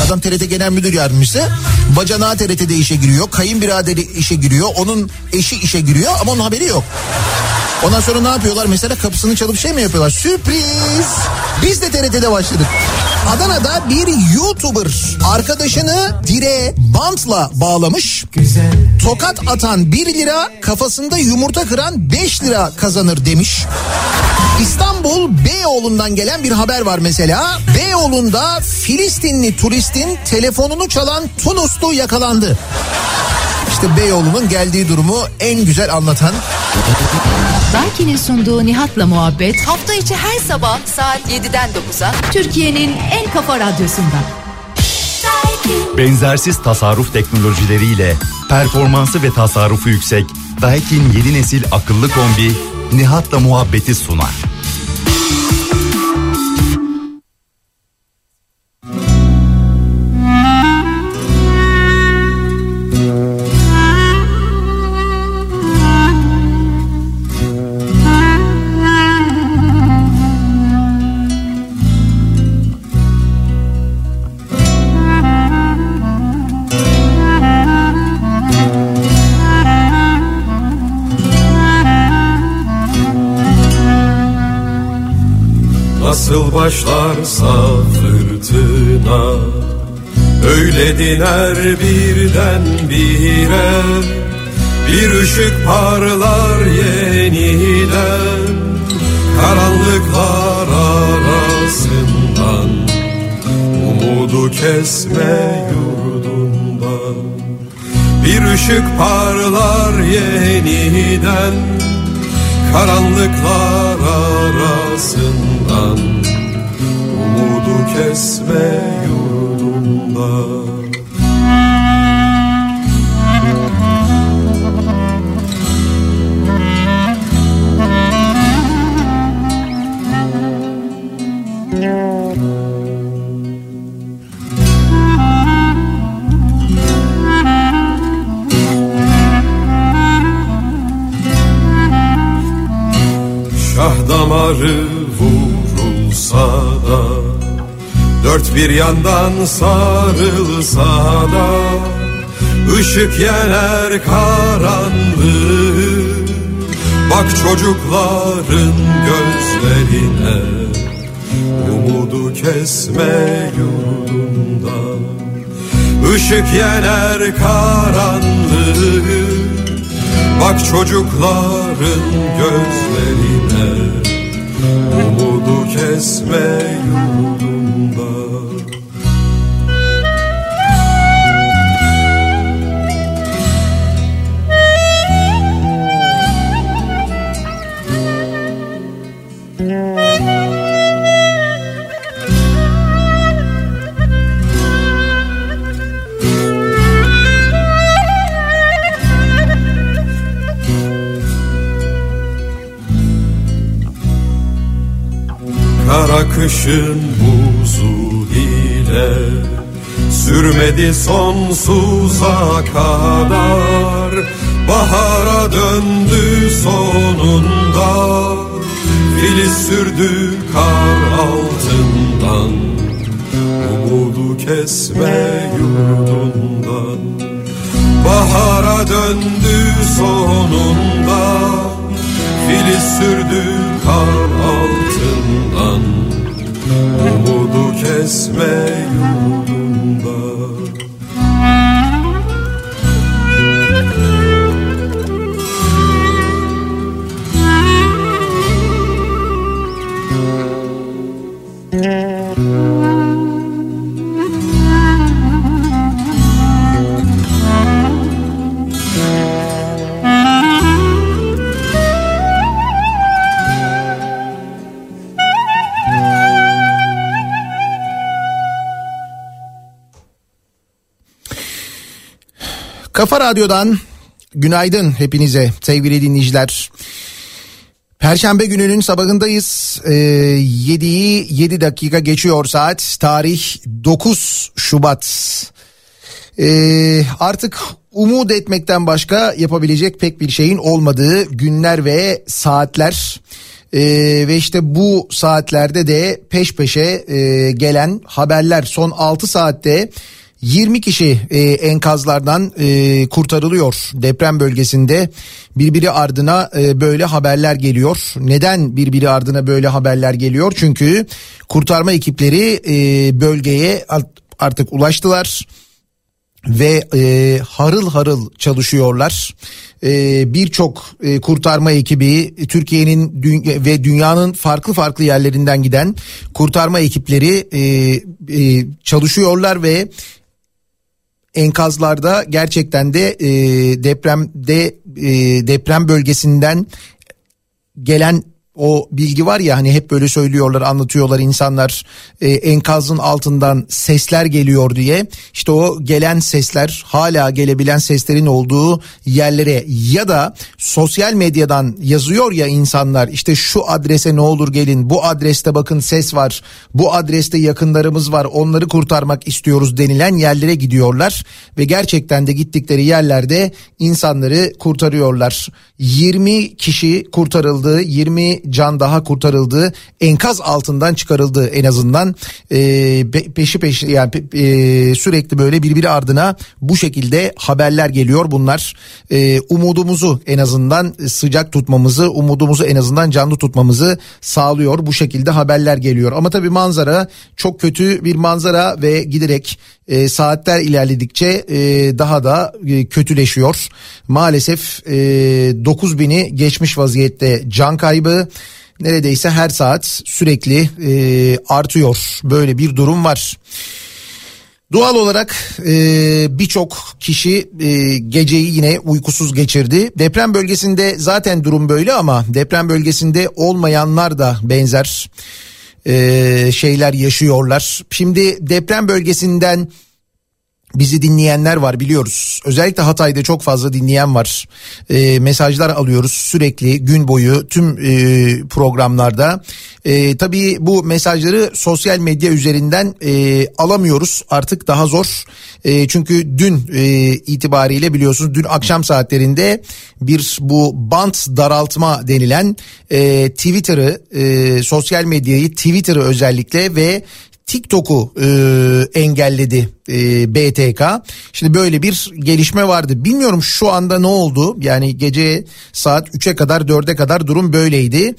Adam TRT Genel Müdür Yardımcısı. Bacanağı TRT'de işe giriyor. Kayınbiraderi işe giriyor. Onun eşi işe giriyor ama onun haberi yok. Ondan sonra ne yapıyorlar? Mesela kapısını çalıp şey mi yapıyorlar? Sürpriz! Biz de TRT'de başladık. Adana'da bir YouTuber arkadaşını direğe bantla bağlamış. Tokat atan 1 lira, kafasında yumurta kıran 5 lira kazanır demiş. İstanbul Beyoğlu'ndan gelen bir haber var mesela. Beyoğlu'nda Filistinli turistin telefonunu çalan Tunuslu yakalandı. İşte Beyoğlu'nun geldiği durumu en güzel anlatan. Daiki'nin sunduğu Nihat'la Muhabbet hafta içi her sabah saat 7'den 9'a Türkiye'nin en kafa radyosunda. Benzersiz tasarruf teknolojileriyle performansı ve tasarrufu yüksek Daikin yeni nesil akıllı kombi Nihat'la Muhabbet'i sunar. Nasıl başlarsa fırtına, öyle diner birdenbire. Bir ışık parlar yeniden, karanlıklar arasından. Umudu kesme yurdundan. Bir ışık parlar yeniden, karanlıklar arasından. Umudu kesme yurdundan. Şah damarı vurulsa da, dört bir yandan sarılsa da, ışık yener karanlığı. Bak çocukların gözlerine, umudu kesme yurdundan. Işık yener karanlığı. Bak çocukların gözlerine, umudu kesme yurdundan. Kara kışın buzu ile sürmedi sonsuza kadar. Bahara döndü sonunda, filiz sürdü kar altından. Umudu kesme yurdundan. Bahara döndü sonunda, filiz sürdü kar altından. Umudu kesme yurdundan. Kafa Radyo'dan günaydın hepinize sevgili dinleyiciler. Perşembe gününün sabahındayız. 7'yi 7 dakika geçiyor saat. Tarih 9 Şubat. Artık umut etmekten başka yapabilecek pek bir şeyin olmadığı günler ve saatler. Ve işte bu saatlerde de peş peşe gelen haberler. Son 6 saatte 20 kişi enkazlardan kurtarılıyor deprem bölgesinde. Birbiri ardına böyle haberler geliyor. Neden birbiri ardına böyle haberler geliyor? Çünkü kurtarma ekipleri bölgeye artık ulaştılar ve harıl harıl çalışıyorlar. Birçok kurtarma ekibi, Türkiye'nin ve dünyanın farklı farklı yerlerinden giden kurtarma ekipleri çalışıyorlar ve enkazlarda gerçekten de deprem bölgesinden gelen o bilgi var ya, hani hep böyle söylüyorlar, anlatıyorlar insanlar, enkazın altından sesler geliyor diye. İşte o gelen sesler, hala gelebilen seslerin olduğu yerlere ya da sosyal medyadan yazıyor ya insanlar, işte şu adrese ne olur gelin, bu adreste bakın ses var, bu adreste yakınlarımız var, onları kurtarmak istiyoruz denilen yerlere gidiyorlar ve gerçekten de gittikleri yerlerde insanları kurtarıyorlar. 20 kişi kurtarıldı, 20 can daha kurtarıldı, enkaz altından çıkarıldı en azından. Peşi yani sürekli böyle birbiri ardına bu şekilde haberler geliyor. Bunlar umudumuzu en azından sıcak tutmamızı, umudumuzu en azından canlı tutmamızı sağlıyor. Bu şekilde haberler geliyor. Ama tabii manzara çok kötü bir manzara ve giderek saatler ilerledikçe daha da kötüleşiyor. Maalesef 9.000'i geçmiş vaziyette can kaybı. Neredeyse her saat sürekli artıyor. Böyle bir durum var. Doğal olarak birçok kişi geceyi yine uykusuz geçirdi. Deprem bölgesinde zaten durum böyle ama deprem bölgesinde olmayanlar da benzer şeyler yaşıyorlar. Şimdi deprem bölgesinden bizi dinleyenler var, biliyoruz. Özellikle Hatay'da çok fazla dinleyen var. Mesajlar alıyoruz sürekli gün boyu tüm programlarda. Tabii bu mesajları sosyal medya üzerinden alamıyoruz. Artık daha zor. Çünkü dün itibariyle biliyorsunuz, dün akşam saatlerinde bu bant daraltma denilen Twitter'ı, sosyal medyayı, Twitter'ı özellikle ve TikTok'u engelledi BTK. Şimdi böyle bir gelişme vardı. Bilmiyorum şu anda ne oldu? Yani gece saat 3'e kadar 4'e kadar durum böyleydi.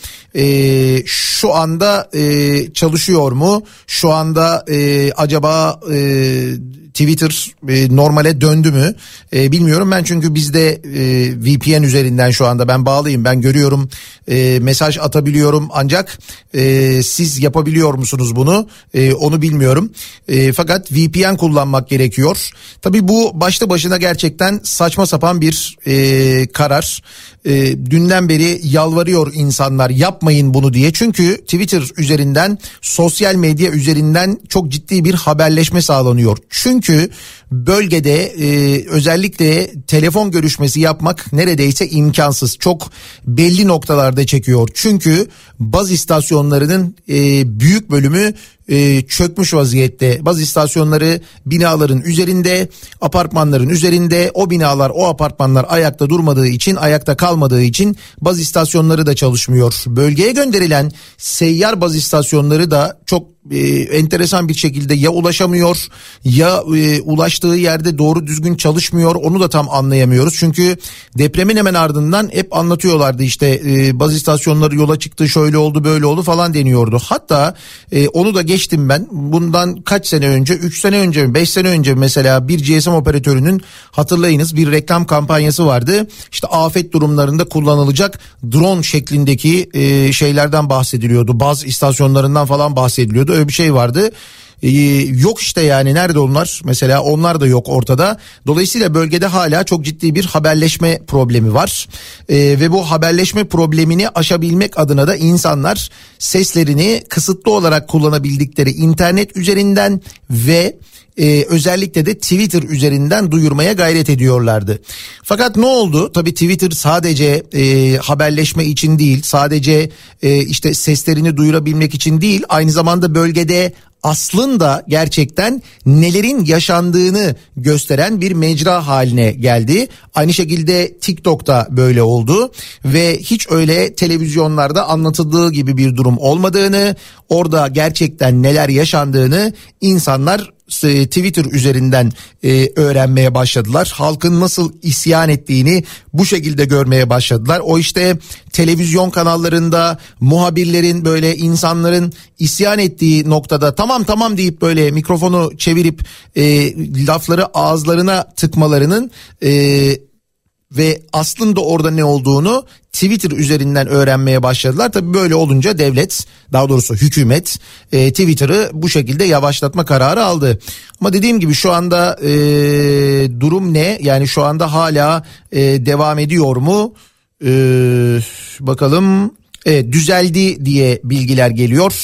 Şu anda çalışıyor mu? Şu anda acaba Twitter normale döndü mü? Bilmiyorum ben, çünkü bizde VPN üzerinden şu anda ben bağlıyım. Ben görüyorum, mesaj atabiliyorum, ancak siz yapabiliyor musunuz bunu? Onu bilmiyorum. Fakat VPN kullanmak gerekiyor. Tabii bu başlı başına gerçekten saçma sapan bir karar. Dünden beri yalvarıyor insanlar, yapmayın bunu diye. Çünkü Twitter üzerinden, sosyal medya üzerinden çok ciddi bir haberleşme sağlanıyor. Çünkü bölgede özellikle telefon görüşmesi yapmak neredeyse imkansız. Çok belli noktalarda çekiyor. Çünkü baz istasyonlarının büyük bölümü çökmüş vaziyette. Baz istasyonları binaların üzerinde, apartmanların üzerinde. O binalar, o apartmanlar ayakta durmadığı için, ayakta kalmadığı için baz istasyonları da çalışmıyor. Bölgeye gönderilen seyyar baz istasyonları da çok enteresan bir şekilde ya ulaşamıyor ya ulaştığı yerde doğru düzgün çalışmıyor. Onu da tam anlayamıyoruz. Çünkü depremin hemen ardından hep anlatıyorlardı, işte baz istasyonları yola çıktı, şöyle oldu, böyle oldu falan deniyordu. Hatta onu da geçtim ben. Bundan kaç sene önce, 3 sene önce mi, 5 sene önce mesela bir GSM operatörünün, hatırlayınız, bir reklam kampanyası vardı. İşte afet durumlarında kullanılacak drone şeklindeki şeylerden bahsediliyordu. Baz istasyonlarından falan bahsediliyordu. Öyle bir şey vardı. Yok işte, yani nerede onlar? Mesela onlar da yok ortada. Dolayısıyla bölgede hala çok ciddi bir haberleşme problemi var. Ve bu haberleşme problemini aşabilmek adına da insanlar seslerini kısıtlı olarak kullanabildikleri internet üzerinden ve özellikle de Twitter üzerinden duyurmaya gayret ediyorlardı. Fakat ne oldu? Tabii Twitter sadece haberleşme için değil, sadece işte seslerini duyurabilmek için değil, aynı zamanda bölgede aslında gerçekten nelerin yaşandığını gösteren bir mecra haline geldi. Aynı şekilde TikTok'ta böyle oldu ve hiç öyle televizyonlarda anlatıldığı gibi bir durum olmadığını, orada gerçekten neler yaşandığını insanlar Twitter üzerinden öğrenmeye başladılar. Halkın nasıl isyan ettiğini bu şekilde görmeye başladılar. O işte televizyon kanallarında muhabirlerin böyle insanların isyan ettiği noktada tamam deyip böyle mikrofonu çevirip lafları ağızlarına tıkmalarının ve aslında orada ne olduğunu Twitter üzerinden öğrenmeye başladılar. Tabii böyle olunca devlet, daha doğrusu hükümet Twitter'ı bu şekilde yavaşlatma kararı aldı. Ama dediğim gibi şu anda durum ne? Yani şu anda hala devam ediyor mu? Bakalım. Düzeldi diye bilgiler geliyor.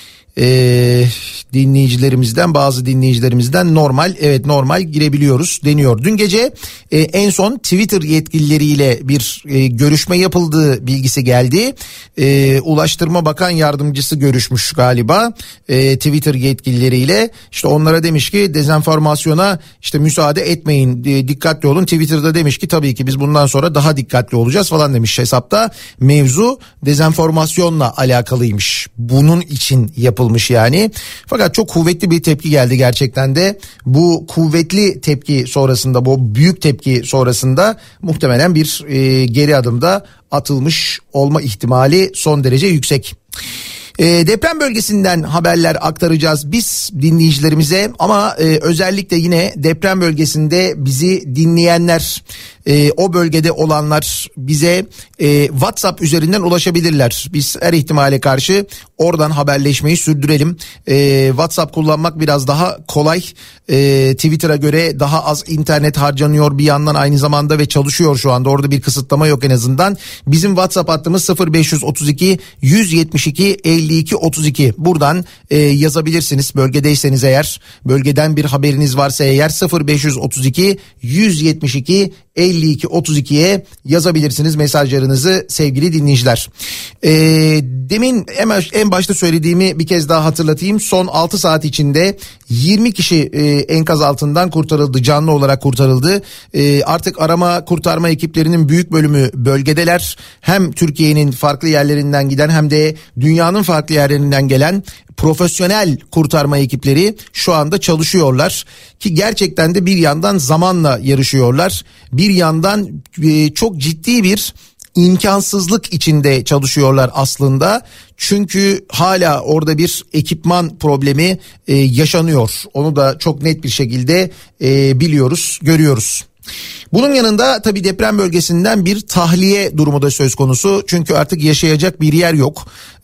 Bazı dinleyicilerimizden normal girebiliyoruz deniyor. Dün gece en son Twitter yetkilileriyle bir görüşme yapıldığı bilgisi geldi. Ulaştırma Bakan Yardımcısı görüşmüş galiba Twitter yetkilileriyle. İşte onlara demiş ki dezenformasyona işte müsaade etmeyin, dikkatli olun. Twitter'da demiş ki tabii ki biz bundan sonra daha dikkatli olacağız falan demiş. Hesapta mevzu dezenformasyonla alakalıymış. Bunun için yapılmış yani. Fakat çok kuvvetli bir tepki geldi gerçekten de. Bu kuvvetli tepki sonrasında, bu büyük tepki sonrasında muhtemelen bir geri adımda atılmış olma ihtimali son derece yüksek. Deprem bölgesinden haberler aktaracağız biz dinleyicilerimize ama özellikle yine deprem bölgesinde bizi dinleyenler, o bölgede olanlar bize WhatsApp üzerinden ulaşabilirler. Biz her ihtimale karşı oradan haberleşmeyi sürdürelim. WhatsApp kullanmak biraz daha kolay. Twitter'a göre daha az internet harcanıyor bir yandan aynı zamanda ve çalışıyor şu anda. Orada bir kısıtlama yok en azından. Bizim WhatsApp hattımız 0532 172 52 32. Buradan yazabilirsiniz. Bölgedeyseniz eğer, bölgeden bir haberiniz varsa eğer 0532 172 52 32'ye yazabilirsiniz mesajlarınızı sevgili dinleyiciler. Demin en başta söylediğimi bir kez daha hatırlatayım. Son 6 saat içinde 20 kişi enkaz altından kurtarıldı, canlı olarak kurtarıldı. Artık arama kurtarma ekiplerinin büyük bölümü bölgedeler. Hem Türkiye'nin farklı yerlerinden giden hem de dünyanın farklı yerlerinden gelen profesyonel kurtarma ekipleri şu anda çalışıyorlar ki gerçekten de bir yandan zamanla yarışıyorlar. Bir yandan çok ciddi bir imkansızlık içinde çalışıyorlar aslında. Çünkü hala orada bir ekipman problemi yaşanıyor. Onu da çok net bir şekilde biliyoruz, görüyoruz. Bunun yanında tabii deprem bölgesinden bir tahliye durumu da söz konusu. Çünkü artık yaşayacak bir yer yok.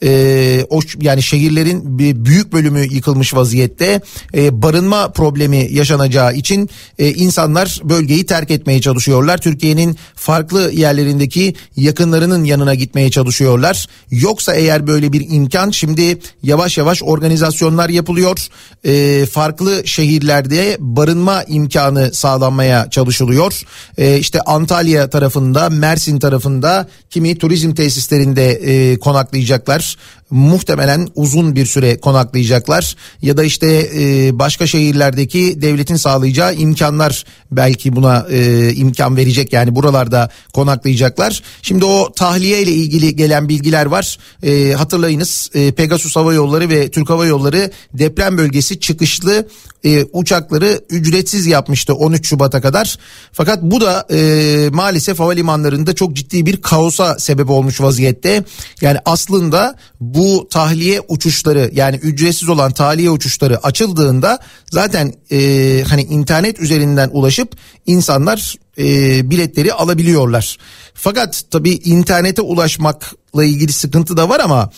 Yani şehirlerin büyük bölümü yıkılmış vaziyette. Barınma problemi yaşanacağı için insanlar bölgeyi terk etmeye çalışıyorlar. Türkiye'nin farklı yerlerindeki yakınlarının yanına gitmeye çalışıyorlar. Yoksa eğer böyle bir imkan, şimdi yavaş yavaş organizasyonlar yapılıyor. Farklı şehirlerde barınma imkanı sağlanmaya çalışılıyor. İşte Antalya tarafında, Mersin tarafında kimi turizm tesislerinde konaklayacaklar. Muhtemelen uzun bir süre konaklayacaklar ya da işte başka şehirlerdeki devletin sağlayacağı imkanlar belki buna imkan verecek, yani buralarda konaklayacaklar. Şimdi o tahliye ile ilgili gelen bilgiler var. Hatırlayınız, Pegasus Hava Yolları ve Türk Hava Yolları deprem bölgesi çıkışlı uçakları ücretsiz yapmıştı 13 Şubat'a kadar. Fakat bu da maalesef havalimanlarında çok ciddi bir kaosa sebep olmuş vaziyette. Yani aslında bu tahliye uçuşları, yani ücretsiz olan tahliye uçuşları açıldığında zaten hani internet üzerinden ulaşıp insanlar biletleri alabiliyorlar. Fakat tabii internete ulaşmakla ilgili sıkıntı da var ama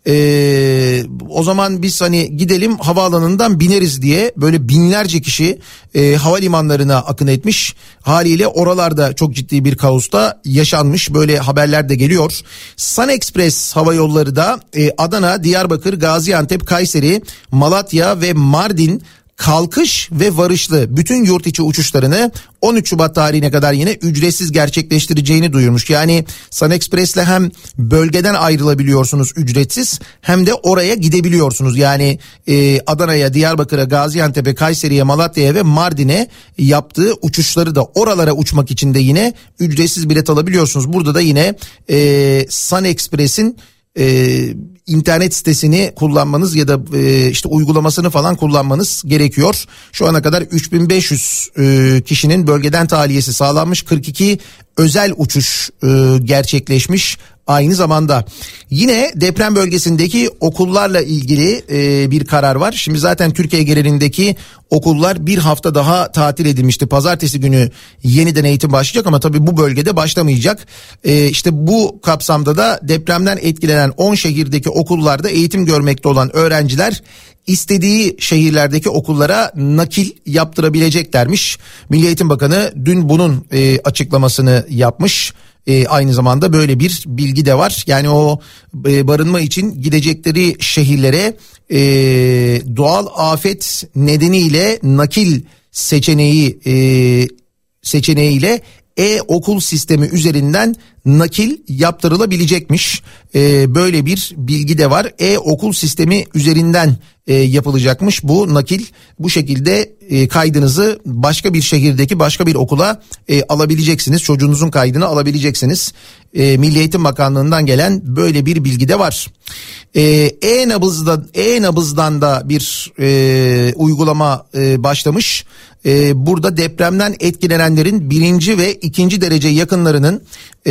o zaman biz hani gidelim havaalanından bineriz diye böyle binlerce kişi havalimanlarına akın etmiş. Haliyle oralarda çok ciddi bir kaosta yaşanmış, böyle haberler de geliyor. SunExpress Hava Yolları da Adana, Diyarbakır, Gaziantep, Kayseri, Malatya ve Mardin kalkış ve varışlı bütün yurt içi uçuşlarını 13 Şubat tarihine kadar yine ücretsiz gerçekleştireceğini duyurmuş. Yani SunExpress'le hem bölgeden ayrılabiliyorsunuz ücretsiz hem de oraya gidebiliyorsunuz. Yani Adana'ya, Diyarbakır'a, Gaziantep'e, Kayseri'ye, Malatya'ya ve Mardin'e yaptığı uçuşları da oralara uçmak için de yine ücretsiz bilet alabiliyorsunuz. Burada da yine SunExpress'in internet sitesini kullanmanız ya da işte uygulamasını falan kullanmanız gerekiyor. Şu ana kadar 3500 kişinin bölgeden tahliyesi sağlanmış, 42 özel uçuş gerçekleşmiş. Aynı zamanda yine deprem bölgesindeki okullarla ilgili bir karar var. Şimdi zaten Türkiye genelindeki okullar bir hafta daha tatil edilmişti. Pazartesi günü yeniden eğitim başlayacak ama tabii bu bölgede başlamayacak. İşte bu kapsamda da depremden etkilenen 10 şehirdeki okullarda eğitim görmekte olan öğrenciler istediği şehirlerdeki okullara nakil yaptırabileceklermiş. Milli Eğitim Bakanı dün bunun açıklamasını yapmış. Aynı zamanda böyle bir bilgi de var. Yani o barınma için gidecekleri şehirlere doğal afet nedeniyle nakil seçeneğiyle e-okul sistemi üzerinden nakil yaptırılabilecekmiş. Böyle bir bilgi de var. E-okul sistemi üzerinden yapılacakmış bu nakil. Bu şekilde kaydınızı başka bir şehirdeki başka bir okula alabileceksiniz. Çocuğunuzun kaydını alabileceksiniz. Milli Eğitim Bakanlığı'ndan gelen böyle bir bilgi de var. E-nabızdan da bir uygulama başlamış. Burada depremden etkilenenlerin 1. ve 2. derece yakınlarının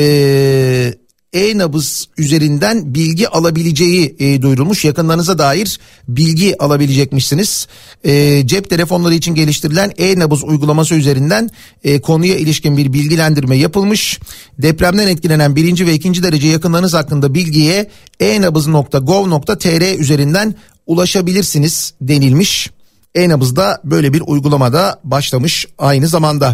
e-nabız üzerinden bilgi alabileceği duyurulmuş. Yakınlarınıza dair bilgi alabilecekmişsiniz. Cep telefonları için geliştirilen e-nabız uygulaması üzerinden konuya ilişkin bir bilgilendirme yapılmış. Depremden etkilenen 1. ve 2. derece yakınlarınız hakkında bilgiye enabız.gov.tr üzerinden ulaşabilirsiniz denilmiş. E-nabızda böyle bir uygulamada başlamış aynı zamanda.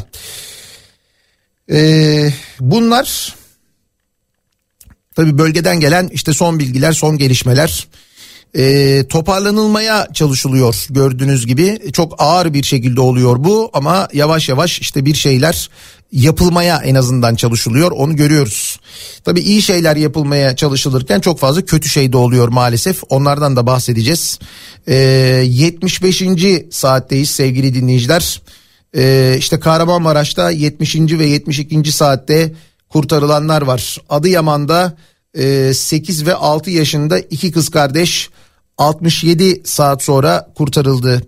Bunlar tabii bölgeden gelen işte son bilgiler, son gelişmeler. Toparlanılmaya çalışılıyor gördüğünüz gibi. Çok ağır bir şekilde oluyor bu ama yavaş yavaş işte bir şeyler yapılmaya en azından çalışılıyor, onu görüyoruz. Tabii iyi şeyler yapılmaya çalışılırken çok fazla kötü şey de oluyor maalesef, onlardan da bahsedeceğiz. 75. saatteyiz sevgili dinleyiciler. İşte Kahramanmaraş'ta 70. ve 72. saatte kurtarılanlar var. Adıyaman'da 8 ve 6 yaşında 2 kız kardeş 67 saat sonra kurtarıldı.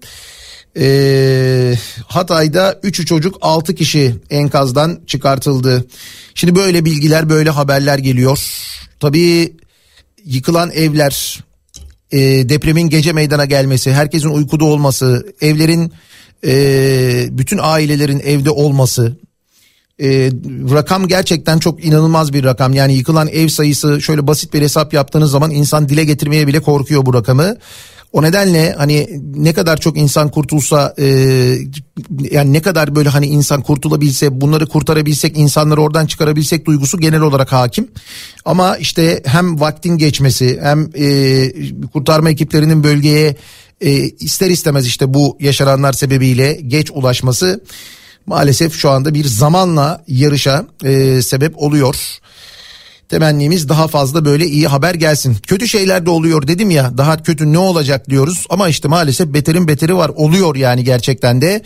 Hatay'da 3 çocuk 6 kişi enkazdan çıkartıldı. Şimdi böyle bilgiler, böyle haberler geliyor. Tabii yıkılan evler, depremin gece meydana gelmesi, herkesin uykuda olması, evlerin bütün ailelerin evde olması, rakam gerçekten çok inanılmaz bir rakam. Yani yıkılan ev sayısı, şöyle basit bir hesap yaptığınız zaman insan dile getirmeye bile korkuyor bu rakamı. O nedenle hani ne kadar çok insan kurtulsa, yani ne kadar böyle hani insan kurtulabilse, bunları kurtarabilsek, insanları oradan çıkarabilsek duygusu genel olarak hakim. Ama işte hem vaktin geçmesi, hem kurtarma ekiplerinin bölgeye ister istemez işte bu yaşananlar sebebiyle geç ulaşması maalesef şu anda bir zamanla yarışa sebep oluyor. Temennimiz daha fazla böyle iyi haber gelsin. Kötü şeyler de oluyor dedim ya, daha kötü ne olacak diyoruz ama işte maalesef beterin beteri var, oluyor yani gerçekten de.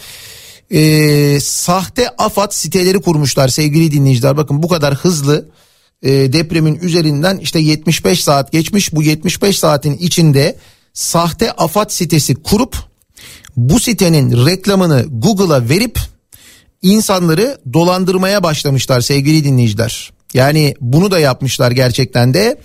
Sahte AFAD siteleri kurmuşlar sevgili dinleyiciler, bakın bu kadar hızlı depremin üzerinden işte 75 saat geçmiş, bu 75 saatin içinde sahte AFAD sitesi kurup bu sitenin reklamını Google'a verip insanları dolandırmaya başlamışlar sevgili dinleyiciler. Yani bunu da yapmışlar gerçekten de.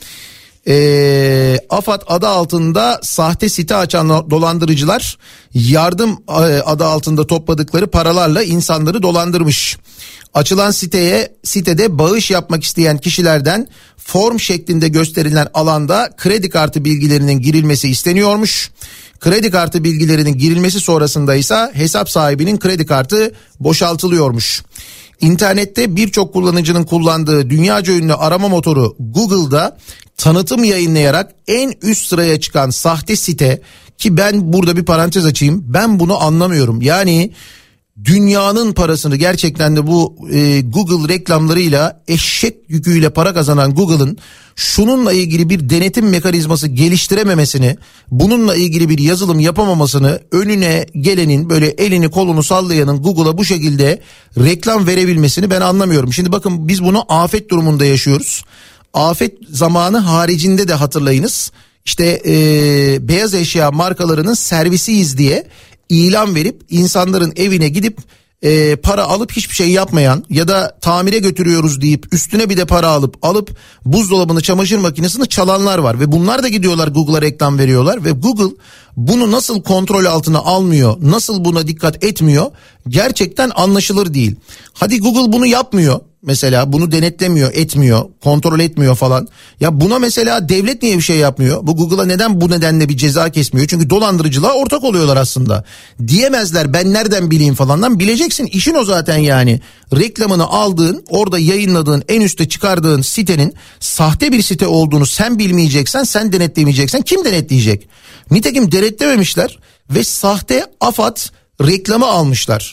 AFAD adı altında sahte site açan dolandırıcılar yardım adı altında topladıkları paralarla insanları dolandırmış. Açılan sitede bağış yapmak isteyen kişilerden form şeklinde gösterilen alanda kredi kartı bilgilerinin girilmesi isteniyormuş. Kredi kartı bilgilerinin girilmesi sonrasında ise hesap sahibinin kredi kartı boşaltılıyormuş. İnternette birçok kullanıcının kullandığı dünyaca ünlü arama motoru Google'da tanıtım yayınlayarak en üst sıraya çıkan sahte site Ki ben burada bir parantez açayım. Ben bunu anlamıyorum. Yani dünyanın parasını gerçekten de bu Google reklamlarıyla eşek yüküyle para kazanan Google'ın şununla ilgili bir denetim mekanizması geliştirememesini, bununla ilgili bir yazılım yapamamasını, önüne gelenin böyle elini kolunu sallayanın Google'a bu şekilde reklam verebilmesini ben anlamıyorum. Şimdi bakın biz bunu afet durumunda yaşıyoruz. Afet zamanı haricinde de hatırlayınız. İşte beyaz eşya markalarının servisiyiz diye ilan verip insanların evine gidip para alıp hiçbir şey yapmayan ya da tamire götürüyoruz deyip üstüne bir de para alıp buzdolabını, çamaşır makinesini çalanlar var ve bunlar da gidiyorlar Google'a reklam veriyorlar ve Google bunu nasıl kontrol altına almıyor, nasıl buna dikkat etmiyor gerçekten anlaşılır değil. Hadi Google bunu yapmıyor. Mesela bunu denetlemiyor, etmiyor, kontrol etmiyor falan. Ya buna mesela devlet niye bir şey yapmıyor? Bu Google'a neden bu nedenle bir ceza kesmiyor? Çünkü dolandırıcılığa ortak oluyorlar aslında. Diyemezler, ben nereden bileyim falandan. Bileceksin, işin o zaten yani. Reklamını aldığın, orada yayınladığın, en üste çıkardığın sitenin sahte bir site olduğunu sen bilmeyeceksen, sen denetlemeyeceksen kim denetleyecek? Nitekim denetlememişler ve sahte AFAD reklamı almışlar.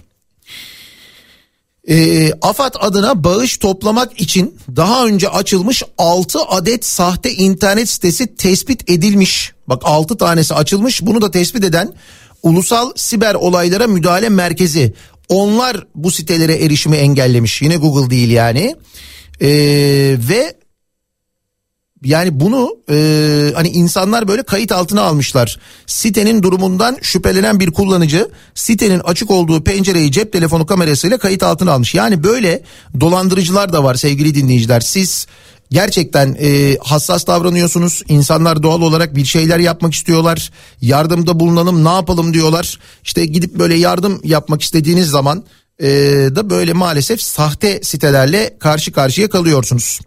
AFAD adına bağış toplamak için daha önce açılmış 6 adet sahte internet sitesi tespit edilmiş. Bak 6 tanesi açılmış, bunu da tespit eden Ulusal Siber Olaylara Müdahale Merkezi. Onlar bu sitelere erişimi engellemiş, yine Google değil yani. Ve yani bunu hani insanlar böyle kayıt altına almışlar. Sitenin durumundan şüphelenen bir kullanıcı sitenin açık olduğu pencereyi cep telefonu kamerasıyla kayıt altına almış. Yani böyle dolandırıcılar da var sevgili dinleyiciler. Siz gerçekten hassas davranıyorsunuz. İnsanlar doğal olarak bir şeyler yapmak istiyorlar. Yardımda bulunalım, ne yapalım diyorlar. İşte gidip böyle yardım yapmak istediğiniz zaman da böyle maalesef sahte sitelerle karşı karşıya kalıyorsunuz.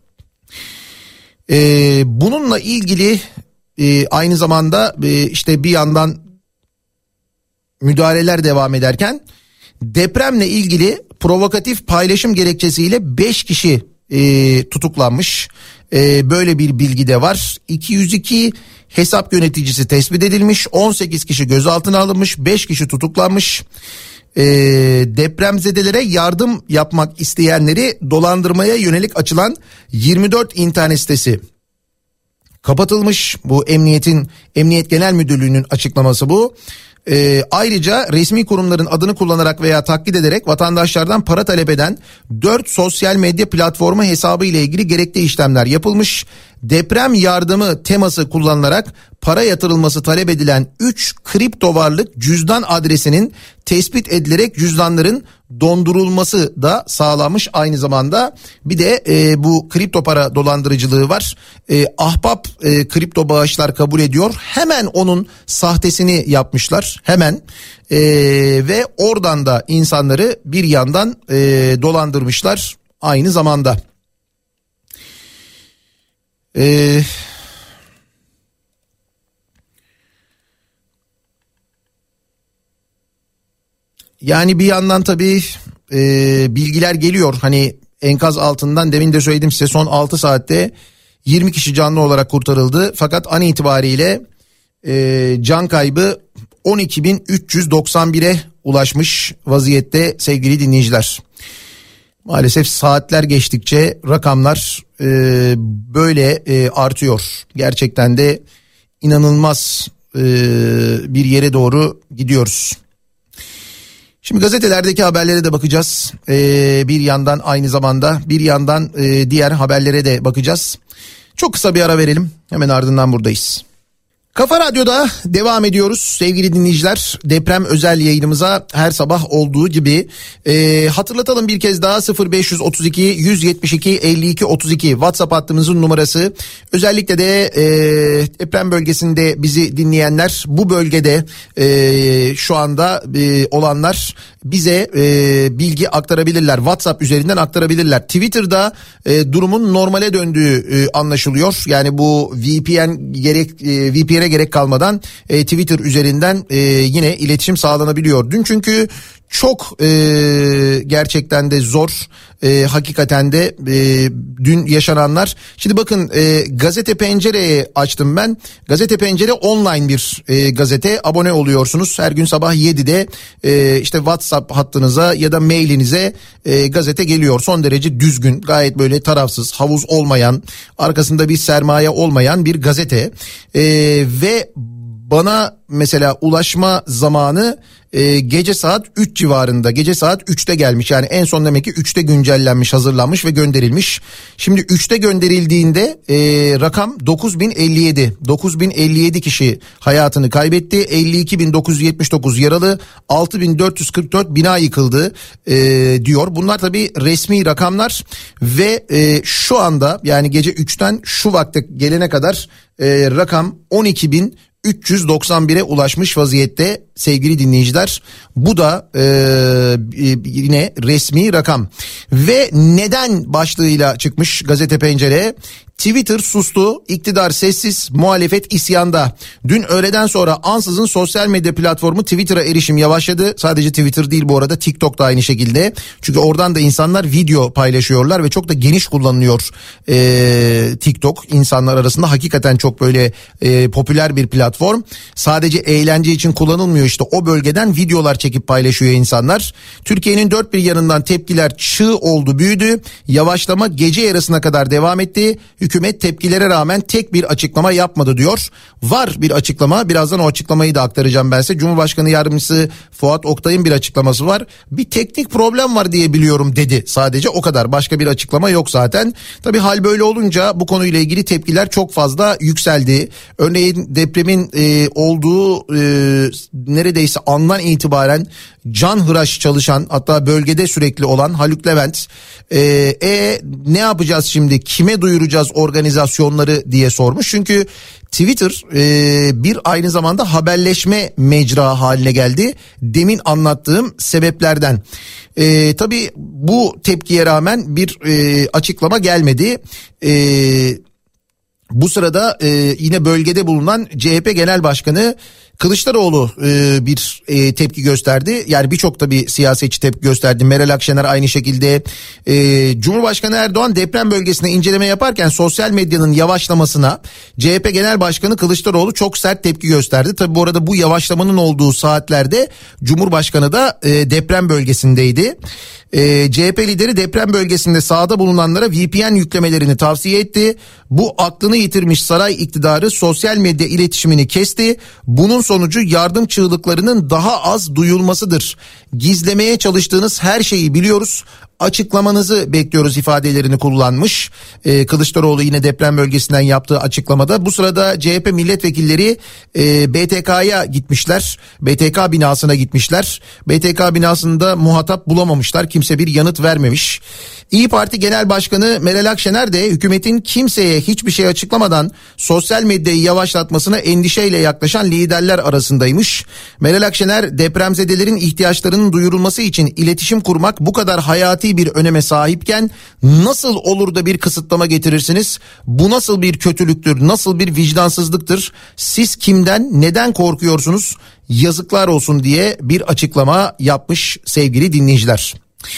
Bununla ilgili aynı zamanda işte bir yandan müdahaleler devam ederken depremle ilgili provokatif paylaşım gerekçesiyle 5 kişi tutuklanmış. Böyle bir bilgi de var. 202 hesap yöneticisi tespit edilmiş. 18 kişi gözaltına alınmış. 5 kişi tutuklanmış. Depremzedelere yardım yapmak isteyenleri dolandırmaya yönelik açılan 24 internet sitesi kapatılmış. Bu Emniyet Genel Müdürlüğü'nün açıklaması bu. Ayrıca resmi kurumların adını kullanarak veya taklit ederek vatandaşlardan para talep eden 4 sosyal medya platformu hesabı ile ilgili gerekli işlemler yapılmış. Deprem yardımı teması kullanılarak para yatırılması talep edilen 3 kripto varlık cüzdan adresinin tespit edilerek cüzdanların dondurulması da sağlanmış aynı zamanda. Bir de bu kripto para dolandırıcılığı var. Ahbap kripto bağışlar kabul ediyor. Hemen onun sahtesini yapmışlar. Hemen ve oradan da insanları bir yandan dolandırmışlar aynı zamanda. Yani bir yandan tabii bilgiler geliyor. Hani enkaz altından demin de söyledim size, son 6 saatte 20 kişi canlı olarak kurtarıldı. Fakat an itibariyle can kaybı 12.391'e ulaşmış vaziyette sevgili dinleyiciler. Maalesef saatler geçtikçe rakamlar böyle artıyor. Gerçekten de inanılmaz bir yere doğru gidiyoruz. Şimdi gazetelerdeki haberlere de bakacağız. Bir yandan aynı zamanda bir yandan diğer haberlere de bakacağız. Çok kısa bir ara verelim. Hemen ardından buradayız. Kafa Radyo'da devam ediyoruz sevgili dinleyiciler. Deprem özel yayınımıza her sabah olduğu gibi hatırlatalım bir kez daha: 0532 172 52 32 WhatsApp hattımızın numarası. Özellikle de deprem bölgesinde bizi dinleyenler, bu bölgede şu anda olanlar bize bilgi aktarabilirler. WhatsApp üzerinden aktarabilirler. Twitter'da durumun normale döndüğü anlaşılıyor. Yani bu VPN'e gerek kalmadan Twitter üzerinden yine iletişim sağlanabiliyor. Dün çünkü Çok gerçekten de zor. Hakikaten de dün yaşananlar. Şimdi bakın, Gazete Pencere'yi açtım ben. Gazete Pencere online bir gazete. Abone oluyorsunuz. Her gün sabah 7'de işte WhatsApp hattınıza ya da mailinize gazete geliyor. Son derece düzgün, gayet böyle tarafsız, havuz olmayan, arkasında bir sermaye olmayan bir gazete. Ve bana mesela ulaşma zamanı gece saat 3 civarında, gece saat 3'te gelmiş. Yani en son demek ki 3'te güncellenmiş, hazırlanmış ve gönderilmiş. Şimdi 3'te gönderildiğinde rakam 9057. 9057 kişi hayatını kaybetti. 52.979 yaralı, 6.444 bina yıkıldı diyor. Bunlar tabii resmi rakamlar ve şu anda, yani gece 3'ten şu vakte gelene kadar rakam 12.391'e ulaşmış vaziyette sevgili dinleyiciler. Bu da yine resmi rakam. Ve neden başlığıyla çıkmış Gazete Pencere? Twitter sustu, iktidar sessiz, muhalefet isyanda. Dün öğleden sonra ansızın sosyal medya platformu Twitter'a erişim yavaşladı. Sadece Twitter değil bu arada, TikTok da aynı şekilde. Çünkü oradan da insanlar video paylaşıyorlar ve çok da geniş kullanılıyor TikTok insanlar arasında. Hakikaten çok böyle popüler bir platform. Sadece eğlence için kullanılmıyor, işte o bölgeden videolar çekip paylaşıyor insanlar. Türkiye'nin dört bir yanından tepkiler çığ oldu, büyüdü. Yavaşlama gece yarısına kadar devam etti. Hükümet tepkilere rağmen tek bir açıklama yapmadı diyor. Var bir açıklama, birazdan o açıklamayı da aktaracağım ben size. Cumhurbaşkanı Yardımcısı Fuat Oktay'ın bir açıklaması var. Bir teknik problem var diye biliyorum dedi, sadece o kadar, başka bir açıklama yok zaten. Tabii hal böyle olunca bu konuyla ilgili tepkiler çok fazla yükseldi. Örneğin depremin olduğu neredeyse andan itibaren canhıraş çalışan, hatta bölgede sürekli olan Haluk Levent ne yapacağız şimdi, kime duyuracağız organizasyonları diye sormuş. Çünkü Twitter bir aynı zamanda haberleşme mecra haline geldi. Demin anlattığım sebeplerden. Tabii bu tepkiye rağmen bir açıklama gelmedi. Bu sırada yine bölgede bulunan CHP Genel Başkanı Kılıçdaroğlu bir tepki gösterdi. Yani birçok tabii siyasetçi tepki gösterdi. Meral Akşener aynı şekilde. Cumhurbaşkanı Erdoğan deprem bölgesine inceleme yaparken sosyal medyanın yavaşlamasına CHP Genel Başkanı Kılıçdaroğlu çok sert tepki gösterdi. Tabii bu arada bu yavaşlamanın olduğu saatlerde Cumhurbaşkanı da deprem bölgesindeydi. CHP lideri deprem bölgesinde sahada bulunanlara VPN yüklemelerini tavsiye etti. Bu aklını yitirmiş saray iktidarı sosyal medya iletişimini kesti. Bunun sonucu yardım çığlıklarının daha az duyulmasıdır. Gizlemeye çalıştığınız her şeyi biliyoruz. Açıklamanızı bekliyoruz ifadelerini kullanmış. Kılıçdaroğlu yine deprem bölgesinden yaptığı açıklamada. Bu sırada CHP milletvekilleri BTK'ya gitmişler. BTK binasına gitmişler. BTK binasında muhatap bulamamışlar. Kimse bir yanıt vermemiş. İYİ Parti Genel Başkanı Meral Akşener de hükümetin kimseye hiçbir şey açıklamadan sosyal medyayı yavaşlatmasına endişeyle yaklaşan liderler arasındaymış. Meral Akşener, depremzedelerin ihtiyaçlarının duyurulması için iletişim kurmak bu kadar hayati bir öneme sahipken nasıl olur da bir kısıtlama getirirsiniz? Bu nasıl bir kötülüktür? Nasıl bir vicdansızlıktır? Siz kimden, neden korkuyorsunuz? Yazıklar olsun diye bir açıklama yapmış sevgili dinleyiciler.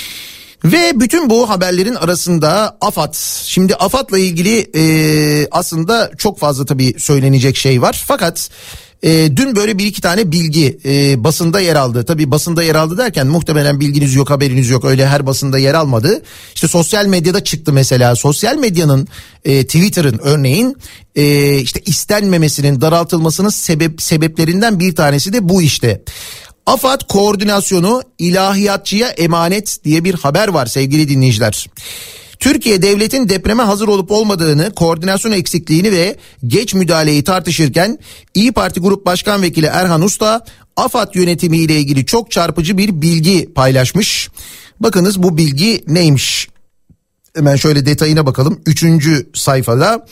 Ve bütün bu haberlerin arasında AFAD. Şimdi AFAD'la ilgili aslında çok fazla tabii söylenecek şey var. Fakat dün böyle bir iki tane bilgi basında yer aldı. Tabii basında yer aldı derken muhtemelen bilginiz yok, haberiniz yok. Öyle her basında yer almadı. İşte sosyal medyada çıktı mesela. Sosyal medyanın, Twitter'ın örneğin işte istenmemesinin, daraltılmasının sebeplerinden bir tanesi de bu işte. AFAD koordinasyonu ilahiyatçıya emanet diye bir haber var sevgili dinleyiciler. Türkiye devletin depreme hazır olup olmadığını, koordinasyon eksikliğini ve geç müdahaleyi tartışırken İYİ Parti Grup Başkan Vekili Erhan Usta AFAD yönetimiyle ilgili çok çarpıcı bir bilgi paylaşmış. Bakınız bu bilgi neymiş? Hemen şöyle detayına bakalım. 3. sayfada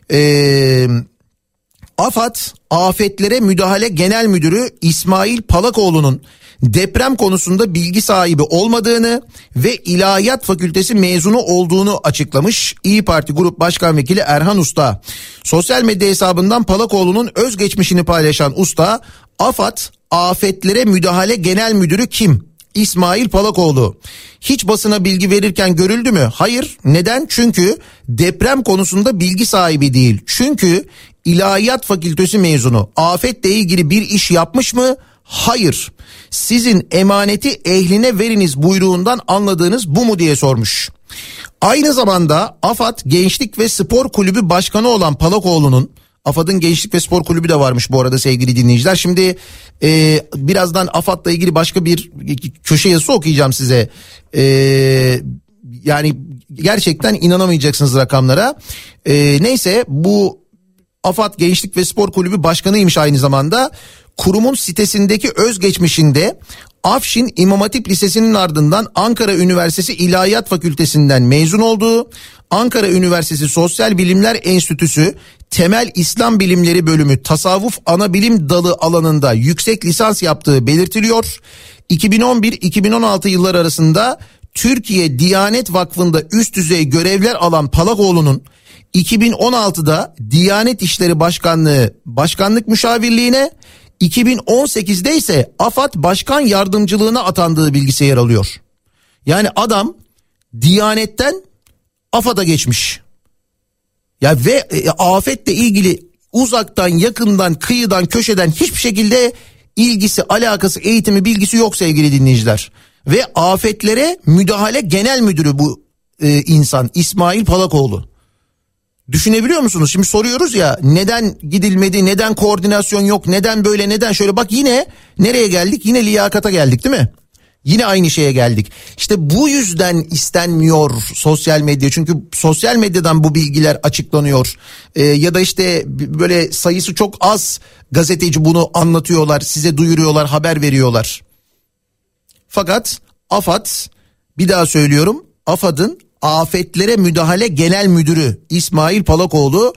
AFAD Afetlere Müdahale Genel Müdürü İsmail Palakoğlu'nun deprem konusunda bilgi sahibi olmadığını ve İlahiyat Fakültesi mezunu olduğunu açıklamış İYİ Parti Grup Başkan Vekili Erhan Usta. Sosyal medya hesabından Palakoğlu'nun özgeçmişini paylaşan Usta, AFAD Afetlere Müdahale Genel Müdürü kim? İsmail Palakoğlu. Hiç basına bilgi verirken görüldü mü? Hayır. Neden? Çünkü deprem konusunda bilgi sahibi değil. Çünkü İlahiyat Fakültesi mezunu. Afetle ilgili bir iş yapmış mı? Hayır. Sizin emaneti ehline veriniz buyruğundan anladığınız bu mu diye sormuş. Aynı zamanda AFAD Gençlik ve Spor Kulübü Başkanı olan Palakoğlu'nun, AFAD'ın Gençlik ve Spor Kulübü de varmış bu arada sevgili dinleyiciler. Şimdi birazdan AFAD'la ilgili başka bir köşe yazısı okuyacağım size. Yani gerçekten inanamayacaksınız rakamlara. Neyse, bu AFAD Gençlik ve Spor Kulübü Başkanıymış aynı zamanda. Kurumun sitesindeki özgeçmişinde Afşin İmam Hatip Lisesi'nin ardından Ankara Üniversitesi İlahiyat Fakültesinden mezun olduğu, Ankara Üniversitesi Sosyal Bilimler Enstitüsü Temel İslam Bilimleri Bölümü Tasavvuf Anabilim Dalı alanında yüksek lisans yaptığı belirtiliyor. 2011-2016 yılları arasında Türkiye Diyanet Vakfı'nda üst düzey görevler alan Palakoğlu'nun 2016'da Diyanet İşleri Başkanlığı Başkanlık Müşavirliğine, 2018'de ise AFAD Başkan Yardımcılığına atandığı bilgisi yer alıyor. Yani adam Diyanet'ten AFAD'a geçmiş. Ya ve afetle ilgili uzaktan, yakından, kıyıdan, köşeden hiçbir şekilde ilgisi, alakası, eğitimi, bilgisi yok sevgili dinleyiciler. Ve afetlere müdahale genel müdürü bu insan İsmail Palakoğlu. Düşünebiliyor musunuz? Şimdi soruyoruz ya, neden gidilmedi, neden koordinasyon yok, neden böyle, neden şöyle. Bak yine nereye geldik? Yine liyakata geldik değil mi? Yine aynı şeye geldik. İşte bu yüzden istenmiyor sosyal medya. Çünkü sosyal medyadan bu bilgiler açıklanıyor. Ya da işte böyle sayısı çok az gazeteci bunu anlatıyorlar, size duyuruyorlar, haber veriyorlar. Çakat AFAD, bir daha söylüyorum, AFAD'ın Afetlere Müdahale Genel Müdürü İsmail Palakoğlu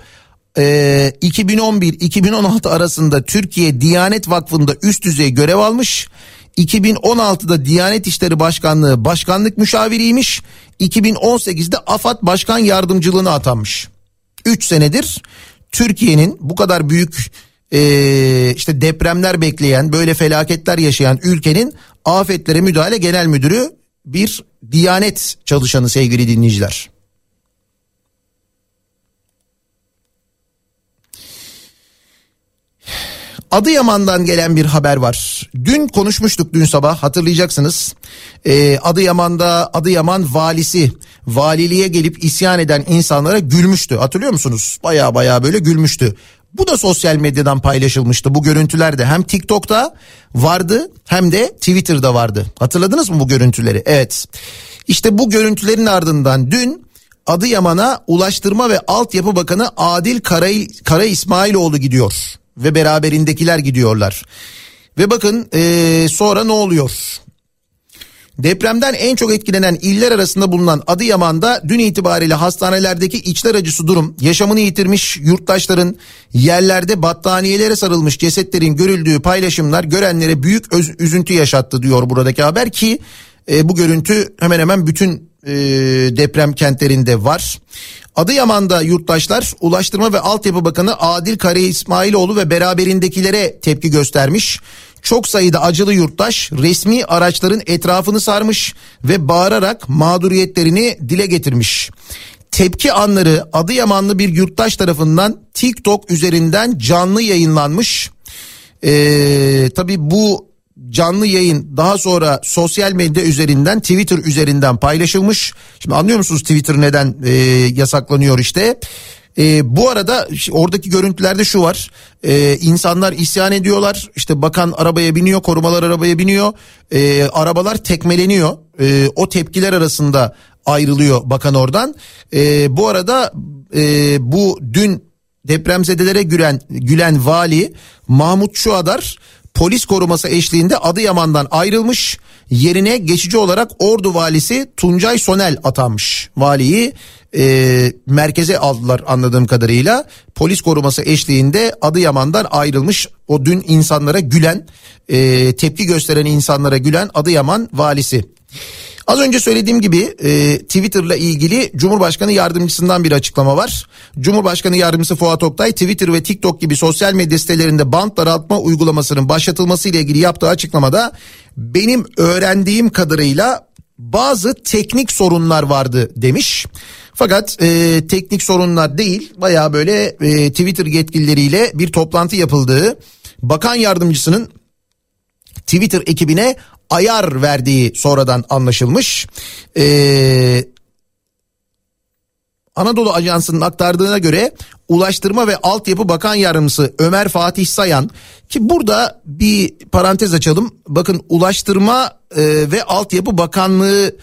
2011-2016 arasında Türkiye Diyanet Vakfı'nda üst düzey görev almış. 2016'da Diyanet İşleri Başkanlığı Başkanlık Müşaviriymiş. 2018'de AFAD Başkan Yardımcılığına atanmış. 3 senedir Türkiye'nin bu kadar büyük işte depremler bekleyen, böyle felaketler yaşayan ülkenin Afetlere Müdahale Genel Müdürü bir Diyanet çalışanı sevgili dinleyiciler. Adıyaman'dan gelen bir haber var. Dün konuşmuştuk, dün sabah hatırlayacaksınız. Adıyaman valisi valiliğe gelip isyan eden insanlara gülmüştü. Hatırlıyor musunuz? Baya böyle gülmüştü. Bu da sosyal medyadan paylaşılmıştı. Bu görüntüler de hem TikTok'ta vardı hem de Twitter'da vardı. Hatırladınız mı bu görüntüleri? Evet. İşte bu görüntülerin ardından dün Adıyaman'a Ulaştırma ve Altyapı Bakanı Adil Kara İsmailoğlu gidiyor. Ve beraberindekiler gidiyorlar. Ve bakın sonra ne oluyor? Depremden en çok etkilenen iller arasında bulunan Adıyaman'da dün itibariyle hastanelerdeki içler acısı durum, yaşamını yitirmiş yurttaşların yerlerde battaniyelere sarılmış cesetlerin görüldüğü paylaşımlar görenlere büyük üzüntü yaşattı diyor buradaki haber ki bu görüntü hemen hemen bütün deprem kentlerinde var. Adıyaman'da yurttaşlar Ulaştırma ve Altyapı Bakanı Adil Kara İsmailoğlu ve beraberindekilere tepki göstermiş. Çok sayıda acılı yurttaş resmi araçların etrafını sarmış ve bağırarak mağduriyetlerini dile getirmiş. Tepki anları Adıyamanlı bir yurttaş tarafından TikTok üzerinden canlı yayınlanmış. Tabii bu canlı yayın daha sonra sosyal medya üzerinden, Twitter üzerinden paylaşılmış. Şimdi anlıyor musunuz Twitter neden yasaklanıyor işte. Bu arada oradaki görüntülerde şu var. İnsanlar isyan ediyorlar. İşte bakan arabaya biniyor, korumalar arabaya biniyor. Arabalar tekmeleniyor. O tepkiler arasında ayrılıyor bakan oradan. Bu arada bu dün depremzedelere gülen vali Mahmut Şuadar polis koruması eşliğinde Adıyaman'dan ayrılmış. Yerine geçici olarak Ordu valisi Tuncay Sonel atanmış. Valiyi merkeze aldılar anladığım kadarıyla. Polis koruması eşliğinde Adıyaman'dan ayrılmış. O dün insanlara gülen, tepki gösteren insanlara gülen Adıyaman valisi. Az önce söylediğim gibi Twitter'la ilgili Cumhurbaşkanı Yardımcısından bir açıklama var. Cumhurbaşkanı Yardımcısı Fuat Oktay, Twitter ve TikTok gibi sosyal medya sitelerinde bant daraltma uygulamasının başlatılması ile ilgili yaptığı açıklamada benim öğrendiğim kadarıyla bazı teknik sorunlar vardı demiş. Fakat teknik sorunlar değil, bayağı böyle Twitter yetkilileriyle bir toplantı yapıldığı, bakan yardımcısının Twitter ekibine ayar verdiği sonradan anlaşılmış. Anadolu Ajansı'nın aktardığına göre Ulaştırma ve Altyapı Bakan Yardımcısı Ömer Fatih Sayan, ki burada bir parantez açalım. Bakın, Ulaştırma ve Altyapı Bakanlığı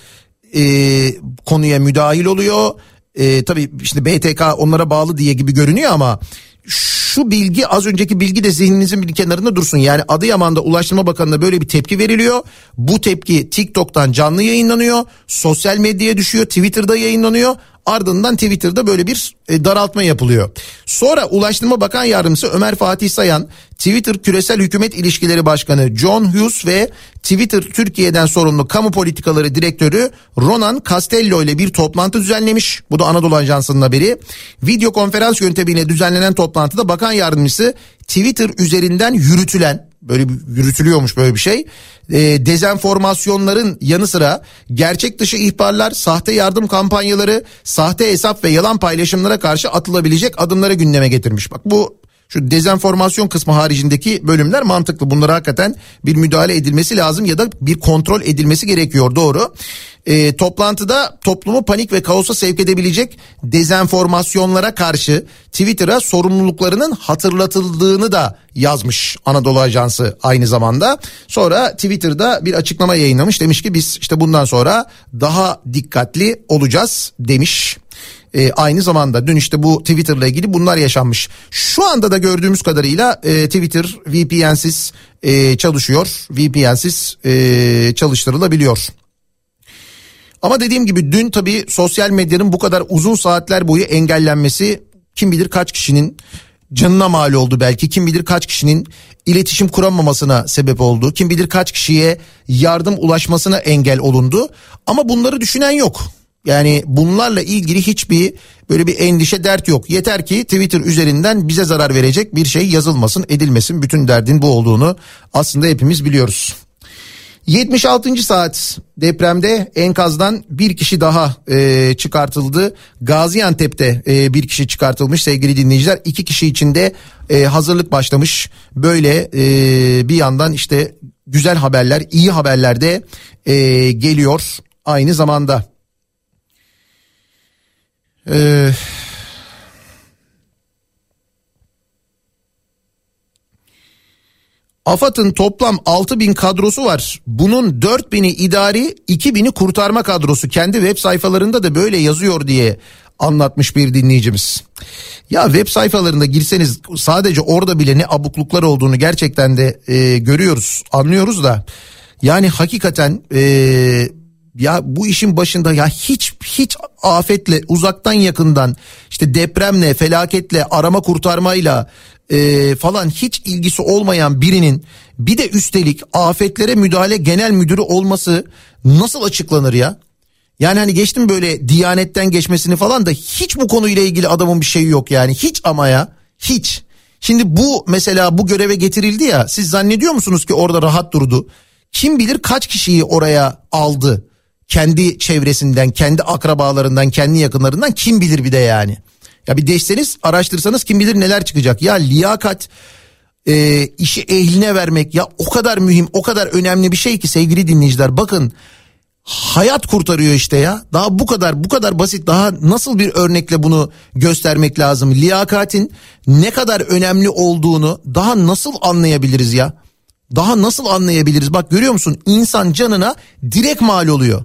konuya müdahil oluyor. Tabii işte BTK onlara bağlı diye gibi görünüyor ama şu bilgi, az önceki bilgi de zihninizin bir kenarında dursun. Yani Adıyaman'da Ulaştırma Bakanı'na böyle bir tepki veriliyor. Bu tepki TikTok'tan canlı yayınlanıyor. Sosyal medyaya düşüyor. Twitter'da yayınlanıyor. Ardından Twitter'da böyle bir daraltma yapılıyor. Sonra Ulaştırma Bakan Yardımcısı Ömer Fatih Sayan, Twitter Küresel Hükümet İlişkileri Başkanı John Hughes ve Twitter Türkiye'den sorumlu Kamu Politikaları Direktörü Ronan Castello ile bir toplantı düzenlemiş. Bu da Anadolu Ajansı'nın haberi. Video konferans yöntemiyle düzenlenen toplantıda Bakan Yardımcısı Twitter üzerinden yürütülüyormuş böyle bir şey. Dezenformasyonların yanı sıra gerçek dışı ihbarlar, sahte yardım kampanyaları, sahte hesap ve yalan paylaşımlara karşı atılabilecek adımları gündeme getirmiş. Bak, bu şu dezenformasyon kısmı haricindeki bölümler mantıklı. Bunlara hakikaten bir müdahale edilmesi lazım ya da bir kontrol edilmesi gerekiyor, doğru. Toplantıda toplumu panik ve kaosa sevk edebilecek dezenformasyonlara karşı Twitter'a sorumluluklarının hatırlatıldığını da yazmış Anadolu Ajansı aynı zamanda. Sonra Twitter'da bir açıklama yayınlamış, demiş ki biz işte bundan sonra daha dikkatli olacağız demiş. Aynı zamanda dün işte bu Twitter'la ilgili bunlar yaşanmış. Şu anda da gördüğümüz kadarıyla Twitter VPN'siz çalışıyor. VPN'siz çalıştırılabiliyor. Ama dediğim gibi dün tabii sosyal medyanın bu kadar uzun saatler boyu engellenmesi kim bilir kaç kişinin canına mal oldu belki. Kim bilir kaç kişinin iletişim kuramamasına sebep oldu. Kim bilir kaç kişiye yardım ulaşmasına engel olundu. Ama bunları düşünen yok. Yani bunlarla ilgili hiçbir böyle bir endişe, dert yok. Yeter ki Twitter üzerinden bize zarar verecek bir şey yazılmasın, edilmesin. Bütün derdin bu olduğunu aslında hepimiz biliyoruz. 76. saat depremde enkazdan bir kişi daha çıkartıldı. Gaziantep'te bir kişi çıkartılmış sevgili dinleyiciler. 2 kişi için de hazırlık başlamış. Böyle bir yandan işte güzel haberler, iyi haberler de geliyor aynı zamanda. AFAD'ın toplam 6.000 kadrosu var. Bunun 4.000'i idari, 2.000'i kurtarma kadrosu. Kendi web sayfalarında da böyle yazıyor diye anlatmış bir dinleyicimiz. Ya web sayfalarında girseniz sadece orada bile ne abukluklar olduğunu gerçekten de görüyoruz, anlıyoruz da. Yani hakikaten ya bu işin başında ya hiç afetle, uzaktan yakından, işte depremle, felaketle, arama kurtarmayla falan hiç ilgisi olmayan birinin bir de üstelik afetlere müdahale genel müdürü olması nasıl açıklanır ya? Yani hani geçtim böyle Diyanet'ten geçmesini falan da hiç bu konuyla ilgili adamın bir şeyi yok yani, hiç ama ya, hiç. Şimdi bu mesela bu göreve getirildi ya, siz zannediyor musunuz ki orada rahat durdu? Kim bilir kaç kişiyi oraya aldı, kendi çevresinden, kendi akrabalarından, kendi yakınlarından, kim bilir bir de yani. Ya bir değişseniz, araştırsanız kim bilir neler çıkacak. Ya liyakat, işi ehline vermek ya o kadar mühim, o kadar önemli bir şey ki sevgili dinleyiciler. Bakın, hayat kurtarıyor işte ya. Daha bu kadar basit, daha nasıl bir örnekle bunu göstermek lazım? Liyakatin ne kadar önemli olduğunu daha nasıl anlayabiliriz ya? Daha nasıl anlayabiliriz? Bak, görüyor musun? İnsan canına direkt mal oluyor.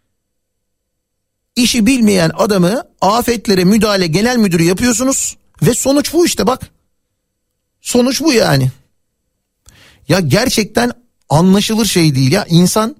İşi bilmeyen adamı afetlere müdahale genel müdürü yapıyorsunuz ve sonuç bu işte, bak. Sonuç bu yani. Ya gerçekten anlaşılır şey değil ya. İnsan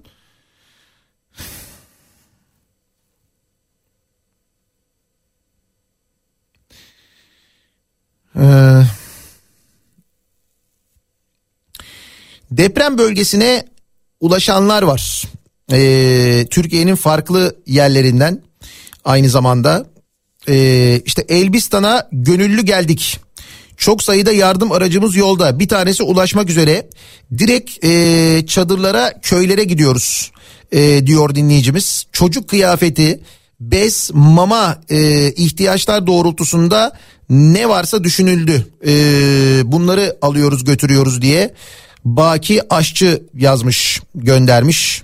deprem bölgesine ulaşanlar var. Türkiye'nin farklı yerlerinden aynı zamanda işte Elbistan'a gönüllü geldik. Çok sayıda yardım aracımız yolda. Bir tanesi ulaşmak üzere. Direkt çadırlara, köylere gidiyoruz diyor dinleyicimiz. Çocuk kıyafeti, bez, mama ihtiyaçlar doğrultusunda ne varsa düşünüldü. Bunları alıyoruz, götürüyoruz diye Baki Aşçı yazmış, göndermiş.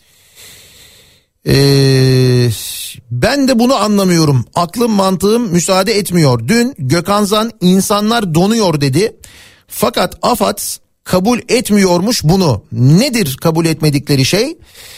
Ben de bunu anlamıyorum. Aklım mantığım müsaade etmiyor. Dün Gökhan Zan insanlar donuyor dedi. Fakat AFAD kabul etmiyormuş bunu. Nedir kabul etmedikleri şey?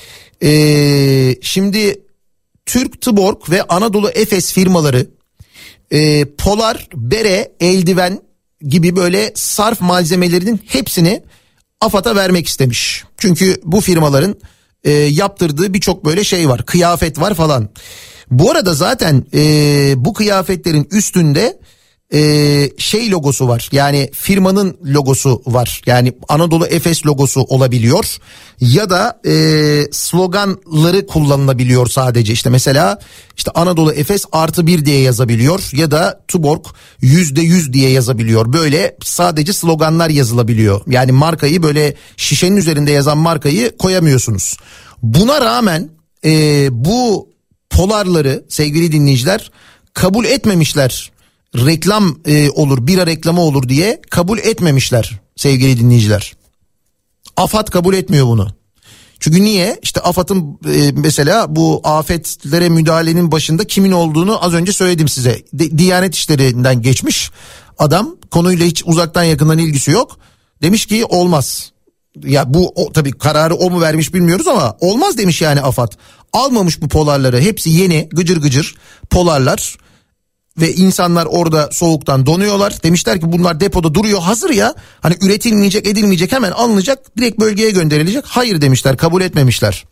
Şimdi Türk Tuborg ve Anadolu Efes firmaları polar, bere, eldiven gibi böyle sarf malzemelerinin hepsini AFAD'a vermek istemiş. Çünkü bu firmaların yaptırdığı birçok böyle şey var, kıyafet var falan. Bu arada zaten bu kıyafetlerin üstünde şey logosu var, yani firmanın logosu var, yani Anadolu Efes logosu olabiliyor ya da sloganları kullanılabiliyor sadece. İşte mesela işte Anadolu Efes +1 diye yazabiliyor ya da Tuborg %100 diye yazabiliyor. Böyle sadece sloganlar yazılabiliyor, yani markayı, böyle şişenin üzerinde yazan markayı koyamıyorsunuz. Buna rağmen bu polarları sevgili dinleyiciler kabul etmemişler. Reklam olur, bira reklamı olur diye kabul etmemişler sevgili dinleyiciler. AFAD kabul etmiyor bunu. Çünkü niye? İşte AFAD'ın mesela bu afetlere müdahalenin başında kimin olduğunu az önce söyledim size. Diyanet İşleri'nden geçmiş adam, konuyla hiç uzaktan yakından ilgisi yok. Demiş ki olmaz. Ya bu tabii kararı o mu vermiş bilmiyoruz ama olmaz demiş yani AFAD. Almamış bu polarları, hepsi yeni gıcır gıcır polarlar. Ve insanlar orada soğuktan donuyorlar. Demişler ki bunlar depoda duruyor hazır ya. Hani üretilmeyecek, edilmeyecek, hemen alınacak, direkt bölgeye gönderilecek. Hayır demişler, kabul etmemişler.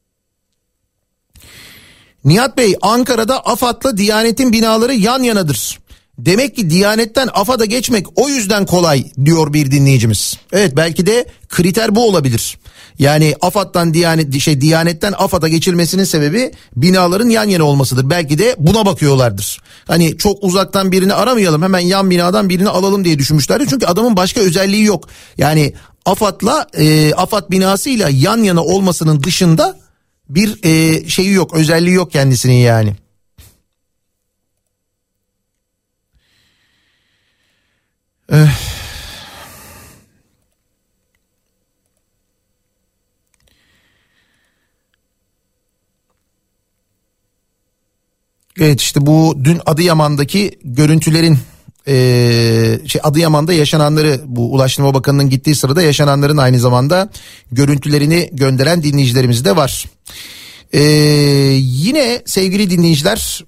Nihat Bey, Ankara'da AFAD'la Diyanet'in binaları yan yanadır. Demek ki Diyanet'ten AFAD'a geçmek o yüzden kolay diyor bir dinleyicimiz. Evet, belki de kriter bu olabilir. Yani AFAD'dan Diyanet'ten AFAD'a geçilmesinin sebebi binaların yan yana olmasıdır. Belki de buna bakıyorlardır. Hani çok uzaktan birini aramayalım, hemen yan binadan birini alalım diye düşünmüşlerdi. Çünkü adamın başka özelliği yok. Yani AFAD'la AFAD binasıyla yan yana olmasının dışında bir şeyi yok, özelliği yok kendisinin yani. Evet, işte bu dün Adıyaman'daki görüntülerin Adıyaman'da yaşananları, bu Ulaştırma Bakanı'nın gittiği sırada yaşananların aynı zamanda görüntülerini gönderen dinleyicilerimiz de var. Yine sevgili dinleyiciler,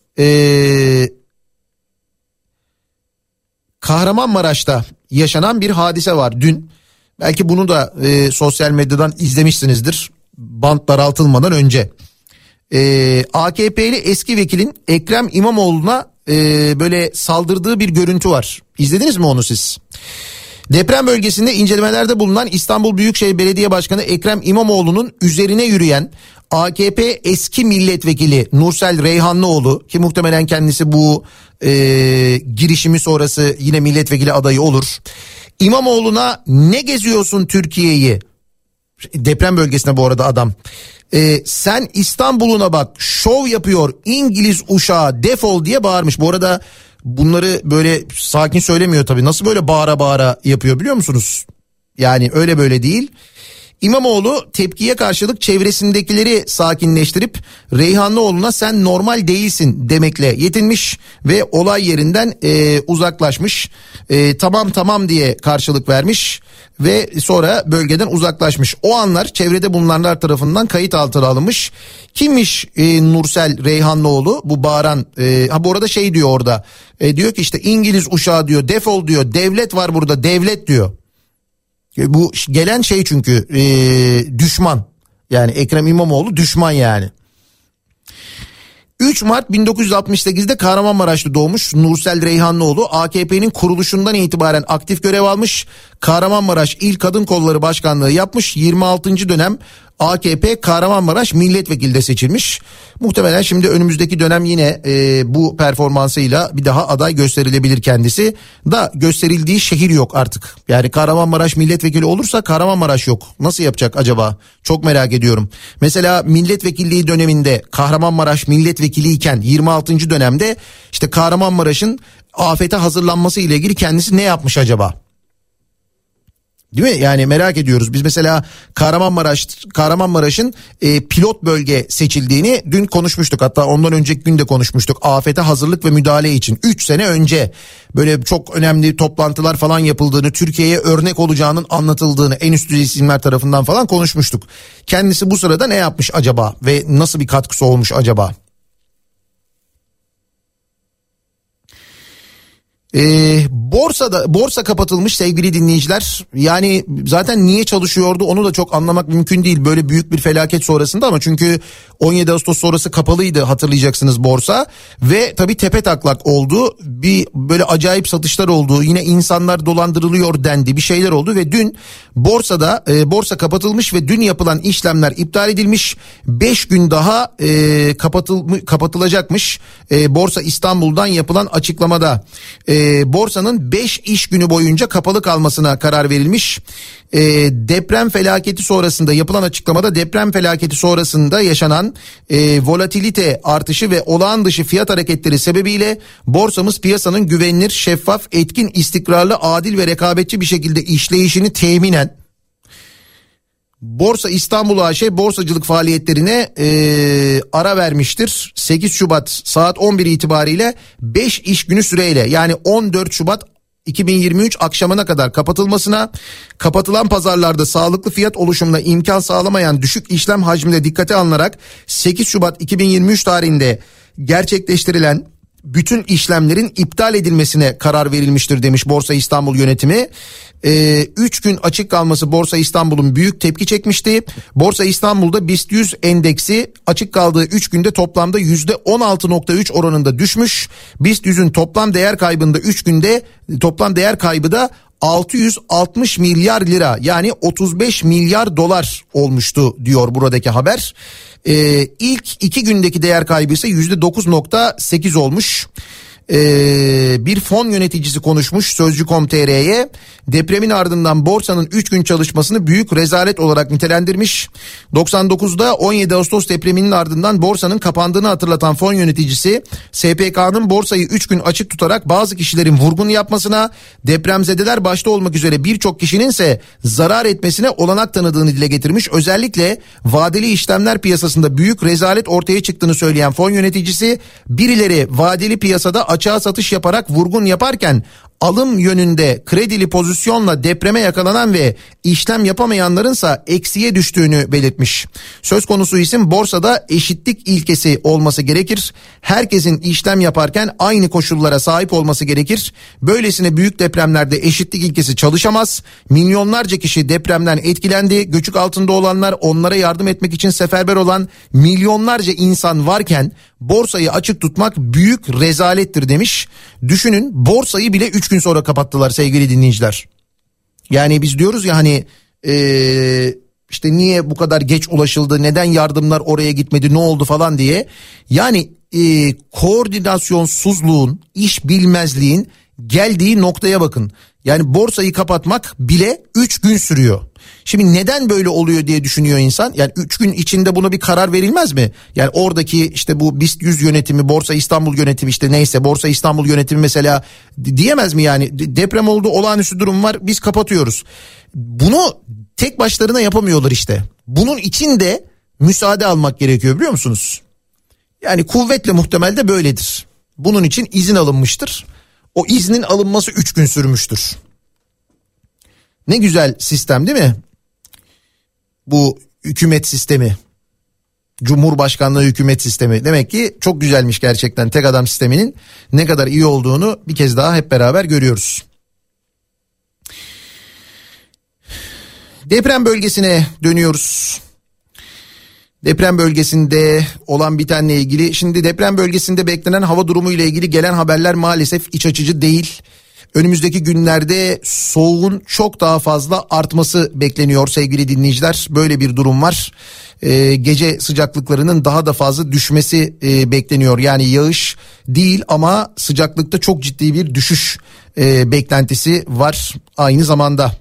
Kahramanmaraş'ta yaşanan bir hadise var dün. Belki bunu da sosyal medyadan izlemişsinizdir, bant daraltılmadan önce. AKP'li eski vekilin Ekrem İmamoğlu'na böyle saldırdığı bir görüntü var. İzlediniz mi onu siz? Deprem bölgesinde incelemelerde bulunan İstanbul Büyükşehir Belediye Başkanı Ekrem İmamoğlu'nun üzerine yürüyen AKP eski milletvekili Nursel Reyhanlıoğlu, ki muhtemelen kendisi bu girişimi sonrası yine milletvekili adayı olur. İmamoğlu'na ne geziyorsun Türkiye'yi? Deprem bölgesinde bu arada adam. Sen İstanbul'una bak, şov yapıyor İngiliz uşağı, defol diye bağırmış. Bu arada bunları böyle sakin söylemiyor tabii. Nasıl böyle bağıra bağıra yapıyor biliyor musunuz? Yani öyle böyle değil. İmamoğlu tepkiye karşılık çevresindekileri sakinleştirip Reyhanlıoğlu'na sen normal değilsin demekle yetinmiş ve olay yerinden uzaklaşmış. Tamam diye karşılık vermiş ve sonra bölgeden uzaklaşmış. O anlar çevrede bulunanlar tarafından kayıt altına alınmış. Kimmiş Nursel Reyhanlıoğlu, bu bağıran? Bu arada şey diyor orada, diyor ki işte İngiliz uşağı diyor, defol diyor, devlet var burada, devlet diyor. Bu gelen şey çünkü düşman, yani Ekrem İmamoğlu düşman yani. 3 Mart 1968'de Kahramanmaraş'ta doğmuş Nursel Reyhanlıoğlu AKP'nin kuruluşundan itibaren aktif görev almış. Kahramanmaraş İl Kadın Kolları Başkanlığı yapmış. 26. dönem AKP Kahramanmaraş milletvekili de seçilmiş. Muhtemelen şimdi önümüzdeki dönem yine bu performansıyla bir daha aday gösterilebilir kendisi. Da gösterildiği şehir yok artık. Yani Kahramanmaraş milletvekili olursa Kahramanmaraş yok. Nasıl yapacak acaba? Çok merak ediyorum. Mesela milletvekilliği döneminde Kahramanmaraş milletvekiliyken 26. dönemde işte Kahramanmaraş'ın afete hazırlanması ile ilgili kendisi ne yapmış acaba? Değil mi? Yani merak ediyoruz. Biz mesela Kahramanmaraş'ın pilot bölge seçildiğini dün konuşmuştuk. Hatta ondan önceki gün de konuşmuştuk. Afete hazırlık ve müdahale için 3 sene önce böyle çok önemli toplantılar falan yapıldığını, Türkiye'ye örnek olacağının anlatıldığını en üst düzey isimler tarafından falan konuşmuştuk. Kendisi bu sırada ne yapmış acaba ve nasıl bir katkısı olmuş acaba? Borsa kapatılmış sevgili dinleyiciler. Yani zaten niye çalışıyordu onu da çok anlamak mümkün değil böyle büyük bir felaket sonrasında, ama çünkü 17 Ağustos sonrası kapalıydı hatırlayacaksınız borsa ve tabii tepetaklak oldu. Bir böyle acayip satışlar oldu. Yine insanlar dolandırılıyor dendi, bir şeyler oldu ve dün borsa kapatılmış ve dün yapılan işlemler iptal edilmiş. 5 gün daha kapatılacakmış. Borsa İstanbul'dan yapılan açıklamada borsanın 5 iş günü boyunca kapalı kalmasına karar verilmiş. Deprem felaketi sonrasında yapılan açıklamada deprem felaketi sonrasında yaşanan volatilite artışı ve olağan dışı fiyat hareketleri sebebiyle borsamız piyasanın güvenilir, şeffaf, etkin, istikrarlı, adil ve rekabetçi bir şekilde işleyişini teminen Borsa İstanbul AŞ borsacılık faaliyetlerine ara vermiştir. 8 Şubat saat 11 itibariyle 5 iş günü süreyle, yani 14 Şubat 2023 akşamına kadar kapatılmasına, kapatılan pazarlarda sağlıklı fiyat oluşumuna imkan sağlamayan düşük işlem hacmine dikkate alınarak 8 Şubat 2023 tarihinde gerçekleştirilen bütün işlemlerin iptal edilmesine karar verilmiştir demiş Borsa İstanbul yönetimi. 3 gün açık kalması Borsa İstanbul'un büyük tepki çekmişti. Borsa İstanbul'da BIST 100 endeksi açık kaldığı 3 günde toplamda %16.3 oranında düşmüş. BIST 100'ün toplam değer kaybında 3 günde toplam değer kaybı da 660 milyar lira, yani 35 milyar dolar olmuştu diyor buradaki haber. İlk 2 gündeki değer kaybı ise %9.8 olmuş. Bir fon yöneticisi konuşmuş Sözcü.com.tr'ye. Depremin ardından borsanın 3 gün çalışmasını büyük rezalet olarak nitelendirmiş. 99'da 17 Ağustos depreminin ardından borsanın kapandığını hatırlatan fon yöneticisi SPK'nın borsayı 3 gün açık tutarak bazı kişilerin vurgun yapmasına, depremzedeler başta olmak üzere birçok kişinin ise zarar etmesine olanak tanıdığını dile getirmiş. Özellikle vadeli işlemler piyasasında büyük rezalet ortaya çıktığını söyleyen fon yöneticisi, birileri vadeli piyasada açığa satış yaparak vurgun yaparken alım yönünde kredili pozisyonla depreme yakalanan ve işlem yapamayanlarınsa eksiye düştüğünü belirtmiş. Söz konusu isim borsada eşitlik ilkesi olması gerekir. Herkesin işlem yaparken aynı koşullara sahip olması gerekir. Böylesine büyük depremlerde eşitlik ilkesi çalışamaz. Milyonlarca kişi depremden etkilendi. Göçük altında olanlar, onlara yardım etmek için seferber olan milyonlarca insan varken borsayı açık tutmak büyük rezalettir demiş. Düşünün, borsayı bile 3 gün sonra kapattılar sevgili dinleyiciler. Yani biz diyoruz ya hani işte niye bu kadar geç ulaşıldı, neden yardımlar oraya gitmedi, ne oldu falan diye. Yani koordinasyonsuzluğun, iş bilmezliğin geldiği noktaya bakın. Yani borsayı kapatmak bile 3 gün sürüyor. Şimdi neden böyle oluyor diye düşünüyor insan. Yani 3 gün içinde buna bir karar verilmez mi? Yani oradaki işte bu BIST 100 yönetimi, Borsa İstanbul yönetimi, işte neyse Borsa İstanbul yönetimi mesela diyemez mi yani? Deprem oldu, olağanüstü durum var, biz kapatıyoruz. Bunu tek başlarına yapamıyorlar işte. Bunun için de müsaade almak gerekiyor, biliyor musunuz? Yani kuvvetle muhtemel de böyledir. Bunun için izin alınmıştır. O iznin alınması 3 gün sürmüştür. Ne güzel sistem değil mi? Bu hükümet sistemi. Cumhurbaşkanlığı hükümet sistemi. Demek ki çok güzelmiş gerçekten. Tek adam sisteminin ne kadar iyi olduğunu bir kez daha hep beraber görüyoruz. Deprem bölgesine dönüyoruz. Deprem bölgesinde olan bitenle ilgili, şimdi deprem bölgesinde beklenen hava durumu ile ilgili gelen haberler maalesef iç açıcı değil. Önümüzdeki günlerde soğuğun çok daha fazla artması bekleniyor sevgili dinleyiciler. Böyle bir durum var. Gece sıcaklıklarının daha da fazla düşmesi bekleniyor. Yani yağış değil ama sıcaklıkta çok ciddi bir düşüş beklentisi var aynı zamanda.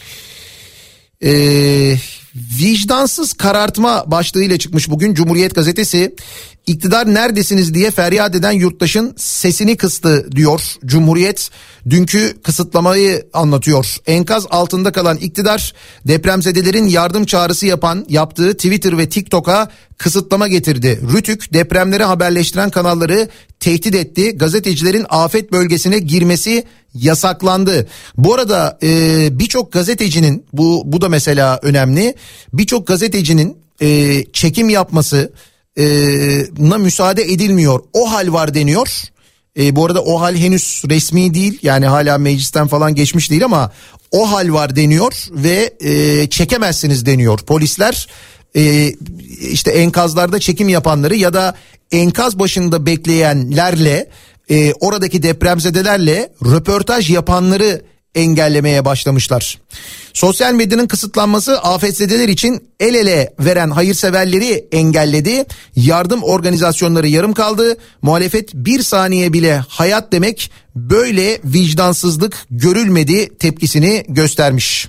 Vicdansız karartma başlığıyla çıkmış bugün Cumhuriyet Gazetesi. İktidar neredesiniz diye feryat eden yurttaşın sesini kıstı diyor Cumhuriyet. Dünkü kısıtlamayı anlatıyor. Enkaz altında kalan iktidar depremzedelerin yardım çağrısı yaptığı Twitter ve TikTok'a kısıtlama getirdi. RTÜK depremleri haberleştiren kanalları tehdit etti. Gazetecilerin afet bölgesine girmesi yasaklandı. Bu arada birçok gazetecinin bu da mesela önemli. Birçok gazetecinin çekim yapması müsaade edilmiyor. O hal var deniyor. Bu arada o hal henüz resmi değil. Yani hala meclisten falan geçmiş değil ama o hal var deniyor ve çekemezsiniz deniyor. Polisler işte enkazlarda çekim yapanları ya da enkaz başında bekleyenlerle oradaki depremzedelerle röportaj yapanları engellemeye başlamışlar. Sosyal medyanın kısıtlanması afetzedeler için el ele veren hayırseverleri engelledi. Yardım organizasyonları yarım kaldı. Muhalefet bir saniye bile hayat demek böyle vicdansızlık görülmedi tepkisini göstermiş.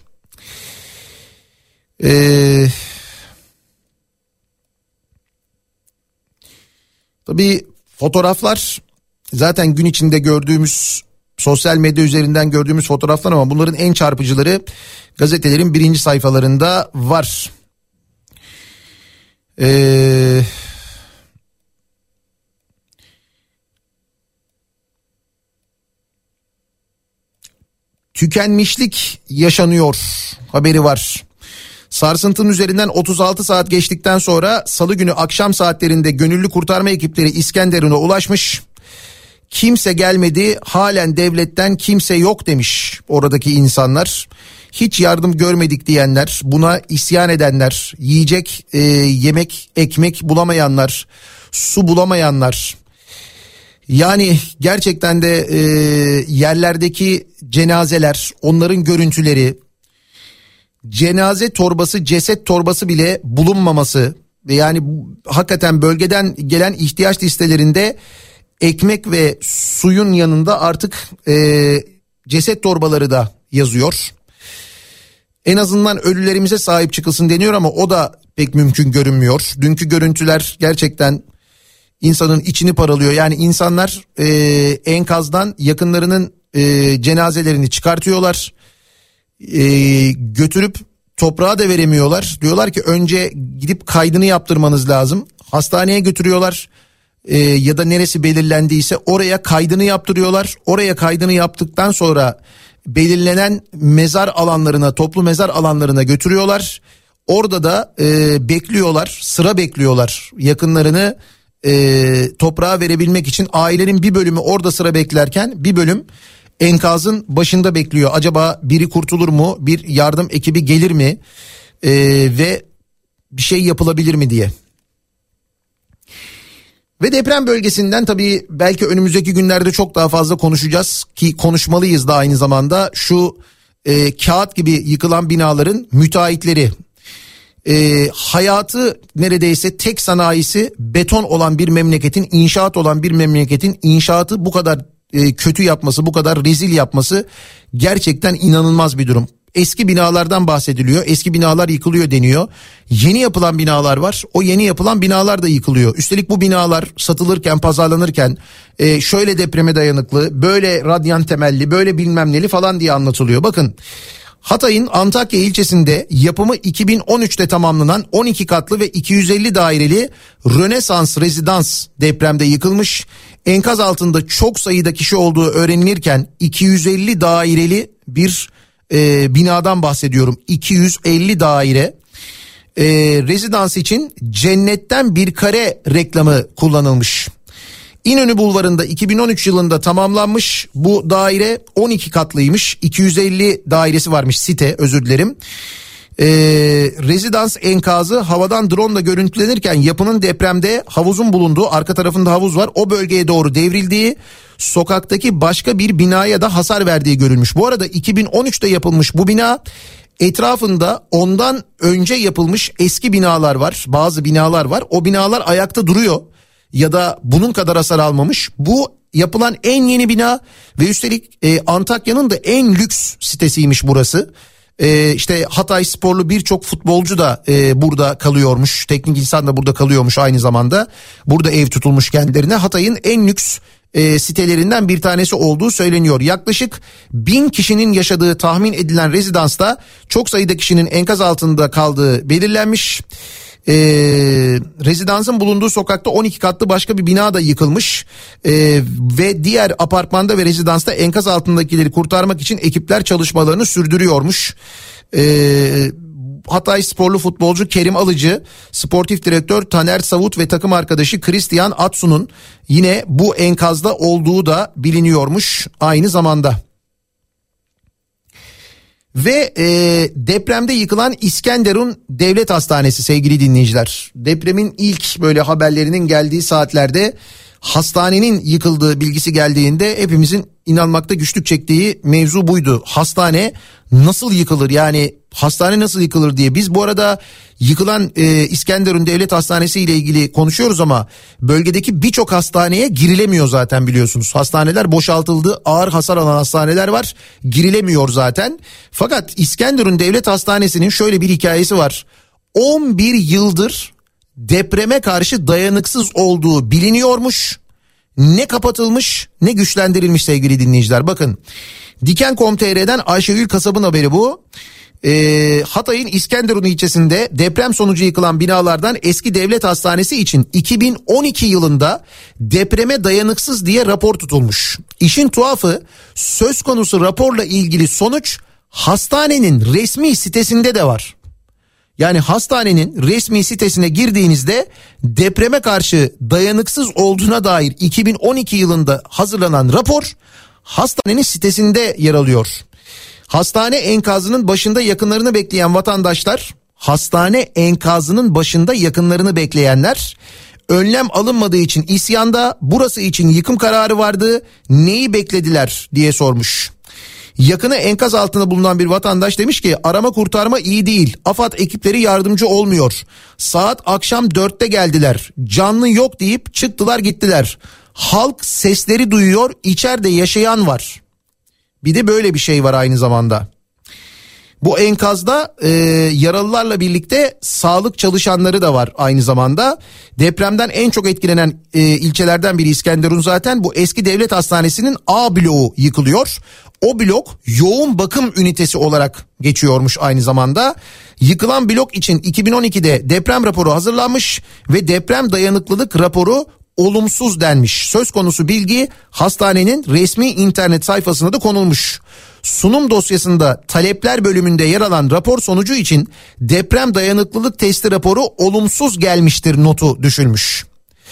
Tabii fotoğraflar zaten gün içinde gördüğümüz, sosyal medya üzerinden gördüğümüz fotoğraflar ama bunların en çarpıcıları gazetelerin birinci sayfalarında var. Tükenmişlik yaşanıyor haberi var. Sarsıntının üzerinden 36 saat geçtikten sonra Salı günü akşam saatlerinde gönüllü kurtarma ekipleri İskenderun'a ulaşmış. Kimse gelmedi, halen devletten kimse yok demiş oradaki insanlar. Hiç yardım görmedik diyenler, buna isyan edenler, yiyecek, yemek, ekmek bulamayanlar, su bulamayanlar. Yani gerçekten de yerlerdeki cenazeler, onların görüntüleri, cenaze torbası, ceset torbası bile bulunmaması ve yani hakikaten bölgeden gelen ihtiyaç listelerinde ekmek ve suyun yanında artık ceset torbaları da yazıyor. En azından ölülerimize sahip çıkılsın deniyor ama o da pek mümkün görünmüyor. Dünkü görüntüler gerçekten insanın içini paralıyor. Yani insanlar enkazdan yakınlarının cenazelerini çıkartıyorlar. Götürüp toprağa da veremiyorlar. Diyorlar ki önce gidip kaydını yaptırmanız lazım. Hastaneye götürüyorlar. Ya da neresi belirlendiyse oraya kaydını yaptırıyorlar. Oraya kaydını yaptıktan sonra belirlenen mezar alanlarına, toplu mezar alanlarına götürüyorlar. Orada da bekliyorlar, sıra bekliyorlar. Yakınlarını toprağa verebilmek için ailenin bir bölümü orada sıra beklerken bir bölüm enkazın başında bekliyor. Acaba biri kurtulur mu? Bir yardım ekibi gelir mi? Ve bir şey yapılabilir mi diye. Ve deprem bölgesinden tabii belki önümüzdeki günlerde çok daha fazla konuşacağız ki konuşmalıyız da aynı zamanda. Şu kağıt gibi yıkılan binaların müteahhitleri, hayatı neredeyse tek sanayisi beton olan bir memleketin, inşaat olan bir memleketin inşaatı bu kadar kötü yapması, bu kadar rezil yapması gerçekten inanılmaz bir durum. Eski binalardan bahsediliyor. Eski binalar yıkılıyor deniyor. Yeni yapılan binalar var. O yeni yapılan binalar da yıkılıyor. Üstelik bu binalar satılırken, pazarlanırken şöyle depreme dayanıklı, böyle radyan temelli, böyle bilmem neli falan diye anlatılıyor. Bakın, Hatay'ın Antakya ilçesinde yapımı 2013'te tamamlanan 12 katlı ve 250 daireli Rönesans rezidans depremde yıkılmış. Enkaz altında çok sayıda kişi olduğu öğrenilirken 250 daireli bir binadan bahsediyorum. 250 daire. Rezidans için cennetten bir kare reklamı kullanılmış. İnönü Bulvarı'nda 2013 yılında tamamlanmış bu daire 12 katlıymış. 250 dairesi varmış, site, özür dilerim. Rezidans enkazı havadan drone ile görüntülenirken yapının depremde havuzun bulunduğu, arka tarafında havuz var, o bölgeye doğru devrildiği, sokaktaki başka bir binaya da hasar verdiği görülmüş. Bu arada 2013'te yapılmış bu bina, etrafında ondan önce yapılmış eski binalar var, bazı binalar var. O binalar ayakta duruyor ya da bunun kadar hasar almamış. Bu yapılan en yeni bina ve üstelik Antakya'nın da en lüks sitesiymiş burası. İşte Hatay sporlu birçok futbolcu da burada kalıyormuş. Teknik insan da burada kalıyormuş aynı zamanda. Burada ev tutulmuş kendilerine. Hatay'ın en lüks sitelerinden bir tanesi olduğu söyleniyor. Yaklaşık 1000 kişinin yaşadığı tahmin edilen rezidansta çok sayıda kişinin enkaz altında kaldığı belirlenmiş. Rezidansın bulunduğu sokakta 12 katlı başka bir bina da yıkılmış ve diğer apartmanda ve rezidansta enkaz altındakileri kurtarmak için ekipler çalışmalarını sürdürüyormuş. Hatay sporlu futbolcu Kerim Alıcı, sportif direktör Taner Savut ve takım arkadaşı Christian Atsu'nun yine bu enkazda olduğu da biliniyormuş aynı zamanda. Ve depremde yıkılan İskenderun Devlet Hastanesi sevgili dinleyiciler. Depremin ilk böyle haberlerinin geldiği saatlerde hastanenin yıkıldığı bilgisi geldiğinde hepimizin inanmakta güçlük çektiği mevzu buydu. Hastane nasıl yıkılır, yani hastane nasıl yıkılır diye. Biz bu arada yıkılan İskenderun Devlet Hastanesi ile ilgili konuşuyoruz ama bölgedeki birçok hastaneye girilemiyor zaten, biliyorsunuz. Hastaneler boşaltıldı, ağır hasar alan hastaneler var, girilemiyor zaten. Fakat İskenderun Devlet Hastanesi'nin şöyle bir hikayesi var. 11 yıldır depreme karşı dayanıksız olduğu biliniyormuş. Ne kapatılmış ne güçlendirilmiş sevgili dinleyiciler. Bakın, Diken.com.tr'den Ayşegül Kasab'ın haberi bu. Hatay'ın İskenderun ilçesinde deprem sonucu yıkılan binalardan eski devlet hastanesi için 2012 yılında depreme dayanıksız diye rapor tutulmuş. İşin tuhafı, söz konusu raporla ilgili sonuç hastanenin resmi sitesinde de var. Yani hastanenin resmi sitesine girdiğinizde depreme karşı dayanıksız olduğuna dair 2012 yılında hazırlanan rapor hastanenin sitesinde yer alıyor. Hastane enkazının başında yakınlarını bekleyen vatandaşlar, hastane enkazının başında yakınlarını bekleyenler önlem alınmadığı için isyanda, burası için yıkım kararı vardı, neyi beklediler diye sormuş. Yakını enkaz altında bulunan bir vatandaş demiş ki arama kurtarma iyi değil. AFAD ekipleri yardımcı olmuyor. Saat akşam 4'te geldiler. Canlı yok deyip çıktılar gittiler. Halk sesleri duyuyor, içeride yaşayan var. Bir de böyle bir şey var aynı zamanda. Bu enkazda yaralılarla birlikte sağlık çalışanları da var aynı zamanda. Depremden en çok etkilenen ilçelerden biri İskenderun zaten. Bu eski devlet hastanesinin A bloğu yıkılıyor. O blok yoğun bakım ünitesi olarak geçiyormuş aynı zamanda. Yıkılan blok için 2012'de deprem raporu hazırlanmış ve deprem dayanıklılık raporu olumsuz denmiş. Söz konusu bilgi hastanenin resmi internet sayfasına da konulmuş. Sunum dosyasında talepler bölümünde yer alan rapor sonucu için deprem dayanıklılık testi raporu olumsuz gelmiştir notu düşülmüş.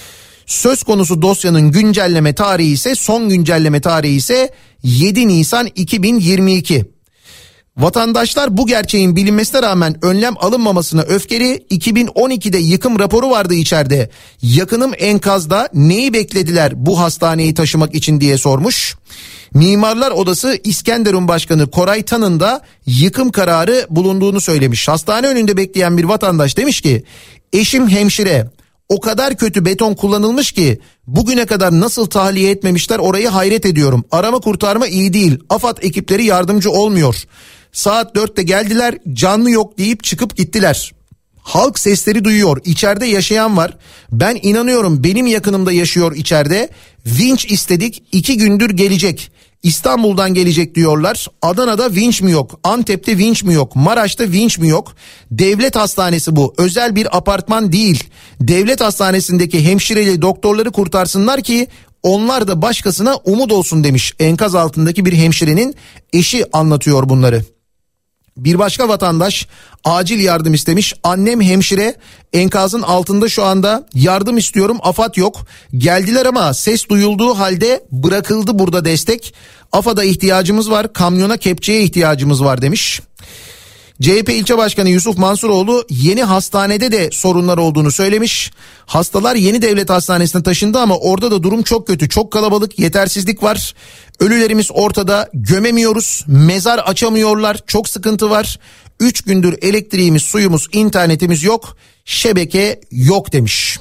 Söz konusu dosyanın güncelleme tarihi ise, son güncelleme tarihi ise 7 Nisan 2022. Vatandaşlar bu gerçeğin bilinmesine rağmen önlem alınmamasına öfkeli. 2012'de yıkım raporu vardı içeride. Yakınım enkazda, neyi beklediler bu hastaneyi taşımak için diye sormuş. Mimarlar Odası İskenderun Başkanı Koray Tan'ın da yıkım kararı bulunduğunu söylemiş. Hastane önünde bekleyen bir vatandaş demiş ki eşim hemşire, o kadar kötü beton kullanılmış ki bugüne kadar nasıl tahliye etmemişler orayı hayret ediyorum. Arama kurtarma iyi değil. AFAD ekipleri yardımcı olmuyor. Saat 4'te geldiler, canlı yok deyip çıkıp gittiler. Halk sesleri duyuyor, içeride yaşayan var. Ben inanıyorum benim yakınımda yaşıyor içeride. Vinç istedik, 2 gündür gelecek. İstanbul'dan gelecek diyorlar. Adana'da vinç mi yok? Antep'te vinç mi yok? Maraş'ta vinç mi yok? Devlet hastanesi bu. Özel bir apartman değil. Devlet hastanesindeki hemşireli doktorları kurtarsınlar ki onlar da başkasına umut olsun demiş. Enkaz altındaki bir hemşirenin eşi anlatıyor bunları. Bir başka vatandaş acil yardım istemiş. Annem hemşire, enkazın altında şu anda, yardım istiyorum, AFAD yok. Geldiler ama ses duyulduğu halde bırakıldı burada destek. AFAD'a ihtiyacımız var, kamyona, kepçeye ihtiyacımız var demiş. CHP ilçe başkanı Yusuf Mansuroğlu yeni hastanede de sorunlar olduğunu söylemiş. Hastalar Yeni Devlet Hastanesi'ne taşındı ama orada da durum çok kötü. Çok kalabalık, yetersizlik var. Ölülerimiz ortada, gömemiyoruz. Mezar açamıyorlar, çok sıkıntı var. 3 gündür elektriğimiz, suyumuz, internetimiz yok. Şebeke yok demiş.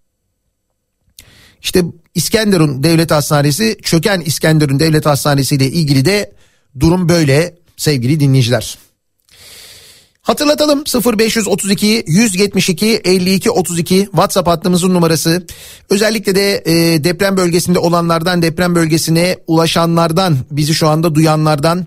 İşte İskenderun Devlet Hastanesi, çöken İskenderun Devlet Hastanesi ile ilgili de durum böyle sevgili dinleyiciler. Hatırlatalım 0532 172 52 32 WhatsApp hattımızın numarası. Özellikle de deprem bölgesinde olanlardan, deprem bölgesine ulaşanlardan, bizi şu anda duyanlardan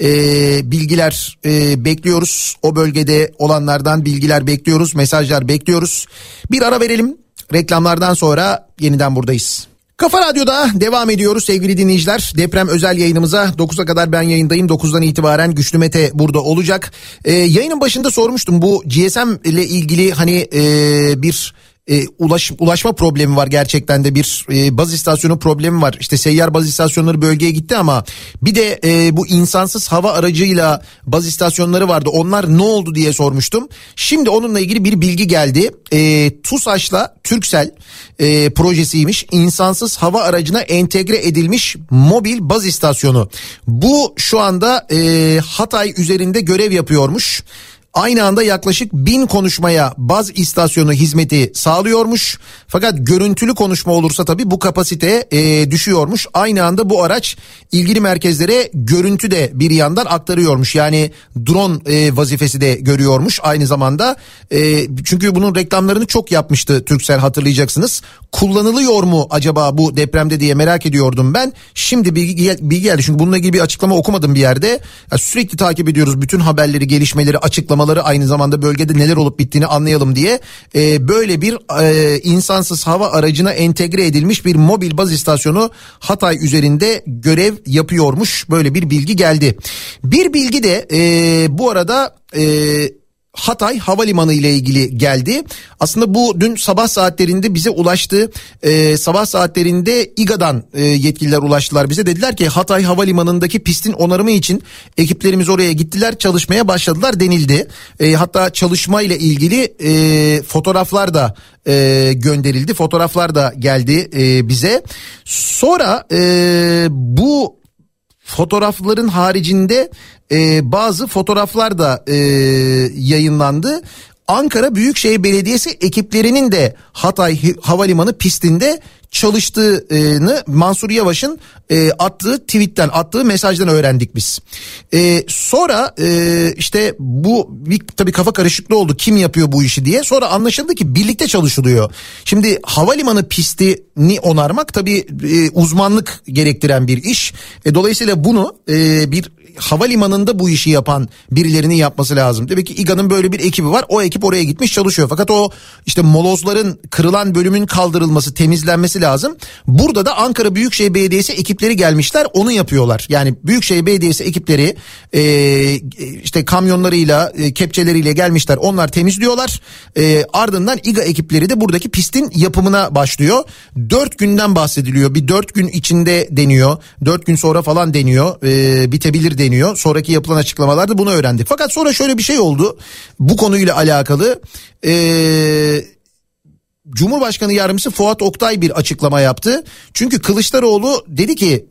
bilgiler bekliyoruz. O bölgede olanlardan bilgiler bekliyoruz, mesajlar bekliyoruz. Bir ara verelim, reklamlardan sonra yeniden buradayız. Kafa Radyo'da devam ediyoruz sevgili dinleyiciler. Deprem özel yayınımıza 9'a kadar ben yayındayım. 9'dan itibaren Güçlü Mete burada olacak. Yayının başında sormuştum, bu GSM ile ilgili hani bir ulaşma problemi var, gerçekten de bir baz istasyonu problemi var. İşte seyyar baz istasyonları bölgeye gitti ama bir de bu insansız hava aracıyla baz istasyonları vardı. Onlar ne oldu diye sormuştum. Şimdi onunla ilgili bir bilgi geldi. TUSAŞ'la Turkcell projesiymiş. İnsansız hava aracına entegre edilmiş mobil baz istasyonu. Bu şu anda Hatay üzerinde görev yapıyormuş. Aynı anda yaklaşık 1000 konuşmaya baz istasyonu hizmeti sağlıyormuş. Fakat görüntülü konuşma olursa tabii bu kapasite düşüyormuş. Aynı anda bu araç ilgili merkezlere görüntü de bir yandan aktarıyormuş. Yani drone vazifesi de görüyormuş aynı zamanda. Çünkü bunun reklamlarını çok yapmıştı Turkcell, hatırlayacaksınız. Kullanılıyor mu acaba bu depremde diye merak ediyordum ben. Şimdi bilgi geldi, çünkü bununla ilgili bir açıklama okumadım bir yerde. Yani sürekli takip ediyoruz bütün haberleri, gelişmeleri, açıklamaları, aynı zamanda bölgede neler olup bittiğini anlayalım diye. Böyle bir insansız hava aracına entegre edilmiş bir mobil baz istasyonu Hatay üzerinde görev yapıyormuş. Böyle bir bilgi geldi. Bir bilgi de bu arada Hatay Havalimanı ile ilgili geldi. Aslında bu dün sabah saatlerinde bize ulaştı. Sabah saatlerinde İGA'dan yetkililer ulaştılar bize. Dediler ki Hatay Havalimanı'ndaki pistin onarımı için ekiplerimiz oraya gittiler, çalışmaya başladılar denildi. Hatta çalışma ile ilgili fotoğraflar da gönderildi. Fotoğraflar da geldi bize. Sonra bu fotoğrafların haricinde bazı fotoğraflar da yayınlandı. Ankara Büyükşehir Belediyesi ekiplerinin de Hatay Havalimanı pistinde çalıştığını Mansur Yavaş'ın attığı tweetten, attığı mesajdan öğrendik biz. Sonra işte bu bir tabii kafa karışıklığı oldu, kim yapıyor bu işi diye. Sonra anlaşıldı ki birlikte çalışılıyor. Şimdi havalimanı pistini onarmak tabii uzmanlık gerektiren bir iş. Dolayısıyla bunu bir havalimanında bu işi yapan birilerinin yapması lazım. Demek ki İGA'nın böyle bir ekibi var. O ekip oraya gitmiş, çalışıyor. Fakat o işte molozların, kırılan bölümün kaldırılması, temizlenmesi lazım. Burada da Ankara Büyükşehir Belediyesi ekipleri gelmişler, onu yapıyorlar. Yani Büyükşehir Belediyesi ekipleri işte kamyonlarıyla, kepçeleriyle gelmişler. Onlar temizliyorlar. Ardından İGA ekipleri de buradaki pistin yapımına başlıyor. 4 günden bahsediliyor. Bir 4 gün içinde deniyor. 4 gün sonra falan deniyor. Bitebilir deniyor. Sonraki yapılan açıklamalarda bunu öğrendik. Fakat sonra şöyle bir şey oldu. Bu konuyla alakalı Cumhurbaşkanı Yardımcısı Fuat Oktay bir açıklama yaptı. Çünkü Kılıçdaroğlu dedi ki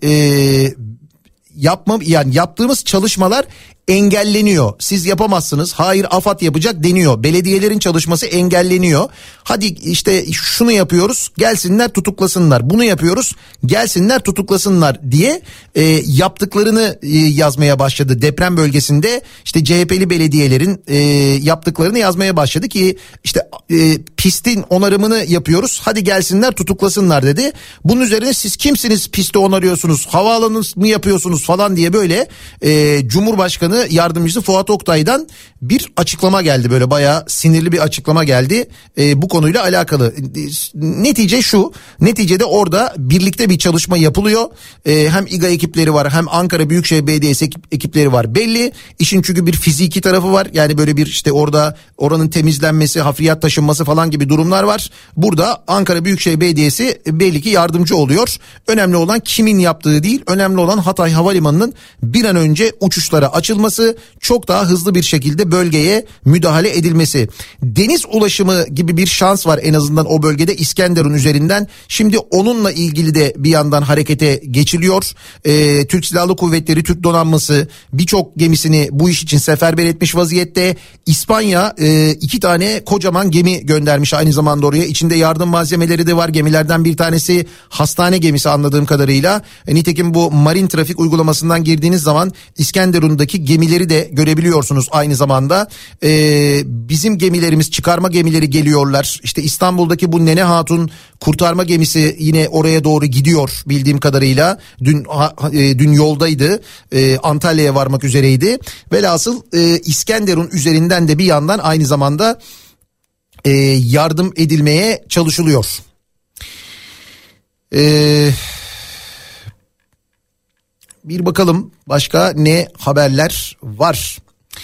yaptığımız çalışmalar engelleniyor. Siz yapamazsınız. Hayır, AFAD yapacak deniyor. Belediyelerin çalışması engelleniyor. Hadi işte şunu yapıyoruz, gelsinler tutuklasınlar. Bunu yapıyoruz, gelsinler tutuklasınlar diye yaptıklarını yazmaya başladı. Deprem bölgesinde işte CHP'li belediyelerin yaptıklarını yazmaya başladı ki işte pistin onarımını yapıyoruz. Hadi gelsinler tutuklasınlar dedi. Bunun üzerine siz kimsiniz pisti onarıyorsunuz? Havaalanı mı yapıyorsunuz falan diye böyle Cumhurbaşkanı Yardımcısı Fuat Oktay'dan bir açıklama geldi, böyle bayağı sinirli bir açıklama geldi bu konuyla alakalı. Netice şu, neticede orada birlikte bir çalışma yapılıyor. Hem İGA ekipleri var, hem Ankara Büyükşehir Belediyesi ekipleri var, belli. İşin çünkü bir fiziki tarafı var. Yani böyle bir işte orada oranın temizlenmesi, hafriyat taşınması falan gibi durumlar var. Burada Ankara Büyükşehir Belediyesi belli ki yardımcı oluyor. Önemli olan kimin yaptığı değil, önemli olan Hatay Havalimanı'nın bir an önce uçuşlara açılması, çok daha hızlı bir şekilde bölgeye müdahale edilmesi. Deniz ulaşımı gibi bir şans var en azından o bölgede İskenderun üzerinden. Şimdi onunla ilgili de bir yandan harekete geçiliyor. Türk Silahlı Kuvvetleri, Türk Donanması birçok gemisini bu iş için seferber etmiş vaziyette. İspanya 2 tane kocaman gemi göndermiş aynı zamanda oraya. İçinde yardım malzemeleri de var. Gemilerden bir tanesi hastane gemisi anladığım kadarıyla. Nitekim bu marin trafik uygulamasından girdiğiniz zaman İskenderun'daki gemileri de görebiliyorsunuz aynı zamanda. Bizim gemilerimiz, çıkarma gemileri geliyorlar. İşte İstanbul'daki bu Nene Hatun kurtarma gemisi yine oraya doğru gidiyor bildiğim kadarıyla. Dün yoldaydı. Antalya'ya varmak üzereydi. Velhasıl İskenderun üzerinden de bir yandan aynı zamanda yardım edilmeye çalışılıyor. Bir bakalım başka ne haberler var.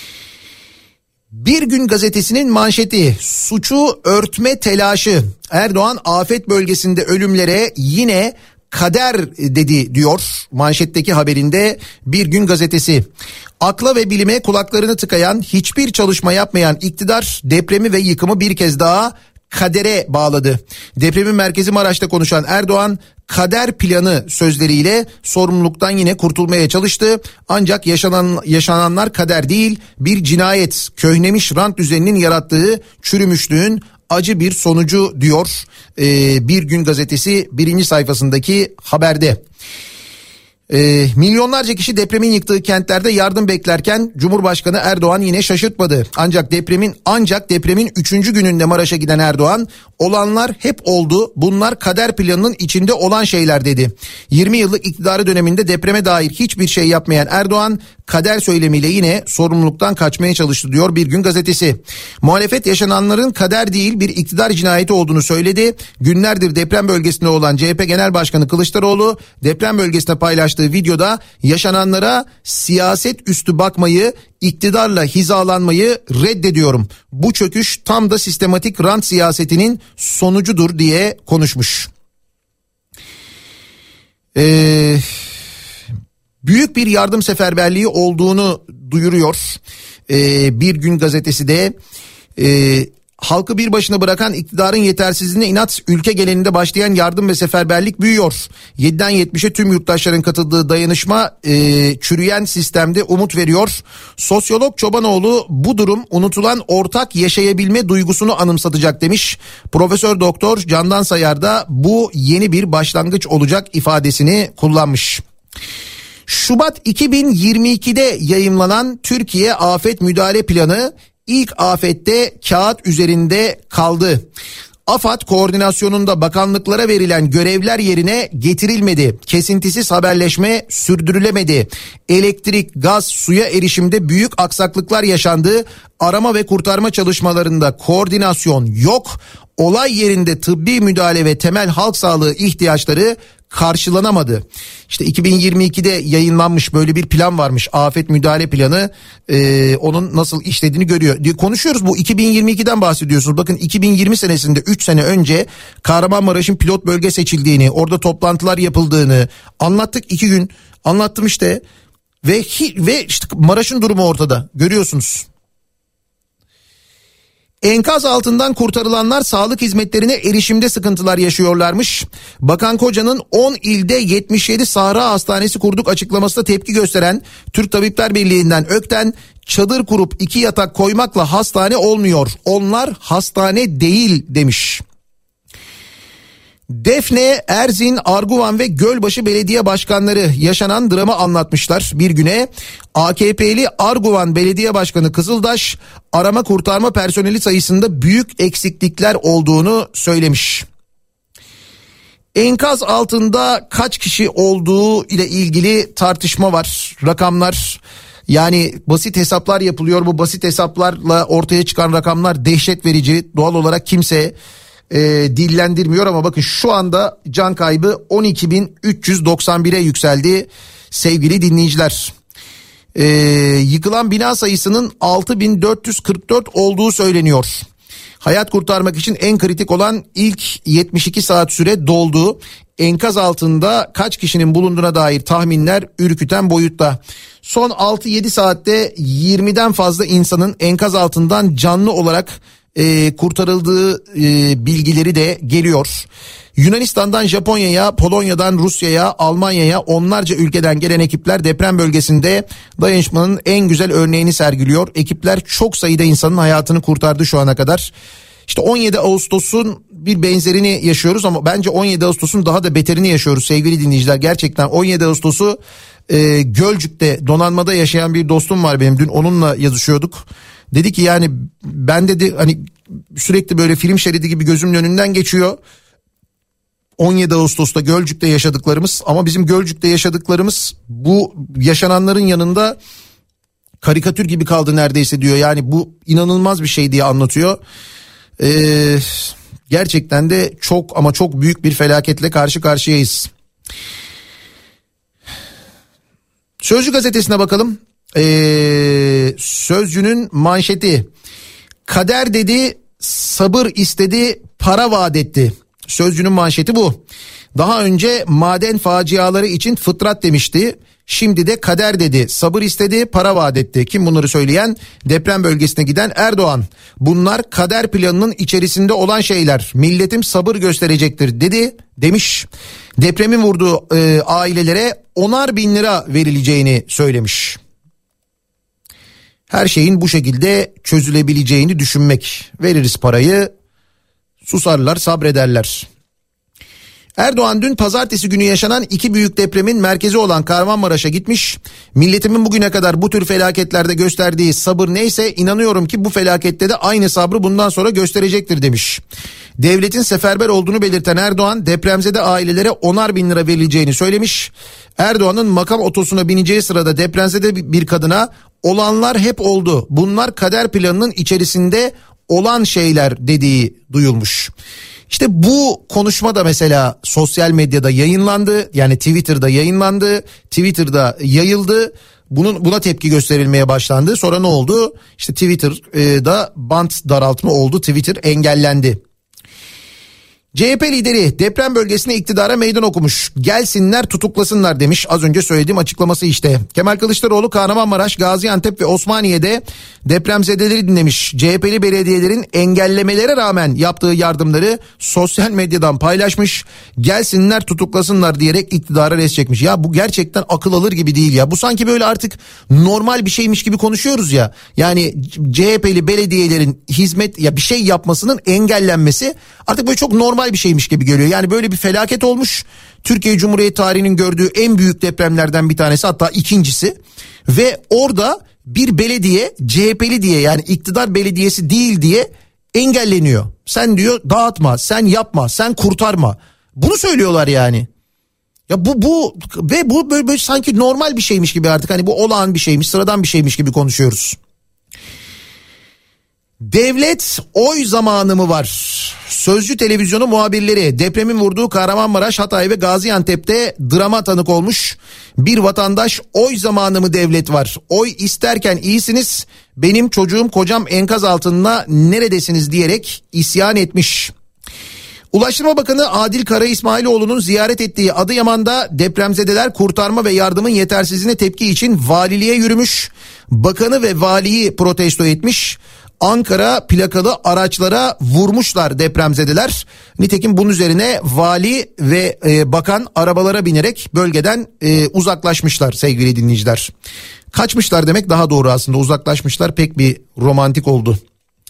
Bir Gün Gazetesi'nin manşeti: suçu örtme telaşı. Erdoğan afet bölgesinde ölümlere yine kader dedi diyor manşetteki haberinde Bir Gün Gazetesi. Akla ve bilime kulaklarını tıkayan, hiçbir çalışma yapmayan iktidar depremi ve yıkımı bir kez daha kadere bağladı. Depremin merkezi Maraş'ta konuşan Erdoğan, kader planı sözleriyle sorumluluktan yine kurtulmaya çalıştı. Ancak yaşananlar kader değil, bir cinayet, köhnemiş rant düzeninin yarattığı çürümüşlüğün acı bir sonucu diyor Bir Gün Gazetesi 1. sayfasındaki haberde. Milyonlarca kişi depremin yıktığı kentlerde yardım beklerken Cumhurbaşkanı Erdoğan yine şaşırtmadı. Ancak depremin 3. gününde Maraş'a giden Erdoğan, olanlar hep oldu, bunlar kader planının içinde olan şeyler dedi. 20 yıllık iktidarı döneminde depreme dair hiçbir şey yapmayan Erdoğan, kader söylemiyle yine sorumluluktan kaçmaya çalıştı diyor Bir Gün Gazetesi. Muhalefet yaşananların kader değil bir iktidar cinayeti olduğunu söyledi. Günlerdir deprem bölgesinde olan CHP Genel Başkanı Kılıçdaroğlu deprem bölgesinde paylaştığı videoda yaşananlara siyaset üstü bakmayı, iktidarla hizalanmayı reddediyorum. Bu çöküş tam da sistematik rant siyasetinin sonucudur diye konuşmuş. Büyük bir yardım seferberliği olduğunu duyuruyor. Bir Gün Gazetesi de halkı bir başına bırakan iktidarın yetersizliğine inat, ülke genelinde başlayan yardım ve seferberlik büyüyor. 7'den 70'e tüm yurttaşların katıldığı dayanışma çürüyen sistemde umut veriyor. Sosyolog Çobanoğlu, bu durum unutulan ortak yaşayabilme duygusunu anımsatacak demiş. Profesör Doktor Candan Sayar da bu yeni bir başlangıç olacak ifadesini kullanmış. Şubat 2022'de yayımlanan Türkiye Afet Müdahale Planı ilk afette kağıt üzerinde kaldı. AFAD koordinasyonunda bakanlıklara verilen görevler yerine getirilmedi. Kesintisiz haberleşme sürdürülemedi. Elektrik, gaz, suya erişimde büyük aksaklıklar yaşandı. Arama ve kurtarma çalışmalarında koordinasyon yok. Olay yerinde tıbbi müdahale ve temel halk sağlığı ihtiyaçları karşılanamadı. İşte 2022'de yayınlanmış böyle bir plan varmış, afet müdahale planı, onun nasıl işlediğini görüyor. Konuşuyoruz, bu 2022'den bahsediyorsunuz. Bakın 2020 senesinde 3 sene önce Kahramanmaraş'ın pilot bölge seçildiğini, orada toplantılar yapıldığını anlattık, 2 gün anlattım işte ve işte Maraş'ın durumu ortada, görüyorsunuz. Enkaz altından kurtarılanlar sağlık hizmetlerine erişimde sıkıntılar yaşıyorlarmış. Bakan Koca'nın 10 ilde 77 Sahra Hastanesi kurduk açıklamasına tepki gösteren Türk Tabipler Birliği'nden Ökten, çadır kurup 2 yatak koymakla hastane olmuyor, onlar hastane değil demiş. Defne, Erzin, Arguvan ve Gölbaşı belediye başkanları yaşanan dramı anlatmışlar bir güne. AKP'li Arguvan Belediye Başkanı Kızıldaş, arama kurtarma personeli sayısında büyük eksiklikler olduğunu söylemiş. Enkaz altında kaç kişi olduğu ile ilgili tartışma var. Rakamlar, yani basit hesaplar yapılıyor. Bu basit hesaplarla ortaya çıkan rakamlar dehşet verici. Doğal olarak kimse dillendirmiyor ama bakın şu anda can kaybı 12.391'e yükseldi sevgili dinleyiciler. Yıkılan bina sayısının 6.444 olduğu söyleniyor. Hayat kurtarmak için en kritik olan ilk 72 saat süre doldu. enkaz altında kaç kişinin bulunduğuna dair tahminler ürküten boyutta. Son 6-7 saatte 20'den fazla insanın enkaz altından canlı olarak kurtarıldığı bilgileri de geliyor. Yunanistan'dan Japonya'ya, Polonya'dan Rusya'ya, Almanya'ya onlarca ülkeden gelen ekipler deprem bölgesinde dayanışmanın en güzel örneğini sergiliyor. Ekipler çok sayıda insanın hayatını kurtardı şu ana kadar. İşte 17 Ağustos'un bir benzerini yaşıyoruz ama bence 17 Ağustos'un daha da beterini yaşıyoruz sevgili dinleyiciler. Gerçekten 17 Ağustos'u Gölcük'te donanmada yaşayan bir dostum var benim. Dün onunla yazışıyorduk. Dedi ki yani ben dedi hani sürekli böyle film şeridi gibi gözümün önünden geçiyor. 17 Ağustos'ta Gölcük'te yaşadıklarımız ama bizim Gölcük'te yaşadıklarımız bu yaşananların yanında karikatür gibi kaldı neredeyse diyor. Yani bu inanılmaz bir şey diye anlatıyor. Gerçekten de çok ama çok büyük bir felaketle karşı karşıyayız. Sözcü gazetesine bakalım. Sözcünün manşeti: kader dedi, sabır istedi, para vaat etti. Sözcünün manşeti bu. Daha önce maden faciaları için fıtrat demişti. Şimdi de kader dedi, sabır istedi, para vaat etti. Kim bunları söyleyen? Deprem bölgesine giden Erdoğan. Bunlar kader planının içerisinde olan şeyler. Milletim sabır gösterecektir demiş. Depremin vurduğu ailelere 10'ar bin lira verileceğini söylemiş. Her şeyin bu şekilde çözülebileceğini düşünmek. Veririz parayı, susarlar, sabrederler. Erdoğan dün pazartesi günü yaşanan iki büyük depremin merkezi olan Kahramanmaraş'a gitmiş. Milletimin bugüne kadar bu tür felaketlerde gösterdiği sabır neyse inanıyorum ki bu felakette de aynı sabrı bundan sonra gösterecektir demiş. Devletin seferber olduğunu belirten Erdoğan depremzede ailelere 10'ar bin lira verileceğini söylemiş. Erdoğan'ın makam otosuna bineceği sırada depremzede bir kadına olanlar hep oldu, bunlar kader planının içerisinde olan şeyler dediği duyulmuş. İşte bu konuşma da mesela sosyal medyada yayınlandı. Yani Twitter'da yayınlandı. Twitter'da yayıldı. Buna tepki gösterilmeye başlandı. Sonra ne oldu? İşte Twitter'da bant daraltma oldu. Twitter engellendi. CHP lideri deprem bölgesine iktidara meydan okumuş. Gelsinler tutuklasınlar demiş. Az önce söylediğim açıklaması işte. Kemal Kılıçdaroğlu Kahramanmaraş, Gaziantep ve Osmaniye'de depremzedeleri dinlemiş. CHP'li belediyelerin engellemelere rağmen yaptığı yardımları sosyal medyadan paylaşmış. Gelsinler tutuklasınlar diyerek iktidara res çekmiş. Ya bu gerçekten akıl alır gibi değil ya. Bu sanki böyle artık normal bir şeymiş gibi konuşuyoruz ya. Yani CHP'li belediyelerin hizmet ya bir şey yapmasının engellenmesi artık böyle çok normal bir şeymiş gibi geliyor. Yani böyle bir felaket olmuş. Türkiye Cumhuriyeti tarihinin gördüğü en büyük depremlerden bir tanesi, hatta ikincisi. Ve orada bir belediye CHP'li diye, yani iktidar belediyesi değil diye engelleniyor. Sen diyor dağıtma, sen yapma, sen kurtarma. Bunu söylüyorlar yani. Ya bu ve bu böyle sanki normal bir şeymiş gibi artık, hani bu olağan bir şeymiş, sıradan bir şeymiş gibi konuşuyoruz. Devlet oy zamanı mı var? Sözcü televizyonu muhabirleri depremin vurduğu Kahramanmaraş, Hatay ve Gaziantep'te drama tanık olmuş. Bir vatandaş oy zamanı mı devlet var? Oy isterken iyisiniz, benim çocuğum kocam enkaz altında neredesiniz diyerek isyan etmiş. Ulaştırma Bakanı Adil Kara İsmailoğlu'nun ziyaret ettiği Adıyaman'da depremzedeler kurtarma ve yardımın yetersizliğine tepki için valiliğe yürümüş. Bakanı ve valiyi protesto etmiş. Ankara plakalı araçlara vurmuşlar depremzedeler. Nitekim bunun üzerine vali ve bakan arabalara binerek bölgeden uzaklaşmışlar sevgili dinleyiciler. Kaçmışlar demek daha doğru aslında, uzaklaşmışlar pek bir romantik oldu.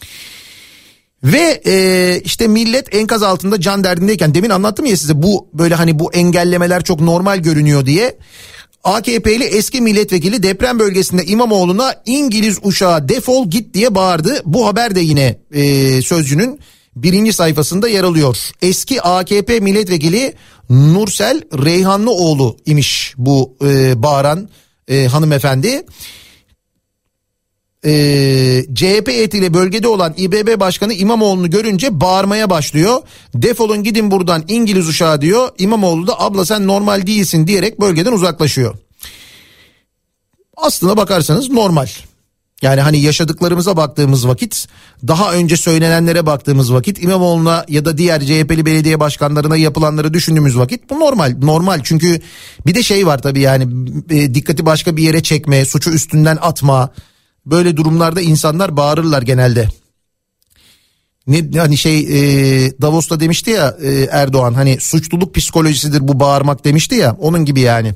Ve işte millet enkaz altında can derdindeyken, demin anlattım ya size, bu böyle hani bu engellemeler çok normal görünüyor diye. AKP'li eski milletvekili deprem bölgesinde İmamoğlu'na İngiliz uşağı defol git diye bağırdı. Bu haber de yine Sözcü'nün birinci sayfasında yer alıyor. Eski AKP milletvekili Nursel Reyhanlıoğlu imiş bu bağıran hanımefendi. CHP heyetiyle bölgede olan İBB Başkanı İmamoğlu'nu görünce bağırmaya başlıyor. Defolun gidin buradan İngiliz uşağı diyor. İmamoğlu da abla sen normal değilsin diyerek bölgeden uzaklaşıyor. Aslına bakarsanız normal. Yani hani yaşadıklarımıza baktığımız vakit, daha önce söylenenlere baktığımız vakit, İmamoğlu'na ya da diğer CHP'li belediye başkanlarına yapılanları düşündüğümüz vakit bu normal. Çünkü bir de şey var tabii, yani dikkati başka bir yere çekme, suçu üstünden atma, böyle durumlarda insanlar bağırırlar genelde. Hani Davos'ta demişti ya Erdoğan, hani suçluluk psikolojisidir bu bağırmak demişti ya, onun gibi yani.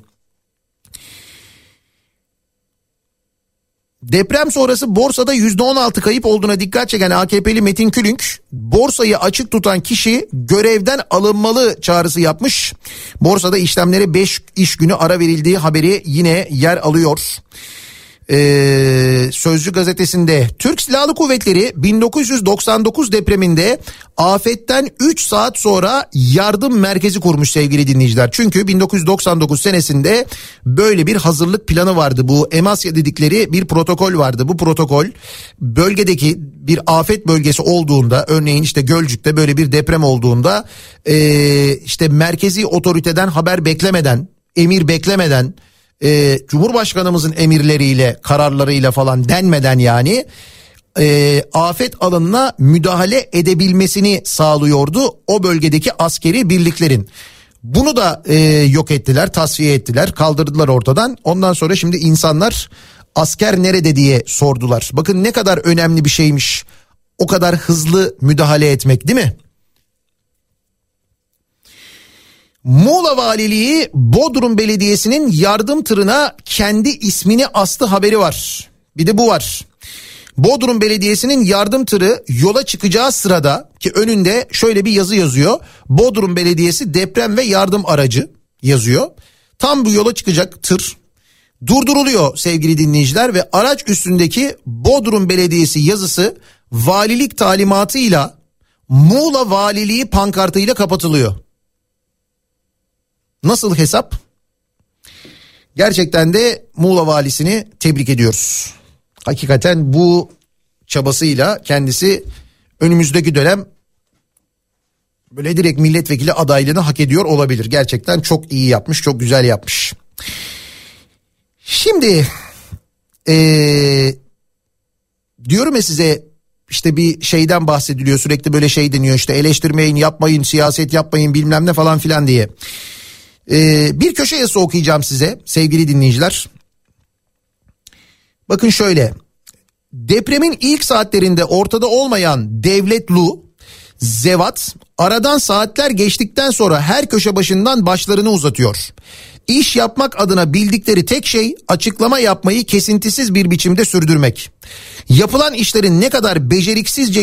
Deprem sonrası borsada %16 kayıp olduğuna dikkat çeken AKP'li Metin Külünk, borsayı açık tutan kişi görevden alınmalı çağrısı yapmış. Borsada işlemlere 5 iş günü ara verildiği haberi yine yer alıyor. Sözcü gazetesinde Türk Silahlı Kuvvetleri 1999 depreminde afetten 3 saat sonra yardım merkezi kurmuş sevgili dinleyiciler. Çünkü 1999 senesinde böyle bir hazırlık planı vardı. Bu EMASYA dedikleri bir protokol vardı. Bu protokol bölgedeki bir afet bölgesi olduğunda, örneğin işte Gölcük'te böyle bir deprem olduğunda işte merkezi otoriteden haber beklemeden, emir beklemeden, Cumhurbaşkanımızın emirleriyle, kararlarıyla falan denmeden yani afet alanına müdahale edebilmesini sağlıyordu o bölgedeki askeri birliklerin. Bunu da yok ettiler, tasfiye ettiler, kaldırdılar ortadan. Ondan sonra şimdi insanlar asker nerede diye sordular. Bakın ne kadar önemli bir şeymiş o kadar hızlı müdahale etmek, değil mi? Muğla Valiliği Bodrum Belediyesi'nin yardım tırına kendi ismini astı haberi var. Bir de bu var. Bodrum Belediyesi'nin yardım tırı yola çıkacağı sırada, ki önünde şöyle bir yazı yazıyor. Bodrum Belediyesi deprem ve yardım aracı yazıyor. Tam bu yola çıkacak tır durduruluyor sevgili dinleyiciler ve araç üstündeki Bodrum Belediyesi yazısı valilik talimatıyla Muğla Valiliği pankartıyla kapatılıyor. Nasıl hesap? Gerçekten de Muğla valisini tebrik ediyoruz. Hakikaten bu çabasıyla kendisi önümüzdeki dönem böyle direkt milletvekili adaylığını hak ediyor olabilir. Gerçekten çok iyi yapmış, çok güzel yapmış. Şimdi diyorum ya size, işte bir şeyden bahsediliyor, sürekli böyle şey deniyor, işte eleştirmeyin, yapmayın, siyaset yapmayın, bilmem ne falan filan diye. Bir köşe yazısı okuyacağım size sevgili dinleyiciler. Bakın şöyle: depremin ilk saatlerinde ortada olmayan Devletlu, Zevat aradan saatler geçtikten sonra her köşe başından başlarını uzatıyor. İş yapmak adına bildikleri tek şey açıklama yapmayı kesintisiz bir biçimde sürdürmek. Yapılan işlerin ne kadar beceriksizce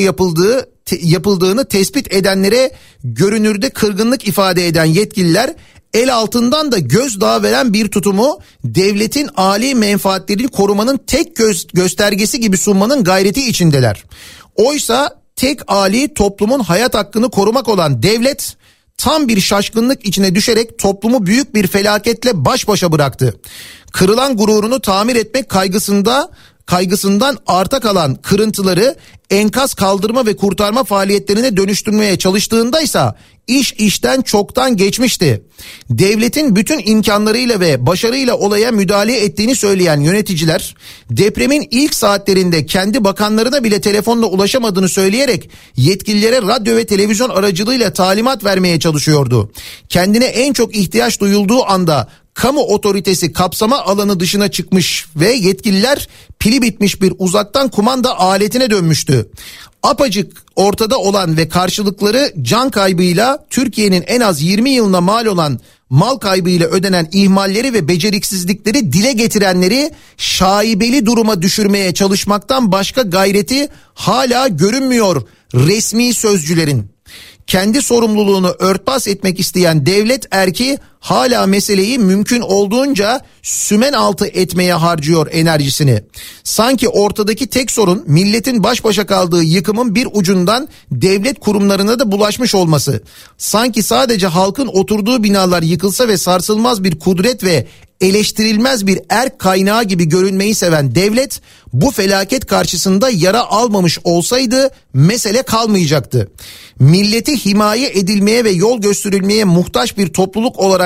yapıldığını tespit edenlere görünürde kırgınlık ifade eden yetkililer el altından da gözdağı veren bir tutumu devletin âli menfaatlerini korumanın tek göstergesi gibi sunmanın gayreti içindeler. Oysa tek âli toplumun hayat hakkını korumak olan devlet tam bir şaşkınlık içine düşerek toplumu büyük bir felaketle baş başa bıraktı. Kırılan gururunu tamir etmek kaygısından arta kalan kırıntıları enkaz kaldırma ve kurtarma faaliyetlerine dönüştürmeye çalıştığındaysa iş işten çoktan geçmişti. Devletin bütün imkanlarıyla ve başarıyla olaya müdahale ettiğini söyleyen yöneticiler depremin ilk saatlerinde kendi bakanlarına bile telefonla ulaşamadığını söyleyerek yetkililere radyo ve televizyon aracılığıyla talimat vermeye çalışıyordu. Kendine en çok ihtiyaç duyulduğu anda kamu otoritesi kapsama alanı dışına çıkmış ve yetkililer pili bitmiş bir uzaktan kumanda aletine dönmüştü. Apacık ortada olan ve karşılıkları can kaybıyla Türkiye'nin en az 20 yılına mal olan mal kaybıyla ödenen ihmalleri ve beceriksizlikleri dile getirenleri şaibeli duruma düşürmeye çalışmaktan başka gayreti hala görünmüyor resmi sözcülerin. Kendi sorumluluğunu örtbas etmek isteyen devlet erki hala meseleyi mümkün olduğunca sümen altı etmeye harcıyor enerjisini. Sanki ortadaki tek sorun milletin baş başa kaldığı yıkımın bir ucundan devlet kurumlarına da bulaşmış olması. Sanki sadece halkın oturduğu binalar yıkılsa ve sarsılmaz bir kudret ve eleştirilmez bir erk kaynağı gibi görünmeyi seven devlet bu felaket karşısında yara almamış olsaydı mesele kalmayacaktı. Milleti himaye edilmeye ve yol gösterilmeye muhtaç bir topluluk olarak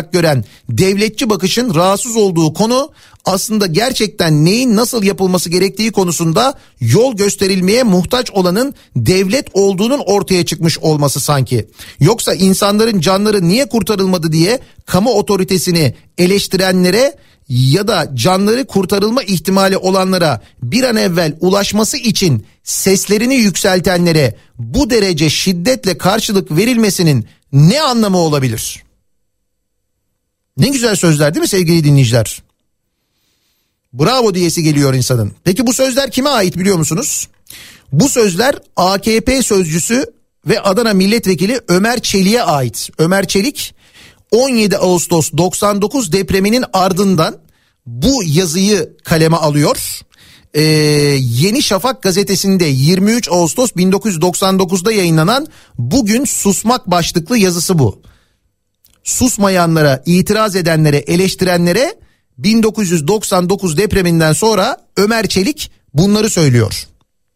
olarak gören devletçi bakışın rahatsız olduğu konu aslında gerçekten neyin nasıl yapılması gerektiği konusunda yol gösterilmeye muhtaç olanın devlet olduğunun ortaya çıkmış olması sanki. Yoksa insanların canları niye kurtarılmadı diye kamu otoritesini eleştirenlere ya da canları kurtarılma ihtimali olanlara bir an evvel ulaşması için seslerini yükseltenlere bu derece şiddetle karşılık verilmesinin ne anlamı olabilir? Ne güzel sözler değil mi sevgili dinleyiciler? Bravo diyesi geliyor insanın. Peki bu sözler kime ait biliyor musunuz? Bu sözler AKP sözcüsü ve Adana Milletvekili Ömer Çelik'e ait. Ömer Çelik 17 Ağustos 99 depreminin ardından bu yazıyı kaleme alıyor. Yeni Şafak gazetesinde 23 Ağustos 1999'da yayınlanan Bugün Susmak başlıklı yazısı bu. Susmayanlara, itiraz edenlere, eleştirenlere 1999 depreminden sonra Ömer Çelik bunları söylüyor.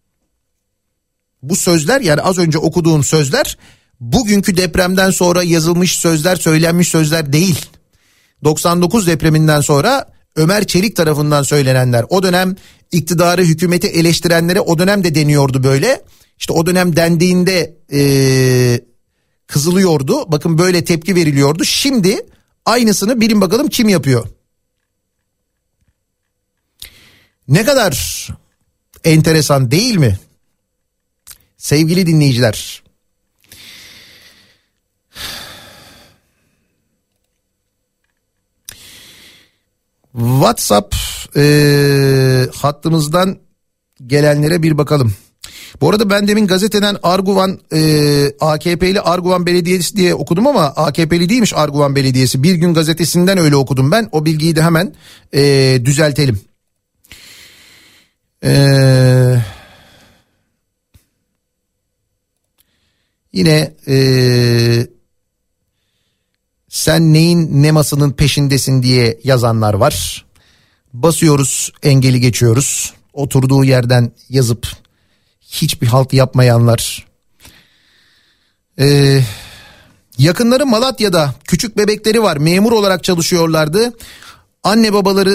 Bu sözler, yani az önce okuduğum sözler bugünkü depremden sonra yazılmış sözler, söylenmiş sözler değil. 99 depreminden sonra Ömer Çelik tarafından söylenenler. O dönem iktidarı, hükümeti eleştirenlere o dönem de deniyordu böyle. İşte o dönem dendiğinde kızılıyordu. Bakın böyle tepki veriliyordu. Şimdi aynısını bilin bakalım kim yapıyor? Ne kadar enteresan değil mi? Sevgili dinleyiciler. WhatsApp hattımızdan gelenlere bir bakalım. Bu arada ben demin gazeteden Arguvan AKP'li Arguvan Belediyesi diye okudum ama AKP'li değilmiş Arguvan Belediyesi. Bir Gün gazetesinden öyle okudum ben. O bilgiyi de hemen düzeltelim. Yine sen neyin nemasının peşindesin diye yazanlar var. Basıyoruz, engeli geçiyoruz. Oturduğu yerden yazıp hiçbir halt yapmayanlar. Yakınları Malatya'da küçük bebekleri var. Memur olarak çalışıyorlardı. Anne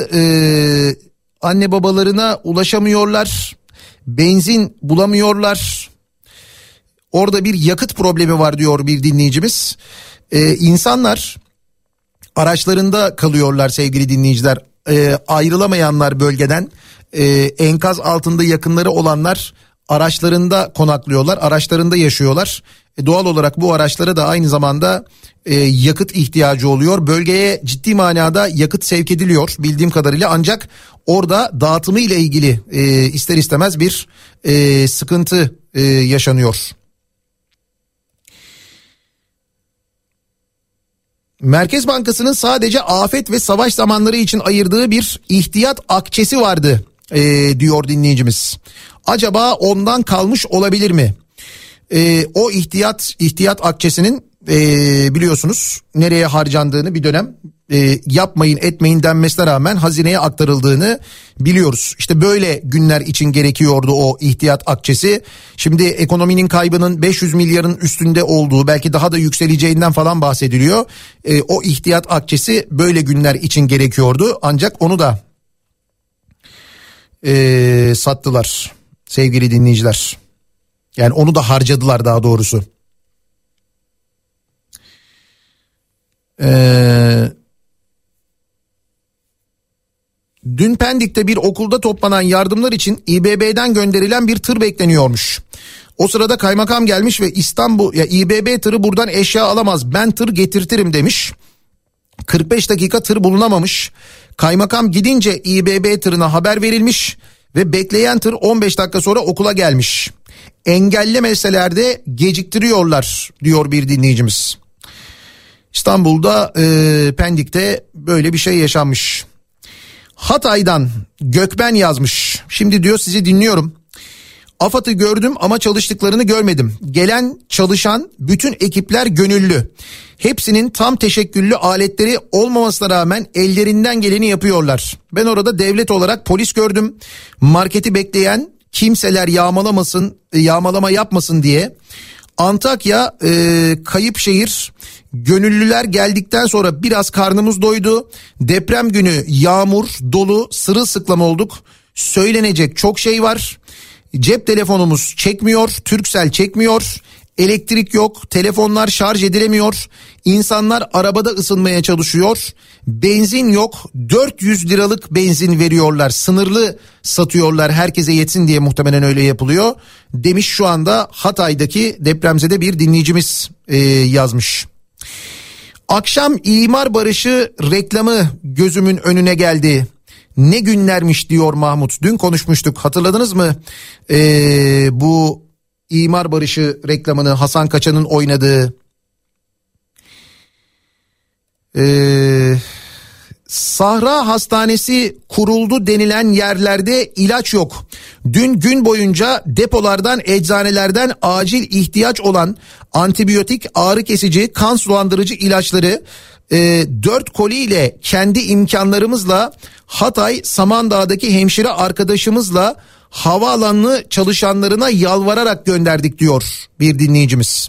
babalarına ulaşamıyorlar. Benzin bulamıyorlar. Orada bir yakıt problemi var diyor bir dinleyicimiz. İnsanlar araçlarında kalıyorlar sevgili dinleyiciler. Ayrılamayanlar bölgeden, enkaz altında yakınları olanlar araçlarında konaklıyorlar, araçlarında yaşıyorlar. Doğal olarak bu araçlara da aynı zamanda yakıt ihtiyacı oluyor. Bölgeye ciddi manada yakıt sevk ediliyor bildiğim kadarıyla, ancak orada dağıtımı ile ilgili ister istemez bir sıkıntı yaşanıyor. Merkez Bankası'nın sadece afet ve savaş zamanları için ayırdığı bir ihtiyat akçesi vardı diyor dinleyicimiz. Acaba ondan kalmış olabilir mi? O ihtiyat akçesinin biliyorsunuz nereye harcandığını bir dönem yapmayın etmeyin denmesine rağmen hazineye aktarıldığını biliyoruz. İşte böyle günler için gerekiyordu o ihtiyat akçesi. Şimdi ekonominin kaybının 500 milyarın üstünde olduğu, belki daha da yükseleceğinden falan bahsediliyor. O ihtiyat akçesi böyle günler için gerekiyordu, ancak onu da sattılar sevgili dinleyiciler. Yani onu da harcadılar daha doğrusu. Dün Pendik'te bir okulda toplanan yardımlar için İBB'den gönderilen bir tır bekleniyormuş. O sırada kaymakam gelmiş ve İBB tırı buradan eşya alamaz, ben tır getirtirim demiş. 45 dakika tır bulunamamış. Kaymakam gidince İBB tırına haber verilmiş ve bekleyen tır 15 dakika sonra okula gelmiş. Engellemeseler de geciktiriyorlar diyor bir dinleyicimiz. İstanbul'da Pendik'te böyle bir şey yaşanmış. Hatay'dan Gökben yazmış. Şimdi diyor sizi dinliyorum. AFAD'ı gördüm ama çalıştıklarını görmedim. Gelen çalışan bütün ekipler gönüllü. Hepsinin tam teşekküllü aletleri olmamasına rağmen ellerinden geleni yapıyorlar. Ben orada devlet olarak polis gördüm. Marketi bekleyen kimseler yağmalama yapmasın diye. Antakya Kayıpşehir Gönüllüler geldikten sonra biraz karnımız doydu. Deprem günü yağmur, dolu, sırılsıklam olduk. Söylenecek çok şey var. Cep telefonumuz çekmiyor, Turkcell çekmiyor. Elektrik yok, telefonlar şarj edilemiyor. İnsanlar arabada ısınmaya çalışıyor. Benzin yok, 400 liralık benzin veriyorlar. Sınırlı satıyorlar, herkese yetsin diye muhtemelen öyle yapılıyor. Demiş şu anda Hatay'daki depremzede bir dinleyicimiz yazmış. Akşam imar barışı reklamı gözümün önüne geldi. Ne günlermiş diyor Mahmut. Dün konuşmuştuk, hatırladınız mı? Bu imar barışı reklamını Hasan Kaçan'ın oynadığı. Sahra Hastanesi kuruldu denilen yerlerde ilaç yok. Dün gün boyunca depolardan, eczanelerden acil ihtiyaç olan antibiyotik, ağrı kesici, kan sulandırıcı ilaçları 4 koliyle kendi imkanlarımızla Hatay Samandağ'daki hemşire arkadaşımızla havaalanı çalışanlarına yalvararak gönderdik diyor bir dinleyicimiz.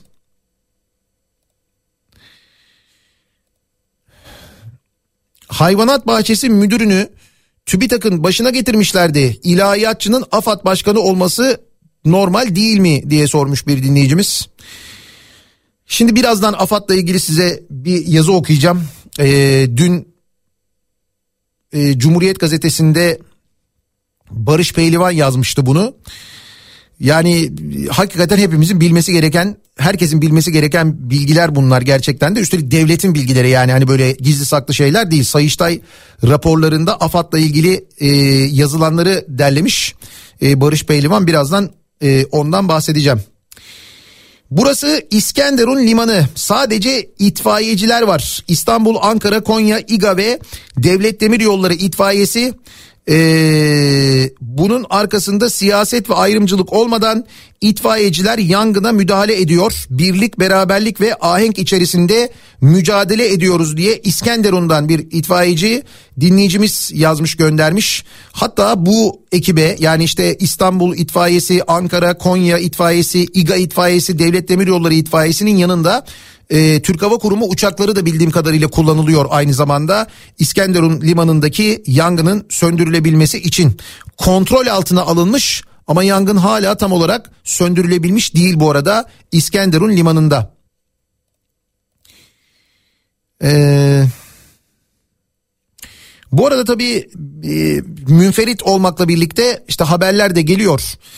Hayvanat bahçesi müdürünü TÜBİTAK'ın başına getirmişlerdi. İlahiyatçının AFAD başkanı olması normal değil mi diye sormuş bir dinleyicimiz. Şimdi birazdan AFAD'la ilgili size bir yazı okuyacağım. Dün Cumhuriyet Gazetesi'nde Barış Pehlivan yazmıştı bunu. Yani hakikaten hepimizin bilmesi gereken, herkesin bilmesi gereken bilgiler bunlar gerçekten de. Üstelik devletin bilgileri, yani hani böyle gizli saklı şeyler değil. Sayıştay raporlarında AFAD'la ilgili yazılanları derlemiş Barış Pehlivan, birazdan ondan bahsedeceğim. Burası İskenderun Limanı. Sadece itfaiyeciler var. İstanbul, Ankara, Konya, İGA ve Devlet Demiryolları itfaiyesi. Bunun arkasında siyaset ve ayrımcılık olmadan itfaiyeciler yangına müdahale ediyor. Birlik, beraberlik ve ahenk içerisinde mücadele ediyoruz diye İskenderun'dan bir itfaiyeci dinleyicimiz yazmış, göndermiş. Hatta bu ekibe, yani işte İstanbul itfaiyesi, Ankara, Konya itfaiyesi, İGA itfaiyesi, Devlet Demiryolları itfaiyesinin yanında Türk Hava Kurumu uçakları da bildiğim kadarıyla kullanılıyor aynı zamanda. İskenderun limanındaki yangının söndürülebilmesi için kontrol altına alınmış ama yangın hala tam olarak söndürülebilmiş değil bu arada İskenderun limanında. Bu arada tabii münferit olmakla birlikte işte haberler de geliyor.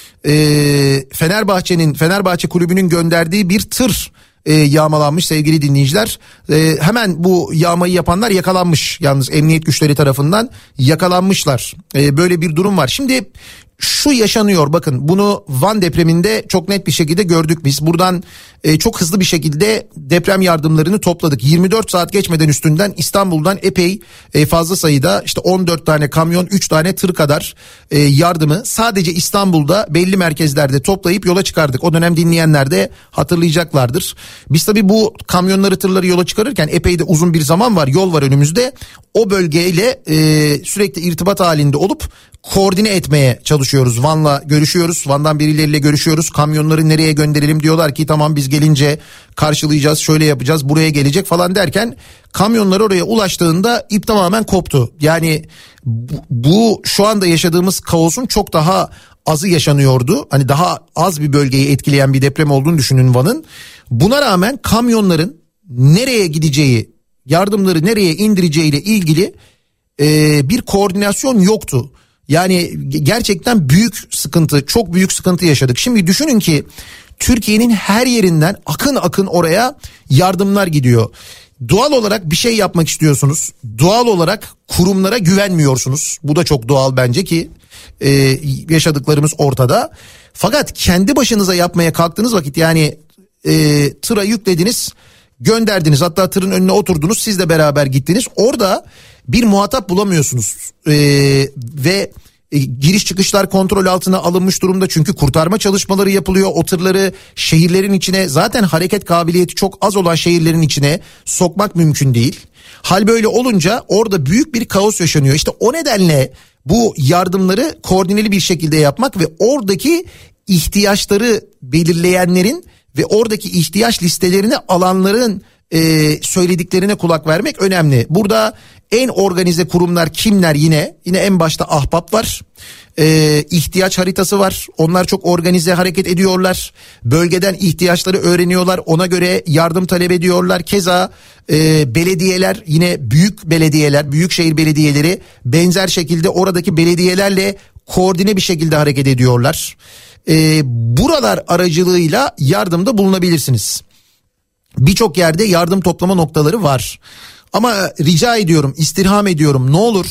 Fenerbahçe kulübünün gönderdiği bir tır yağmalanmış sevgili dinleyiciler. Hemen bu yağmayı yapanlar yakalanmış, yalnız emniyet güçleri tarafından yakalanmışlar. Böyle bir durum var. Şimdi şu yaşanıyor, bakın bunu Van depreminde çok net bir şekilde gördük biz. Buradan çok hızlı bir şekilde deprem yardımlarını topladık. 24 saat geçmeden üstünden İstanbul'dan epey fazla sayıda, işte 14 tane kamyon, 3 tane tır kadar yardımı sadece İstanbul'da belli merkezlerde toplayıp yola çıkardık. O dönem dinleyenler de hatırlayacaklardır. Biz tabii bu kamyonları, tırları yola çıkarırken epey de uzun bir zaman var, yol var önümüzde. O bölgeyle sürekli irtibat halinde olup koordine etmeye çalışıyoruz. Van'la görüşüyoruz. Van'dan birileriyle görüşüyoruz. Kamyonları nereye gönderelim diyorlar ki tamam biz gelince karşılayacağız, şöyle yapacağız, buraya gelecek falan derken kamyonlar oraya ulaştığında ip tamamen koptu. Yani bu şu anda yaşadığımız kaosun çok daha azı yaşanıyordu. Hani daha az bir bölgeyi etkileyen bir deprem olduğunu düşünün Van'ın. Buna rağmen kamyonların nereye gideceği, yardımları nereye indireceğiyle ilgili bir koordinasyon yoktu. Yani gerçekten büyük sıkıntı, çok büyük sıkıntı yaşadık. Şimdi düşünün ki Türkiye'nin her yerinden akın akın oraya yardımlar gidiyor. Doğal olarak bir şey yapmak istiyorsunuz. Doğal olarak kurumlara güvenmiyorsunuz. Bu da çok doğal bence ki yaşadıklarımız ortada. Fakat kendi başınıza yapmaya kalktığınız vakit, yani tıra yüklediniz, gönderdiniz, hatta tırın önüne oturdunuz, siz de beraber gittiniz. Orada bir muhatap bulamıyorsunuz ve giriş çıkışlar kontrol altına alınmış durumda, çünkü kurtarma çalışmaları yapılıyor. O tırları şehirlerin içine, zaten hareket kabiliyeti çok az olan şehirlerin içine sokmak mümkün değil. Hal böyle olunca orada büyük bir kaos yaşanıyor. İşte o nedenle bu yardımları koordineli bir şekilde yapmak ve oradaki ihtiyaçları belirleyenlerin ve oradaki ihtiyaç listelerini alanların söylediklerine kulak vermek önemli. Burada en organize kurumlar kimler yine? Yine en başta Ahbap var. İhtiyaç haritası var. Onlar çok organize hareket ediyorlar. Bölgeden ihtiyaçları öğreniyorlar. Ona göre yardım talep ediyorlar. Keza belediyeler, yine büyük belediyeler, büyükşehir belediyeleri benzer şekilde oradaki belediyelerle koordine bir şekilde hareket ediyorlar. Buralar aracılığıyla yardımda bulunabilirsiniz. Birçok yerde yardım toplama noktaları var. Ama rica ediyorum, istirham ediyorum, ne olur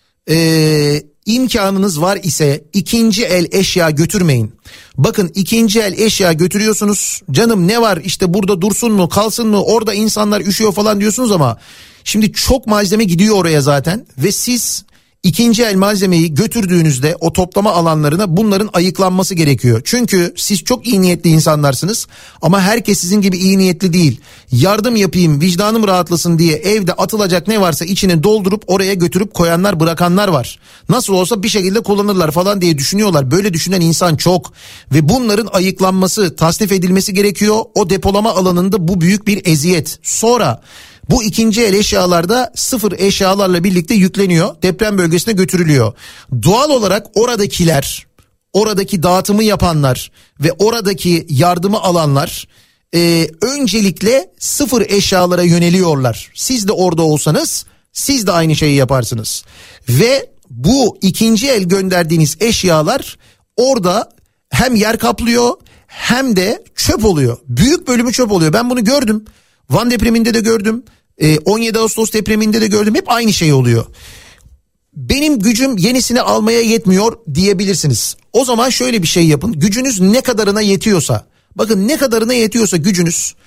imkanınız var ise ikinci el eşya götürmeyin. Bakın, ikinci el eşya götürüyorsunuz. Canım ne var işte, burada dursun mu kalsın mı, orada insanlar üşüyor falan diyorsunuz ama şimdi çok malzeme gidiyor oraya zaten ve siz İkinci el malzemeyi götürdüğünüzde o toplama alanlarına bunların ayıklanması gerekiyor. Çünkü siz çok iyi niyetli insanlarsınız ama herkes sizin gibi iyi niyetli değil. Yardım yapayım, vicdanım rahatlasın diye evde atılacak ne varsa içine doldurup oraya götürüp koyanlar, bırakanlar var. Nasıl olsa bir şekilde kullanırlar falan diye düşünüyorlar. Böyle düşünen insan çok ve bunların ayıklanması, tasnif edilmesi gerekiyor. O depolama alanında bu büyük bir eziyet. Sonra bu ikinci el eşyalarda sıfır eşyalarla birlikte yükleniyor, deprem bölgesine götürülüyor. Doğal olarak oradakiler, oradaki dağıtımı yapanlar ve oradaki yardımı alanlar öncelikle sıfır eşyalara yöneliyorlar. Siz de orada olsanız siz de aynı şeyi yaparsınız. Ve bu ikinci el gönderdiğiniz eşyalar orada hem yer kaplıyor hem de çöp oluyor. Büyük bölümü çöp oluyor. Ben bunu gördüm. Van depreminde de gördüm. 17 Ağustos depreminde de gördüm. Hep aynı şey oluyor. Benim gücüm yenisini almaya yetmiyor diyebilirsiniz. O zaman şöyle bir şey yapın. Gücünüz ne kadarına yetiyorsa. Bakın, ne kadarına yetiyorsa gücünüz.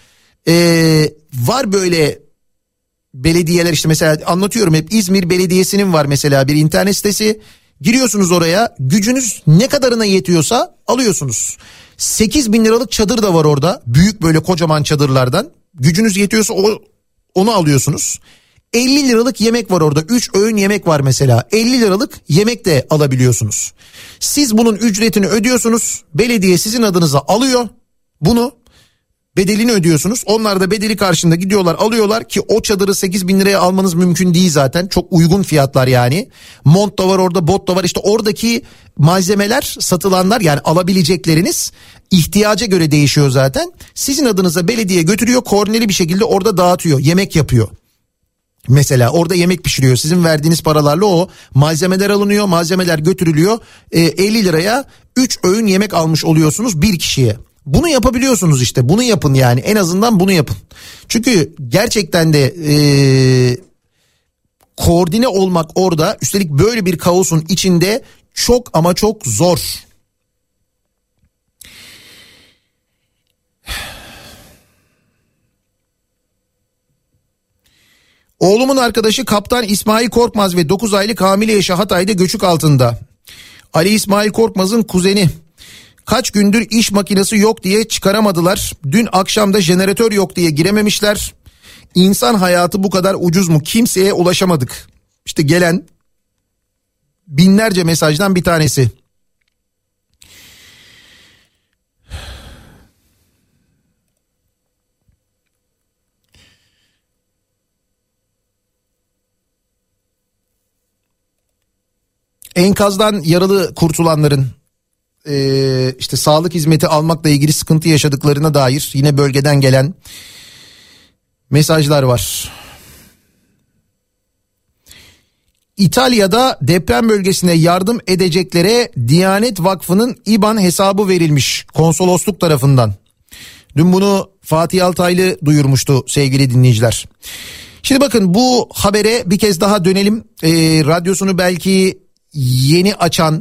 Var böyle belediyeler, işte mesela anlatıyorum hep, İzmir Belediyesi'nin var mesela bir internet sitesi. Giriyorsunuz oraya, gücünüz ne kadarına yetiyorsa alıyorsunuz. 8.000 liralık çadır da var orada. Büyük böyle kocaman çadırlardan. Gücünüz yetiyorsa onu alıyorsunuz. 50 liralık yemek var orada. 3 öğün yemek var mesela. 50 liralık yemek de alabiliyorsunuz. Siz bunun ücretini ödüyorsunuz. Belediye sizin adınıza alıyor bunu. Bedelini ödüyorsunuz. Onlar da bedeli karşında gidiyorlar, alıyorlar ki o çadırı 8.000 liraya almanız mümkün değil zaten. Çok uygun fiyatlar yani. Mont da var orada, bot da var. İşte oradaki malzemeler, satılanlar, yani alabilecekleriniz ihtiyaca göre değişiyor zaten. Sizin adınıza belediye götürüyor, koordineli bir şekilde orada dağıtıyor, yemek yapıyor. Mesela orada yemek pişiriyor. Sizin verdiğiniz paralarla o malzemeler alınıyor, malzemeler götürülüyor. 50 liraya 3 öğün yemek almış oluyorsunuz bir kişiye. Bunu yapabiliyorsunuz işte, bunu yapın yani, en azından bunu yapın. Çünkü gerçekten de koordine olmak orada, üstelik böyle bir kaosun içinde çok ama çok zor. Oğlumun arkadaşı Kaptan İsmail Korkmaz ve 9 aylık hamile eşi Hatay'da göçük altında. Ali İsmail Korkmaz'ın kuzeni. Kaç gündür iş makinesi yok diye çıkaramadılar. Dün akşam da jeneratör yok diye girememişler. İnsan hayatı bu kadar ucuz mu? Kimseye ulaşamadık. İşte gelen binlerce mesajdan bir tanesi. Enkazdan yaralı kurtulanların işte sağlık hizmeti almakla ilgili sıkıntı yaşadıklarına dair yine bölgeden gelen mesajlar var. İtalya'da deprem bölgesine yardım edeceklere Diyanet Vakfı'nın IBAN hesabı verilmiş konsolosluk tarafından. Dün bunu Fatih Altaylı duyurmuştu sevgili dinleyiciler. Şimdi bakın, bu habere bir kez daha dönelim. Radyosunu belki yeni açan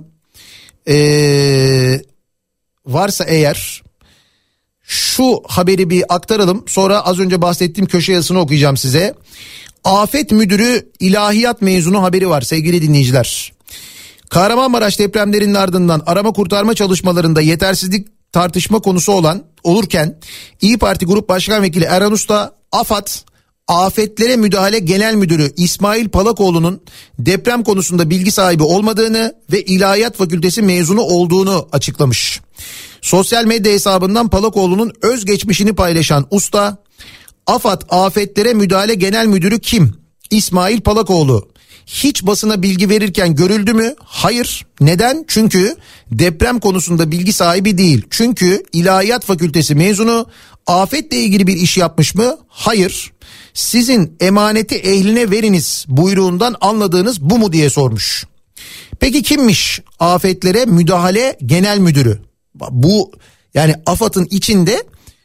varsa eğer şu haberi bir aktaralım. Sonra az önce bahsettiğim köşe yazısını okuyacağım size. Afet Müdürü İlahiyat mezunu haberi var sevgili dinleyiciler. Kahramanmaraş depremlerinin ardından arama kurtarma çalışmalarında yetersizlik tartışma konusu olurken İYİ Parti Grup Başkan Vekili Erhan Usta, AFAD Afetlere Müdahale Genel Müdürü İsmail Palakoğlu'nun deprem konusunda bilgi sahibi olmadığını ve İlahiyat Fakültesi mezunu olduğunu açıklamış. Sosyal medya hesabından Palakoğlu'nun özgeçmişini paylaşan usta, AFAD Afetlere Müdahale Genel Müdürü kim? İsmail Palakoğlu. Hiç basına bilgi verirken görüldü mü? Hayır. Neden? Çünkü deprem konusunda bilgi sahibi değil. Çünkü İlahiyat Fakültesi mezunu. Afetle ilgili bir iş yapmış mı? Hayır. Sizin emaneti ehline veriniz buyruğundan anladığınız bu mu diye sormuş. Peki kimmiş Afetlere Müdahale Genel Müdürü? Bu yani AFAD'ın içinde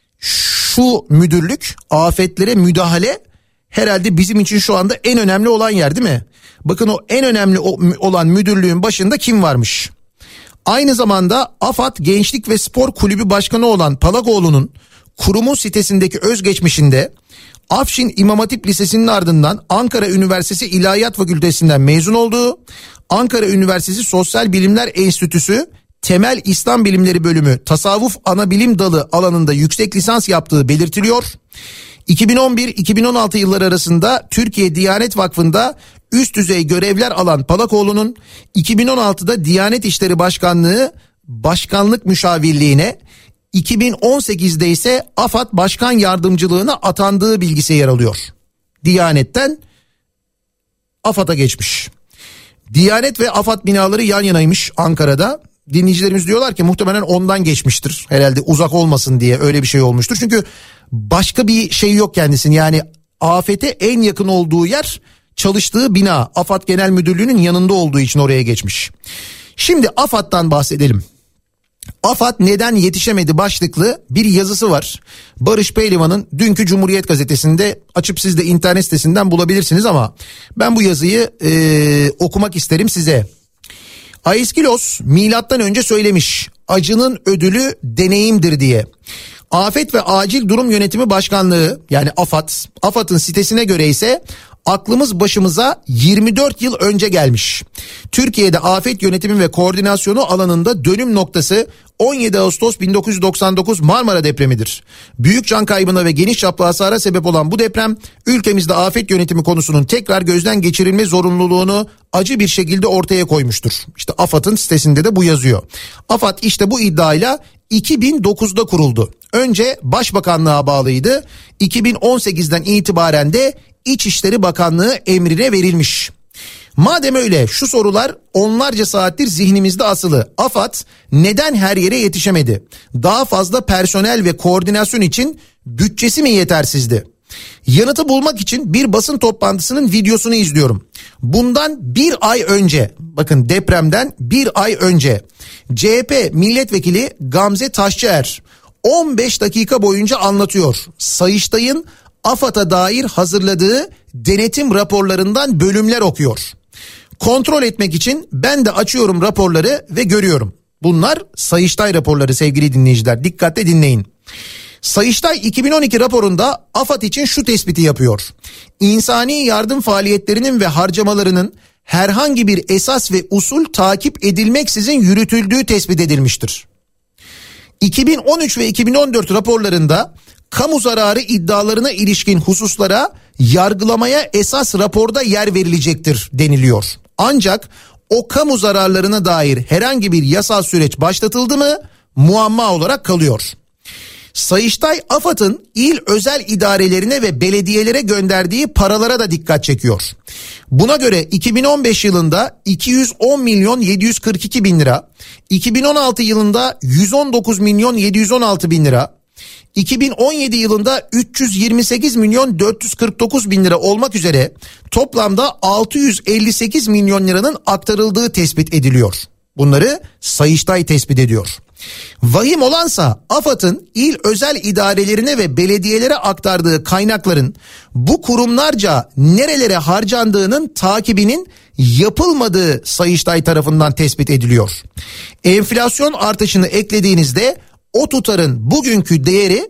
şu müdürlük, afetlere müdahale, herhalde bizim için şu anda en önemli olan yer değil mi? Bakın o en önemli olan müdürlüğün başında kim varmış? Aynı zamanda AFAD Gençlik ve Spor Kulübü Başkanı olan Palakoğlu'nun kurumun sitesindeki özgeçmişinde Afşin İmam Hatip Lisesi'nin ardından Ankara Üniversitesi İlahiyat Fakültesinden mezun olduğu, Ankara Üniversitesi Sosyal Bilimler Enstitüsü Temel İslam Bilimleri Bölümü Tasavvuf Anabilim Dalı alanında yüksek lisans yaptığı belirtiliyor. 2011-2016 yılları arasında Türkiye Diyanet Vakfı'nda üst düzey görevler alan Palakoğlu'nun 2016'da Diyanet İşleri Başkanlığı Başkanlık Müşavirliğine, 2018'de ise AFAD Başkan Yardımcılığına atandığı bilgisi yer alıyor. Diyanet'ten AFAD'a geçmiş. Diyanet ve AFAD binaları yan yanaymış Ankara'da. Dinleyicilerimiz diyorlar ki muhtemelen ondan geçmiştir. Herhalde uzak olmasın diye öyle bir şey olmuştur. Çünkü başka bir şey yok kendisinin. Yani afete en yakın olduğu yer çalıştığı bina. AFAD Genel Müdürlüğü'nün yanında olduğu için oraya geçmiş. Şimdi AFAD'dan bahsedelim. AFAD neden yetişemedi başlıklı bir yazısı var. Barış Pehlivan'ın dünkü Cumhuriyet Gazetesi'nde, açıp siz de internet sitesinden bulabilirsiniz ama ben bu yazıyı okumak isterim size. Aiskilos milattan önce söylemiş, acının ödülü deneyimdir diye. Afet ve Acil Durum Yönetimi Başkanlığı yani AFAD'ın sitesine göre ise aklımız başımıza 24 yıl önce gelmiş. Türkiye'de afet yönetimi ve koordinasyonu alanında dönüm noktası 17 Ağustos 1999 Marmara depremidir. Büyük can kaybına ve geniş çaplı hasara sebep olan bu deprem ülkemizde afet yönetimi konusunun tekrar gözden geçirilme zorunluluğunu acı bir şekilde ortaya koymuştur. İşte AFAD'ın sitesinde de bu yazıyor. AFAD işte bu iddiayla 2009'da kuruldu. Önce Başbakanlığa bağlıydı. 2018'den itibaren de İçişleri Bakanlığı emrine verilmiş. Madem öyle şu sorular onlarca saattir zihnimizde asılı. AFAD neden her yere yetişemedi? Daha fazla personel ve koordinasyon için bütçesi mi yetersizdi? Yanıtı bulmak için bir basın toplantısının videosunu izliyorum. Bundan bir ay önce, bakın depremden bir ay önce CHP milletvekili Gamze Taşçıer 15 dakika boyunca anlatıyor. Sayıştay'ın AFAD'a dair hazırladığı denetim raporlarından bölümler okuyor. Kontrol etmek için ben de açıyorum raporları ve görüyorum. Bunlar Sayıştay raporları sevgili dinleyiciler, dikkatle dinleyin. Sayıştay 2012 raporunda AFAD için şu tespiti yapıyor. İnsani yardım faaliyetlerinin ve harcamalarının herhangi bir esas ve usul takip edilmeksizin yürütüldüğü tespit edilmiştir. 2013 ve 2014 raporlarında kamu zararı iddialarına ilişkin hususlara yargılamaya esas raporda yer verilecektir deniliyor. Ancak o kamu zararlarına dair herhangi bir yasal süreç başlatıldı mı muamma olarak kalıyor. Sayıştay AFAD'ın il özel idarelerine ve belediyelere gönderdiği paralara da dikkat çekiyor. Buna göre 2015 yılında 210 milyon 742 bin lira, 2016 yılında 119 milyon 716 bin lira, 2017 yılında 328 milyon 449 bin lira olmak üzere toplamda 658 milyon liranın aktarıldığı tespit ediliyor. Bunları Sayıştay tespit ediyor. Vahim olansa AFAD'ın il özel idarelerine ve belediyelere aktardığı kaynakların bu kurumlarca nerelere harcandığının takibinin yapılmadığı Sayıştay tarafından tespit ediliyor. Enflasyon artışını eklediğinizde o tutarın bugünkü değeri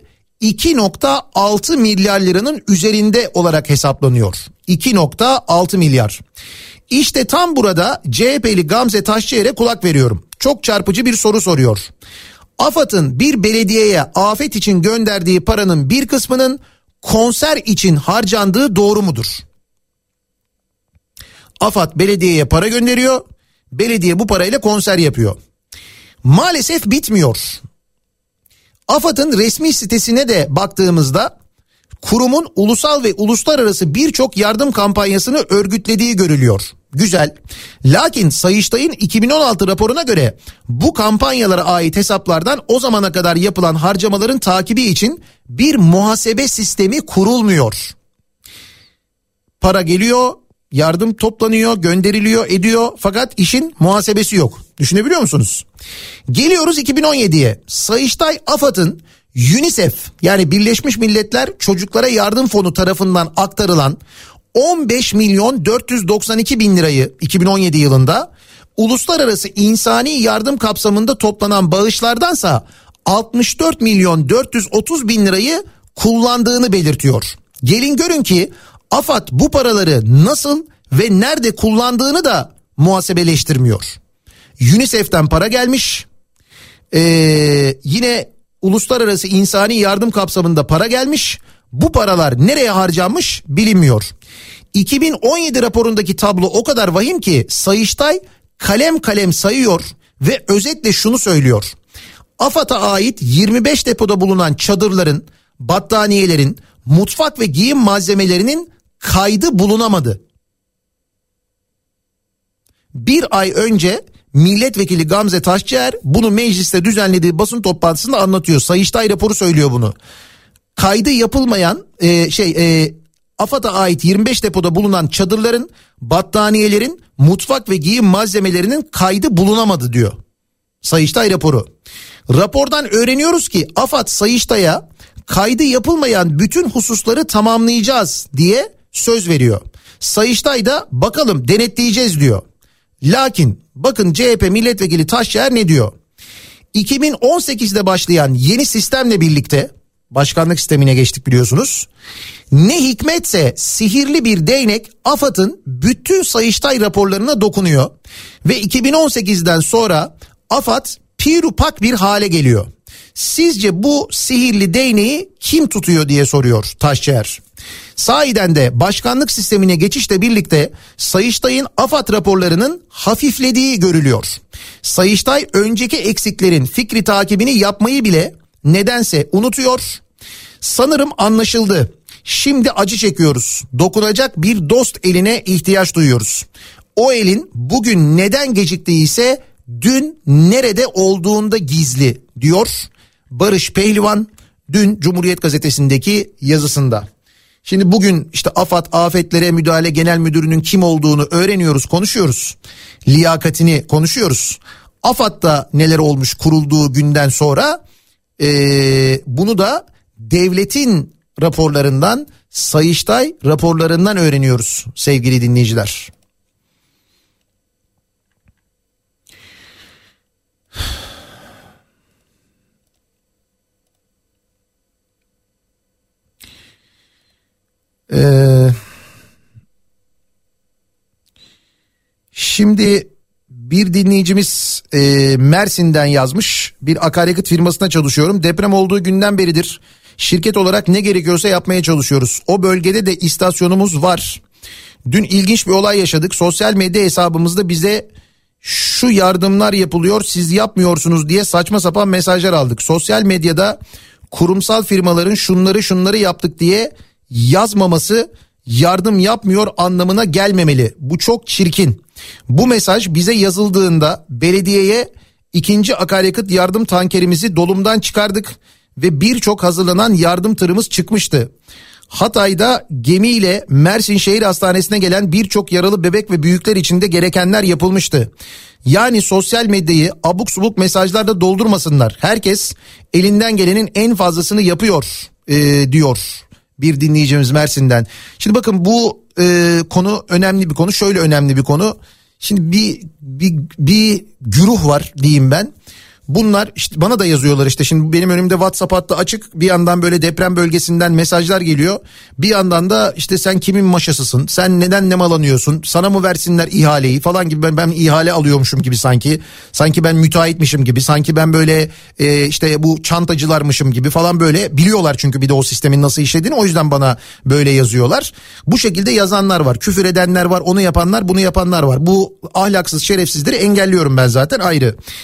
2.6 milyar liranın üzerinde olarak hesaplanıyor. 2.6 milyar. İşte tam burada CHP'li Gamze Taşçıer'e kulak veriyorum. Çok çarpıcı bir soru soruyor. AFAD'ın bir belediyeye afet için gönderdiği paranın bir kısmının konser için harcandığı doğru mudur? AFAD belediyeye para gönderiyor. Belediye bu parayla konser yapıyor. Maalesef bitmiyor. AFAD'ın resmi sitesine de baktığımızda kurumun ulusal ve uluslararası birçok yardım kampanyasını örgütlediği görülüyor. Güzel. Lakin Sayıştay'ın 2016 raporuna göre bu kampanyalara ait hesaplardan o zamana kadar yapılan harcamaların takibi için bir muhasebe sistemi kurulmuyor. Para geliyor, yardım toplanıyor, gönderiliyor, ediyor fakat işin muhasebesi yok. Düşünebiliyor musunuz? Geliyoruz 2017'ye. Sayıştay AFAD'ın UNICEF yani Birleşmiş Milletler Çocuklara Yardım Fonu tarafından aktarılan 15 milyon 492 bin lirayı 2017 yılında uluslararası insani yardım kapsamında toplanan bağışlardansa 64 milyon 430 bin lirayı kullandığını belirtiyor. Gelin görün ki AFAD bu paraları nasıl ve nerede kullandığını da muhasebeleştirmiyor. UNICEF'ten para gelmiş. Yine uluslararası insani yardım kapsamında para gelmiş. Bu paralar nereye harcanmış bilinmiyor. 2017 raporundaki tablo o kadar vahim ki Sayıştay kalem kalem sayıyor ve özetle şunu söylüyor. AFAD'a ait 25 depoda bulunan çadırların, battaniyelerin, mutfak ve giyim malzemelerinin kaydı bulunamadı. Bir ay önce milletvekili Gamze Taşçıer bunu mecliste düzenlediği basın toplantısında anlatıyor. Sayıştay raporu söylüyor bunu. Kaydı yapılmayan AFAD'a ait 25 depoda bulunan çadırların, battaniyelerin, mutfak ve giyim malzemelerinin kaydı bulunamadı diyor Sayıştay raporu. Rapordan öğreniyoruz ki AFAD Sayıştay'a kaydı yapılmayan bütün hususları tamamlayacağız diye söz veriyor. Sayıştay da bakalım denetleyeceğiz diyor. Lakin bakın CHP milletvekili Taşçıer ne diyor? 2018'de başlayan yeni sistemle birlikte başkanlık sistemine geçtik biliyorsunuz. Ne hikmetse sihirli bir değnek AFAD'ın bütün Sayıştay raporlarına dokunuyor. Ve 2018'den sonra AFAD pirupak bir hale geliyor. Sizce bu sihirli değneği kim tutuyor diye soruyor Taşçıer. Sahiden de başkanlık sistemine geçişle birlikte Sayıştay'ın AFAD raporlarının hafiflediği görülüyor. Sayıştay önceki eksiklerin fikri takibini yapmayı bile nedense unutuyor. Sanırım anlaşıldı. Şimdi acı çekiyoruz. Dokunacak bir dost eline ihtiyaç duyuyoruz. O elin bugün neden geciktiyse dün nerede olduğunda gizli diyor Barış Pehlivan dün Cumhuriyet Gazetesi'ndeki yazısında. Şimdi bugün işte AFAD Afetlere Müdahale Genel Müdürü'nün kim olduğunu öğreniyoruz, konuşuyoruz. Liyakatini konuşuyoruz. AFAD'da neler olmuş kurulduğu günden sonra bunu da devletin raporlarından, Sayıştay raporlarından öğreniyoruz sevgili dinleyiciler. Şimdi bir dinleyicimiz Mersin'den yazmış. Bir akaryakıt firmasına çalışıyorum. Deprem olduğu günden beridir şirket olarak ne gerekiyorsa yapmaya çalışıyoruz. O bölgede de istasyonumuz var. Dün ilginç bir olay yaşadık. Sosyal medya hesabımızda bize şu yardımlar yapılıyor siz yapmıyorsunuz diye saçma sapan mesajlar aldık. Sosyal medyada kurumsal firmaların şunları yaptık diye yazmaması yardım yapmıyor anlamına gelmemeli. Bu çok çirkin. Bu mesaj bize yazıldığında belediyeye 2. akaryakıt yardım tankerimizi dolumdan çıkardık ve birçok hazırlanan yardım tırımız çıkmıştı. Hatay'da gemiyle Mersin Şehir Hastanesi'ne gelen birçok yaralı bebek ve büyükler için de gerekenler yapılmıştı. Yani sosyal medyayı abuk subuk mesajlarla doldurmasınlar. Herkes elinden gelenin en fazlasını yapıyor diyor bir dinleyicimiz Mersin'den. Şimdi bakın bu konu önemli bir konu. Şöyle önemli bir konu. Şimdi bir güruh var diyeyim ben. Bunlar işte bana da yazıyorlar işte şimdi benim önümde WhatsApp hattı açık, bir yandan böyle deprem bölgesinden mesajlar geliyor. Bir yandan da işte sen kimin maşasısın, sen neden nemalanıyorsun, sana mı versinler ihaleyi falan gibi, ben ihale alıyormuşum gibi sanki ben müteahhitmişim gibi, sanki ben böyle işte bu çantacılarmışım gibi falan, böyle biliyorlar çünkü bir de o sistemin nasıl işlediğini, o yüzden bana böyle yazıyorlar. Bu şekilde yazanlar var, küfür edenler var, onu yapanlar bunu yapanlar var. Bu ahlaksız şerefsizleri engelliyorum ben zaten ayrı.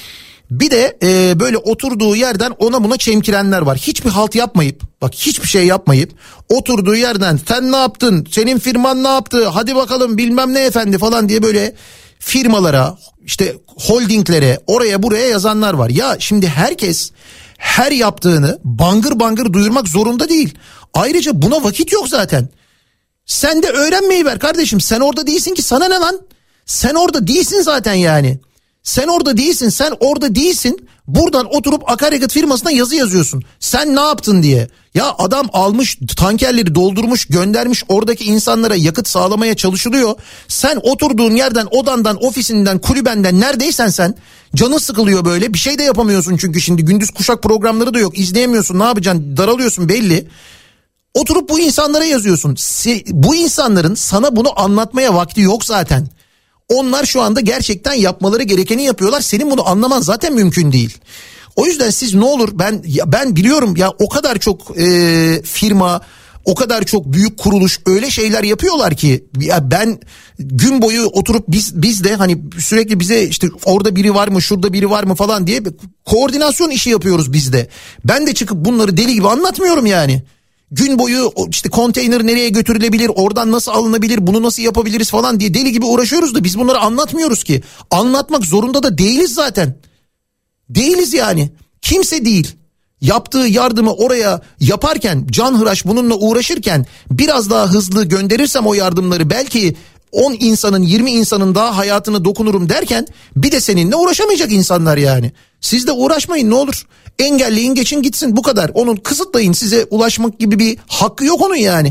Bir de böyle oturduğu yerden ona buna çemkirenler var. Hiçbir halt yapmayıp, bak hiçbir şey yapmayıp oturduğu yerden sen ne yaptın, senin firman ne yaptı, hadi bakalım bilmem ne efendi falan diye böyle firmalara, işte holdinglere, oraya buraya yazanlar var. Ya şimdi herkes her yaptığını bangır bangır duyurmak zorunda değil. Ayrıca buna vakit yok zaten. Sen de öğrenmeyi ver kardeşim. Sen orada değilsin ki, sana ne lan? Sen orada değilsin zaten yani. Sen orada değilsin, sen orada değilsin. Buradan oturup akaryakıt firmasına yazı yazıyorsun. Sen ne yaptın diye. Ya adam almış tankerleri doldurmuş, göndermiş, oradaki insanlara yakıt sağlamaya çalışılıyor. Sen oturduğun yerden, odandan, ofisinden, kulübenden neredeysen sen, canın sıkılıyor böyle. Bir şey de yapamıyorsun çünkü şimdi gündüz kuşak programları da yok. İzleyemiyorsun, ne yapacaksın, daralıyorsun belli. Oturup bu insanlara yazıyorsun. Bu insanların sana bunu anlatmaya vakti yok zaten. Onlar şu anda gerçekten yapmaları gerekeni yapıyorlar. Senin bunu anlaman zaten mümkün değil. O yüzden siz ne olur, ben biliyorum ya, o kadar çok firma, o kadar çok büyük kuruluş öyle şeyler yapıyorlar ki ya, ben gün boyu oturup biz de hani sürekli bize işte orada biri var mı, şurada biri var mı falan diye koordinasyon işi yapıyoruz biz de. Ben de çıkıp bunları deli gibi anlatmıyorum yani. Gün boyu işte konteyner nereye götürülebilir, oradan nasıl alınabilir, bunu nasıl yapabiliriz falan diye deli gibi uğraşıyoruz da biz bunları anlatmıyoruz ki. Anlatmak zorunda da değiliz zaten. Değiliz yani. Kimse değil. Yaptığı yardımı oraya yaparken, canhıraş bununla uğraşırken biraz daha hızlı gönderirsem o yardımları belki 10 insanın, 20 insanın daha hayatına dokunurum derken bir de seninle uğraşamayacak insanlar yani. Siz de uğraşmayın ne olur. Engelleyin, geçin gitsin, bu kadar. Onun kısıtlayın, size ulaşmak gibi bir hakkı yok onun yani.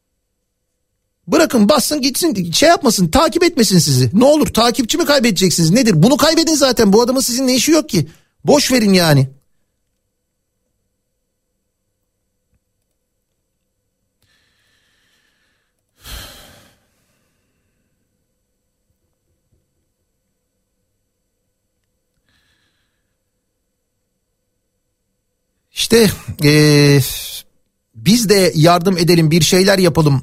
Bırakın bassın gitsin, şey yapmasın, takip etmesin sizi. Ne olur, takipçi mi kaybedeceksiniz nedir? Bunu kaybedin zaten, bu adamın sizinle işi yok ki. Boş verin yani. İşte biz de yardım edelim, bir şeyler yapalım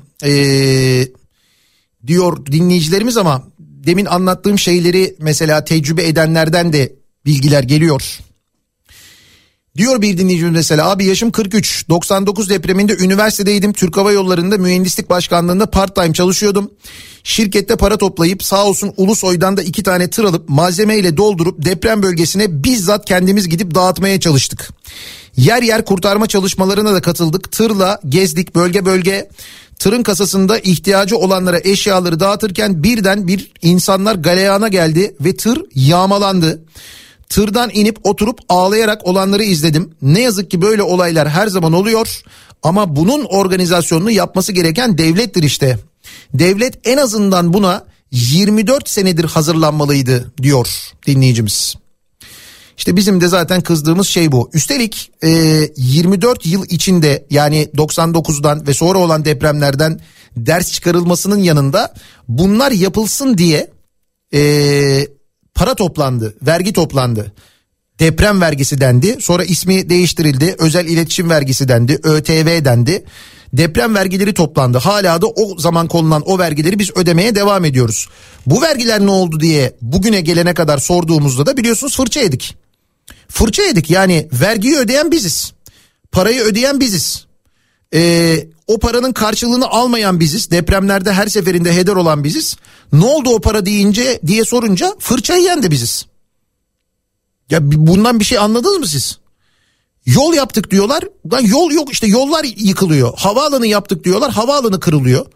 diyor dinleyicilerimiz ama demin anlattığım şeyleri mesela tecrübe edenlerden de bilgiler geliyor. Diyor bir dinleyicimiz mesela, abi yaşım 43, 99 depreminde üniversitedeydim, Türk Hava Yolları'nda mühendislik başkanlığında part time çalışıyordum. Şirkette para toplayıp sağ olsun Ulusoy'dan da 2 tane tır alıp malzemeyle doldurup deprem bölgesine bizzat kendimiz gidip dağıtmaya çalıştık. Yer yer kurtarma çalışmalarına da katıldık. Tırla gezdik bölge bölge. Tırın kasasında ihtiyacı olanlara eşyaları dağıtırken birden bir insanlar galeyana geldi ve tır yağmalandı. Tırdan inip oturup ağlayarak olanları izledim. Ne yazık ki böyle olaylar her zaman oluyor ama bunun organizasyonunu yapması gereken devlettir işte. Devlet en azından buna 24 senedir hazırlanmalıydı diyor dinleyicimiz. İşte bizim de zaten kızdığımız şey bu. Üstelik 24 yıl içinde, yani 99'dan ve sonra olan depremlerden ders çıkarılmasının yanında bunlar yapılsın diye para toplandı, vergi toplandı. Deprem vergisi dendi, sonra ismi değiştirildi, özel iletişim vergisi dendi, ÖTV dendi. Deprem vergileri toplandı. Hala da o zaman konulan o vergileri biz ödemeye devam ediyoruz. Bu vergiler ne oldu diye bugüne gelene kadar sorduğumuzda da biliyorsunuz fırça yedik. Fırça yedik, yani vergiyi ödeyen biziz. Parayı ödeyen biziz. O paranın karşılığını almayan biziz. Depremlerde her seferinde heder olan biziz. Ne oldu o para diye sorunca fırça yiyen de biziz. Ya bundan bir şey anladınız mı siz? Yol yaptık diyorlar. Lan yol yok işte, yollar yıkılıyor. Havaalanı yaptık diyorlar. Havaalanı kırılıyor.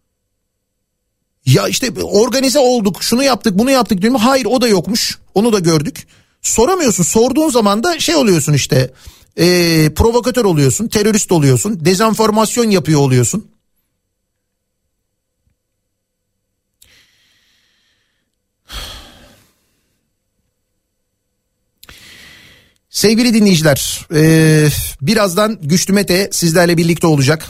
Ya işte organize olduk, şunu yaptık, bunu yaptık diyorum. Hayır, o da yokmuş. Onu da gördük. Soramıyorsun. Sorduğun zaman da şey oluyorsun işte. Provokatör oluyorsun, terörist oluyorsun, dezenformasyon yapıyor oluyorsun. Sevgili dinleyiciler, birazdan Güçlü Mete sizlerle birlikte olacak.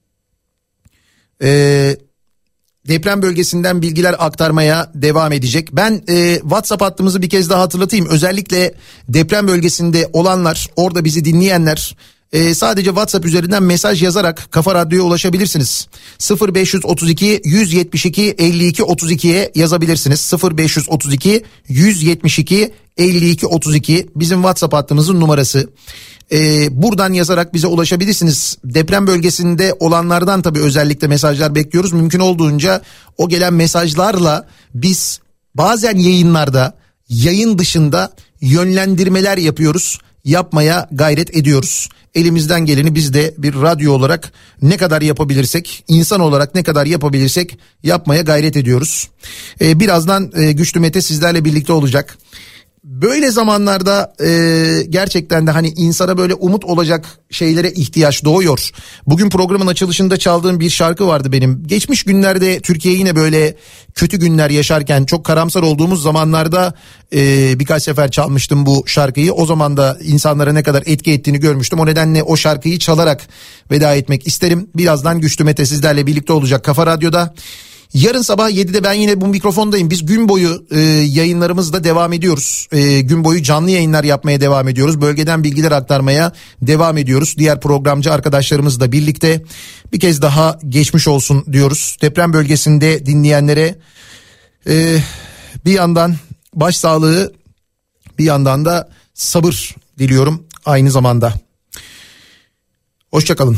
Deprem bölgesinden bilgiler aktarmaya devam edecek. Ben WhatsApp hattımızı bir kez daha hatırlatayım. Özellikle deprem bölgesinde olanlar, orada bizi dinleyenler, sadece WhatsApp üzerinden mesaj yazarak Kafa Radyo'ya ulaşabilirsiniz. 0532 172 52 32'ye yazabilirsiniz. 0532 172 52 32 bizim WhatsApp hattımızın numarası. Buradan yazarak bize ulaşabilirsiniz. Deprem bölgesinde olanlardan tabii özellikle mesajlar bekliyoruz. Mümkün olduğunca o gelen mesajlarla biz bazen yayınlarda, yayın dışında yönlendirmeler yapıyoruz. Yapmaya gayret ediyoruz. Elimizden geleni biz de bir radyo olarak ne kadar yapabilirsek, insan olarak ne kadar yapabilirsek yapmaya gayret ediyoruz. Birazdan Güçlü Mete sizlerle birlikte olacak. Böyle zamanlarda gerçekten de hani insana böyle umut olacak şeylere ihtiyaç doğuyor. Bugün programın açılışında çaldığım bir şarkı vardı benim. Geçmiş günlerde Türkiye yine böyle kötü günler yaşarken, çok karamsar olduğumuz zamanlarda birkaç sefer çalmıştım bu şarkıyı. O zaman da insanlara ne kadar etki ettiğini görmüştüm. O nedenle o şarkıyı çalarak veda etmek isterim. Birazdan Güçlü Mete sizlerle birlikte olacak Kafa Radyo'da. Yarın sabah 7'de ben yine bu mikrofondayım. Biz gün boyu yayınlarımızda devam ediyoruz. Gün boyu canlı yayınlar yapmaya devam ediyoruz. Bölgeden bilgiler aktarmaya devam ediyoruz. Diğer programcı arkadaşlarımızla birlikte bir kez daha geçmiş olsun diyoruz. Deprem bölgesinde dinleyenlere bir yandan başsağlığı, bir yandan da sabır diliyorum aynı zamanda. Hoşça kalın.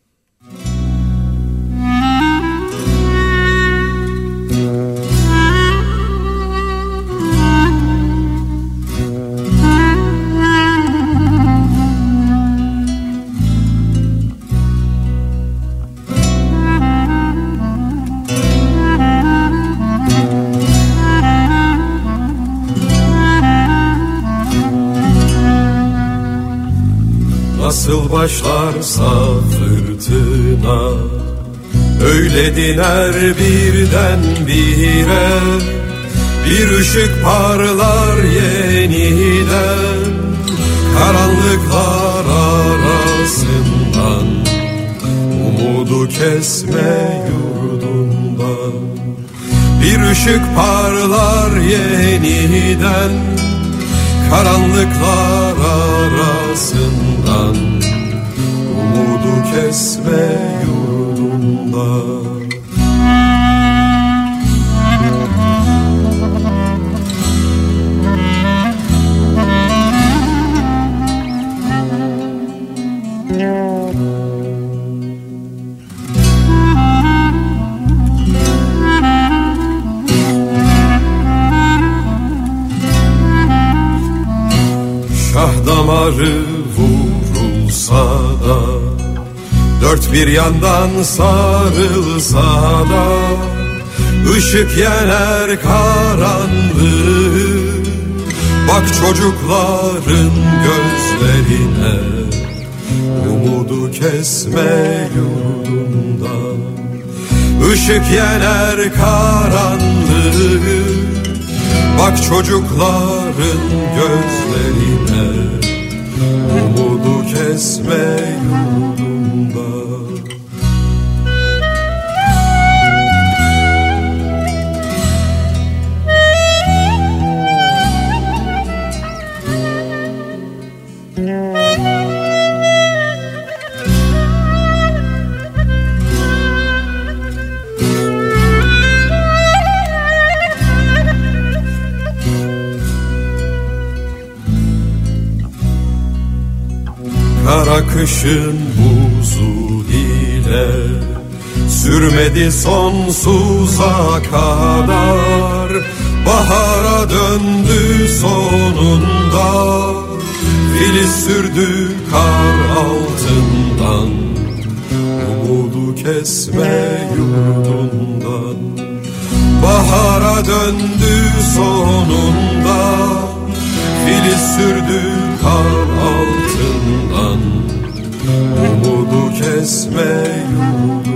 Nasıl başlarsa fırtına, öyle diner birdenbire. Bir ışık parlar yeniden, karanlıklar arasından. Umudu kesme yurdundan. Bir ışık parlar yeniden, karanlıklar arasından. Umudu kesme yurdundan. Şah damarı vurulsa da, dört bir yandan sarılsa da, ışık yener karanlığı. Bak çocukların gözlerine, umudu kesme yurdundan. Işık yener karanlığı. Bak çocukların gözlerine, umudu kesme yurdunda. Kara kışın buzu ile sürmedi sonsuza kadar. Bahara döndü sonunda, filiz sürdü kar altından. Umudu kesme yurdundan. Bahara döndü sonunda, filiz sürdü kar altından. Umudu kesme yurdundan.